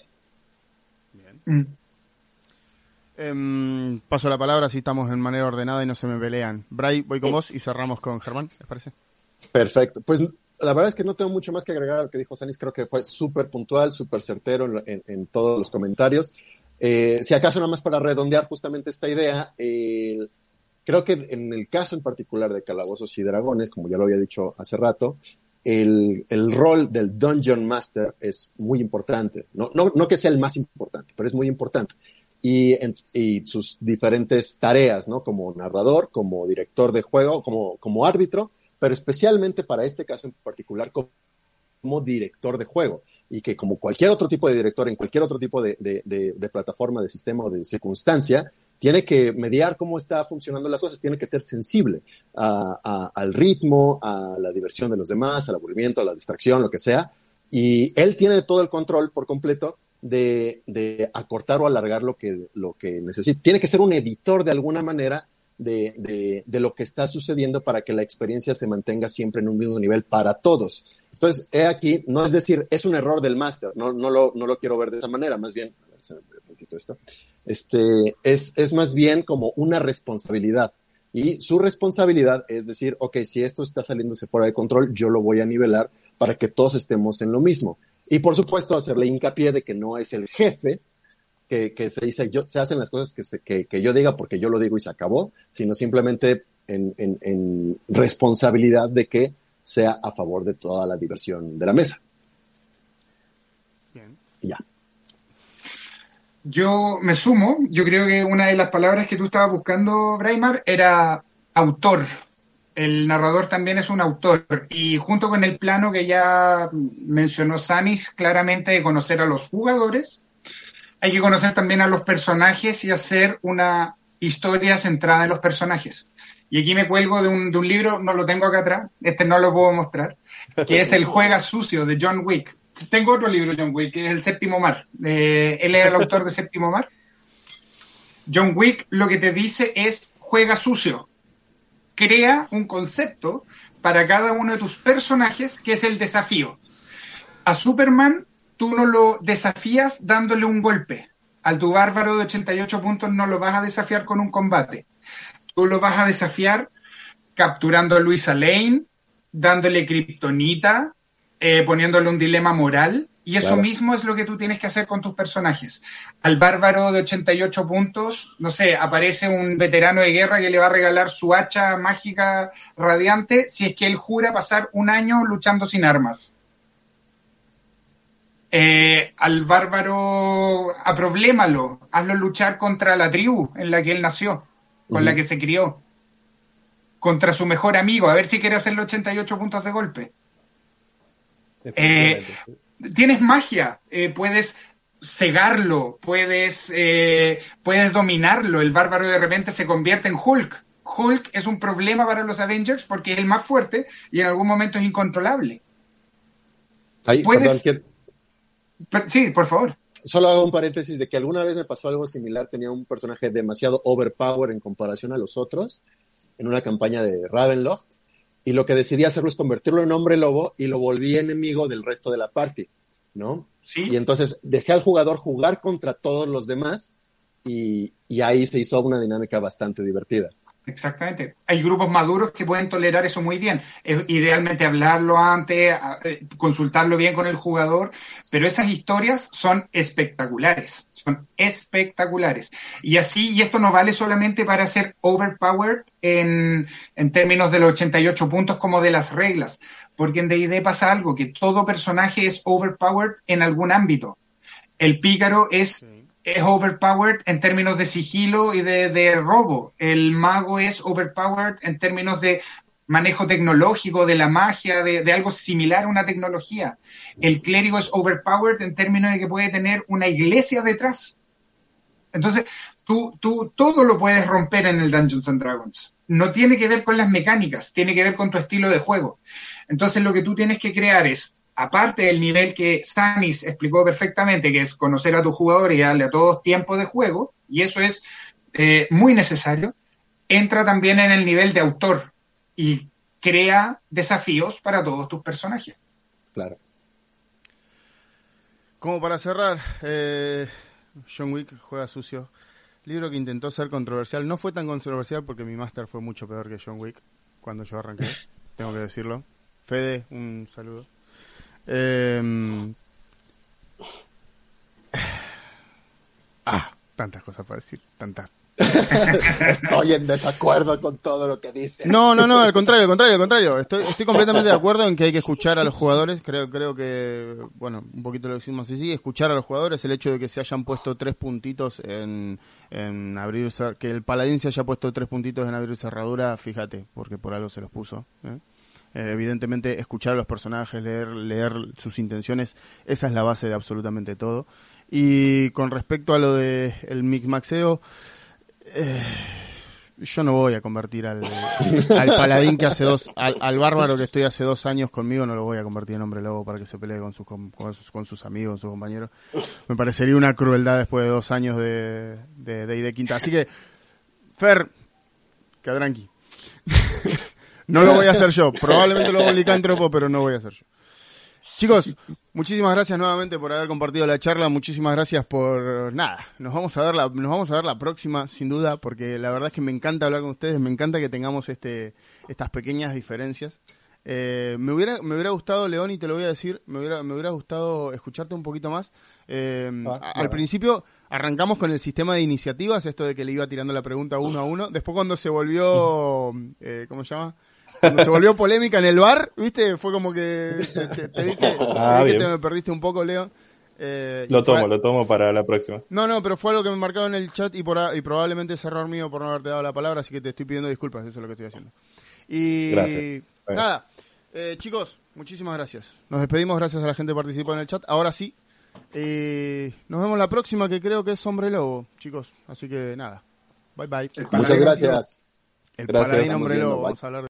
Paso la palabra, si estamos en manera ordenada y no se me pelean. Bray, voy con vos y cerramos con Germán, ¿les parece? Perfecto. Pues la verdad es que no tengo mucho más que agregar a lo que dijo Sanis. Creo que fue súper puntual, súper certero en todos los comentarios. Si acaso nada más para redondear justamente esta idea, creo que en el caso en particular de Calabozos y Dragones, como ya lo había dicho hace rato, el rol del Dungeon Master es muy importante. No que sea el más importante, pero es muy importante. Y sus diferentes tareas, ¿no? Como narrador, como director de juego, como árbitro, pero especialmente para este caso en particular como director de juego. Y que como cualquier otro tipo de director en cualquier otro tipo de plataforma, de sistema o de circunstancia, tiene que mediar cómo está funcionando las cosas, tiene que ser sensible al ritmo, a la diversión de los demás, al aburrimiento, a la distracción, lo que sea. Y él tiene todo el control por completo de acortar o alargar lo que necesita. Tiene que ser un editor de alguna manera de lo que está sucediendo para que la experiencia se mantenga siempre en un mismo nivel para todos. Entonces, aquí, no es decir, es un error del máster, no lo quiero ver de esa manera, más bien, a ver, se me ve un poquito esto, es más bien como una responsabilidad. Y su responsabilidad es decir, ok, si esto está saliéndose fuera de control, yo lo voy a nivelar para que todos estemos en lo mismo. Y por supuesto, hacerle hincapié de que no es el jefe, que se dice, se hacen las cosas que yo diga porque yo lo digo y se acabó, sino simplemente en responsabilidad de que sea a favor de toda la diversión de la mesa. Bien. Y ya. Yo me sumo, yo creo que una de las palabras que tú estabas buscando, Braimar, era autor. El narrador también es un autor, y junto con el plano que ya mencionó Sanis, claramente de conocer a los jugadores, hay que conocer también a los personajes y hacer una historia centrada en los personajes. Y aquí me cuelgo de un libro, no lo tengo acá atrás, no lo puedo mostrar, que es El Juega Sucio, de John Wick. Tengo otro libro, John Wick, que es El Séptimo Mar. Él era el autor de Séptimo Mar. John Wick lo que te dice es, juega sucio. Crea un concepto para cada uno de tus personajes, que es el desafío. A Superman tú no lo desafías dándole un golpe. Al tu bárbaro de 88 puntos no lo vas a desafiar con un combate. Tú lo vas a desafiar capturando a Luisa Lane, dándole kriptonita, poniéndole un dilema moral, y eso mismo es lo que tú tienes que hacer con tus personajes. Al bárbaro de 88 puntos, no sé, aparece un veterano de guerra que le va a regalar su hacha mágica radiante si es que él jura pasar un año luchando sin armas. Al bárbaro, aproblémalo, hazlo luchar contra la tribu en la que él nació, con la que se crió, contra su mejor amigo, a ver si quiere hacerle 88 puntos de golpe. Tienes magia, puedes cegarlo, puedes dominarlo. El bárbaro de repente se convierte en Hulk. Hulk es un problema para los Avengers porque es el más fuerte y en algún momento es incontrolable. Sí, por favor. Solo hago un paréntesis de que alguna vez me pasó algo similar. Tenía un personaje demasiado overpower en comparación a los otros en una campaña de Ravenloft, y lo que decidí hacerlo es convertirlo en hombre lobo y lo volví enemigo del resto de la party, ¿no? Sí. Y entonces dejé al jugador jugar contra todos los demás y ahí se hizo una dinámica bastante divertida. Exactamente. Hay grupos maduros que pueden tolerar eso muy bien. Idealmente hablarlo antes, consultarlo bien con el jugador, pero esas historias son espectaculares. Son espectaculares. Y esto no vale solamente para ser overpowered en términos de los 88 puntos como de las reglas, porque en D&D pasa algo, que todo personaje es overpowered en algún ámbito. El pícaro es overpowered en términos de sigilo y de robo. El mago es overpowered en términos de manejo tecnológico, de la magia, de algo similar a una tecnología. El clérigo es overpowered en términos de que puede tener una iglesia detrás. Entonces, tú todo lo puedes romper en el Dungeons and Dragons. No tiene que ver con las mecánicas, tiene que ver con tu estilo de juego. Entonces, lo que tú tienes que crear es aparte del nivel que Sanis explicó perfectamente, que es conocer a tu jugador y darle a todos tiempo de juego, y eso es muy necesario, entra también en el nivel de autor y crea desafíos para todos tus personajes. Claro. Como para cerrar, John Wick juega sucio. Libro que intentó ser controversial. No fue tan controversial porque mi máster fue mucho peor que John Wick cuando yo arranqué. Tengo que decirlo. Fede, un saludo. Tantas cosas para decir. Tantas. Estoy en desacuerdo con todo lo que dice. No, al contrario. Estoy completamente de acuerdo en que hay que escuchar a los jugadores. Creo que, bueno, un poquito lo decimos así, escuchar a los jugadores. El hecho de que se hayan puesto 3 puntitos en abrir, que el paladín se haya puesto 3 puntitos en abrir cerradura, fíjate, porque por algo se los puso. Evidentemente, escuchar a los personajes, leer sus intenciones, esa es la base de absolutamente todo. Y con respecto a lo de el micmaxeo, yo no voy a convertir al paladín que hace al bárbaro que estoy hace 2 años conmigo, no lo voy a convertir en hombre lobo para que se pelee con sus amigos, sus compañeros. Me parecería una crueldad después de 2 años de D&D quinta. Así que, Fer, queda tranqui. No lo voy a hacer yo. Probablemente lo hago un licántropo, pero no voy a hacer yo. Chicos, muchísimas gracias nuevamente por haber compartido la charla. Muchísimas gracias por nada. Nos vamos a ver la próxima, sin duda, porque la verdad es que me encanta hablar con ustedes. Me encanta que tengamos estas pequeñas diferencias. Me hubiera gustado, León, y te lo voy a decir, me hubiera gustado escucharte un poquito más. Al principio arrancamos con el sistema de iniciativas, esto de que le iba tirando la pregunta uno a uno. Después cuando se volvió, ¿cómo se llama? Cuando se volvió polémica en el bar, ¿viste? Fue como que te vi que te me perdiste un poco, Leo. Lo tomo para la próxima. No, pero fue algo que me marcaron en el chat y probablemente es error mío por no haberte dado la palabra, así que te estoy pidiendo disculpas, eso es lo que estoy haciendo. Y gracias. Nada, chicos, muchísimas gracias. Nos despedimos, gracias a la gente que participó en el chat. Ahora sí, nos vemos la próxima, que creo que es Hombre Lobo, chicos. Así que nada, bye bye. Muchas gracias. El paladín Hombre Lobo, vamos a hablar de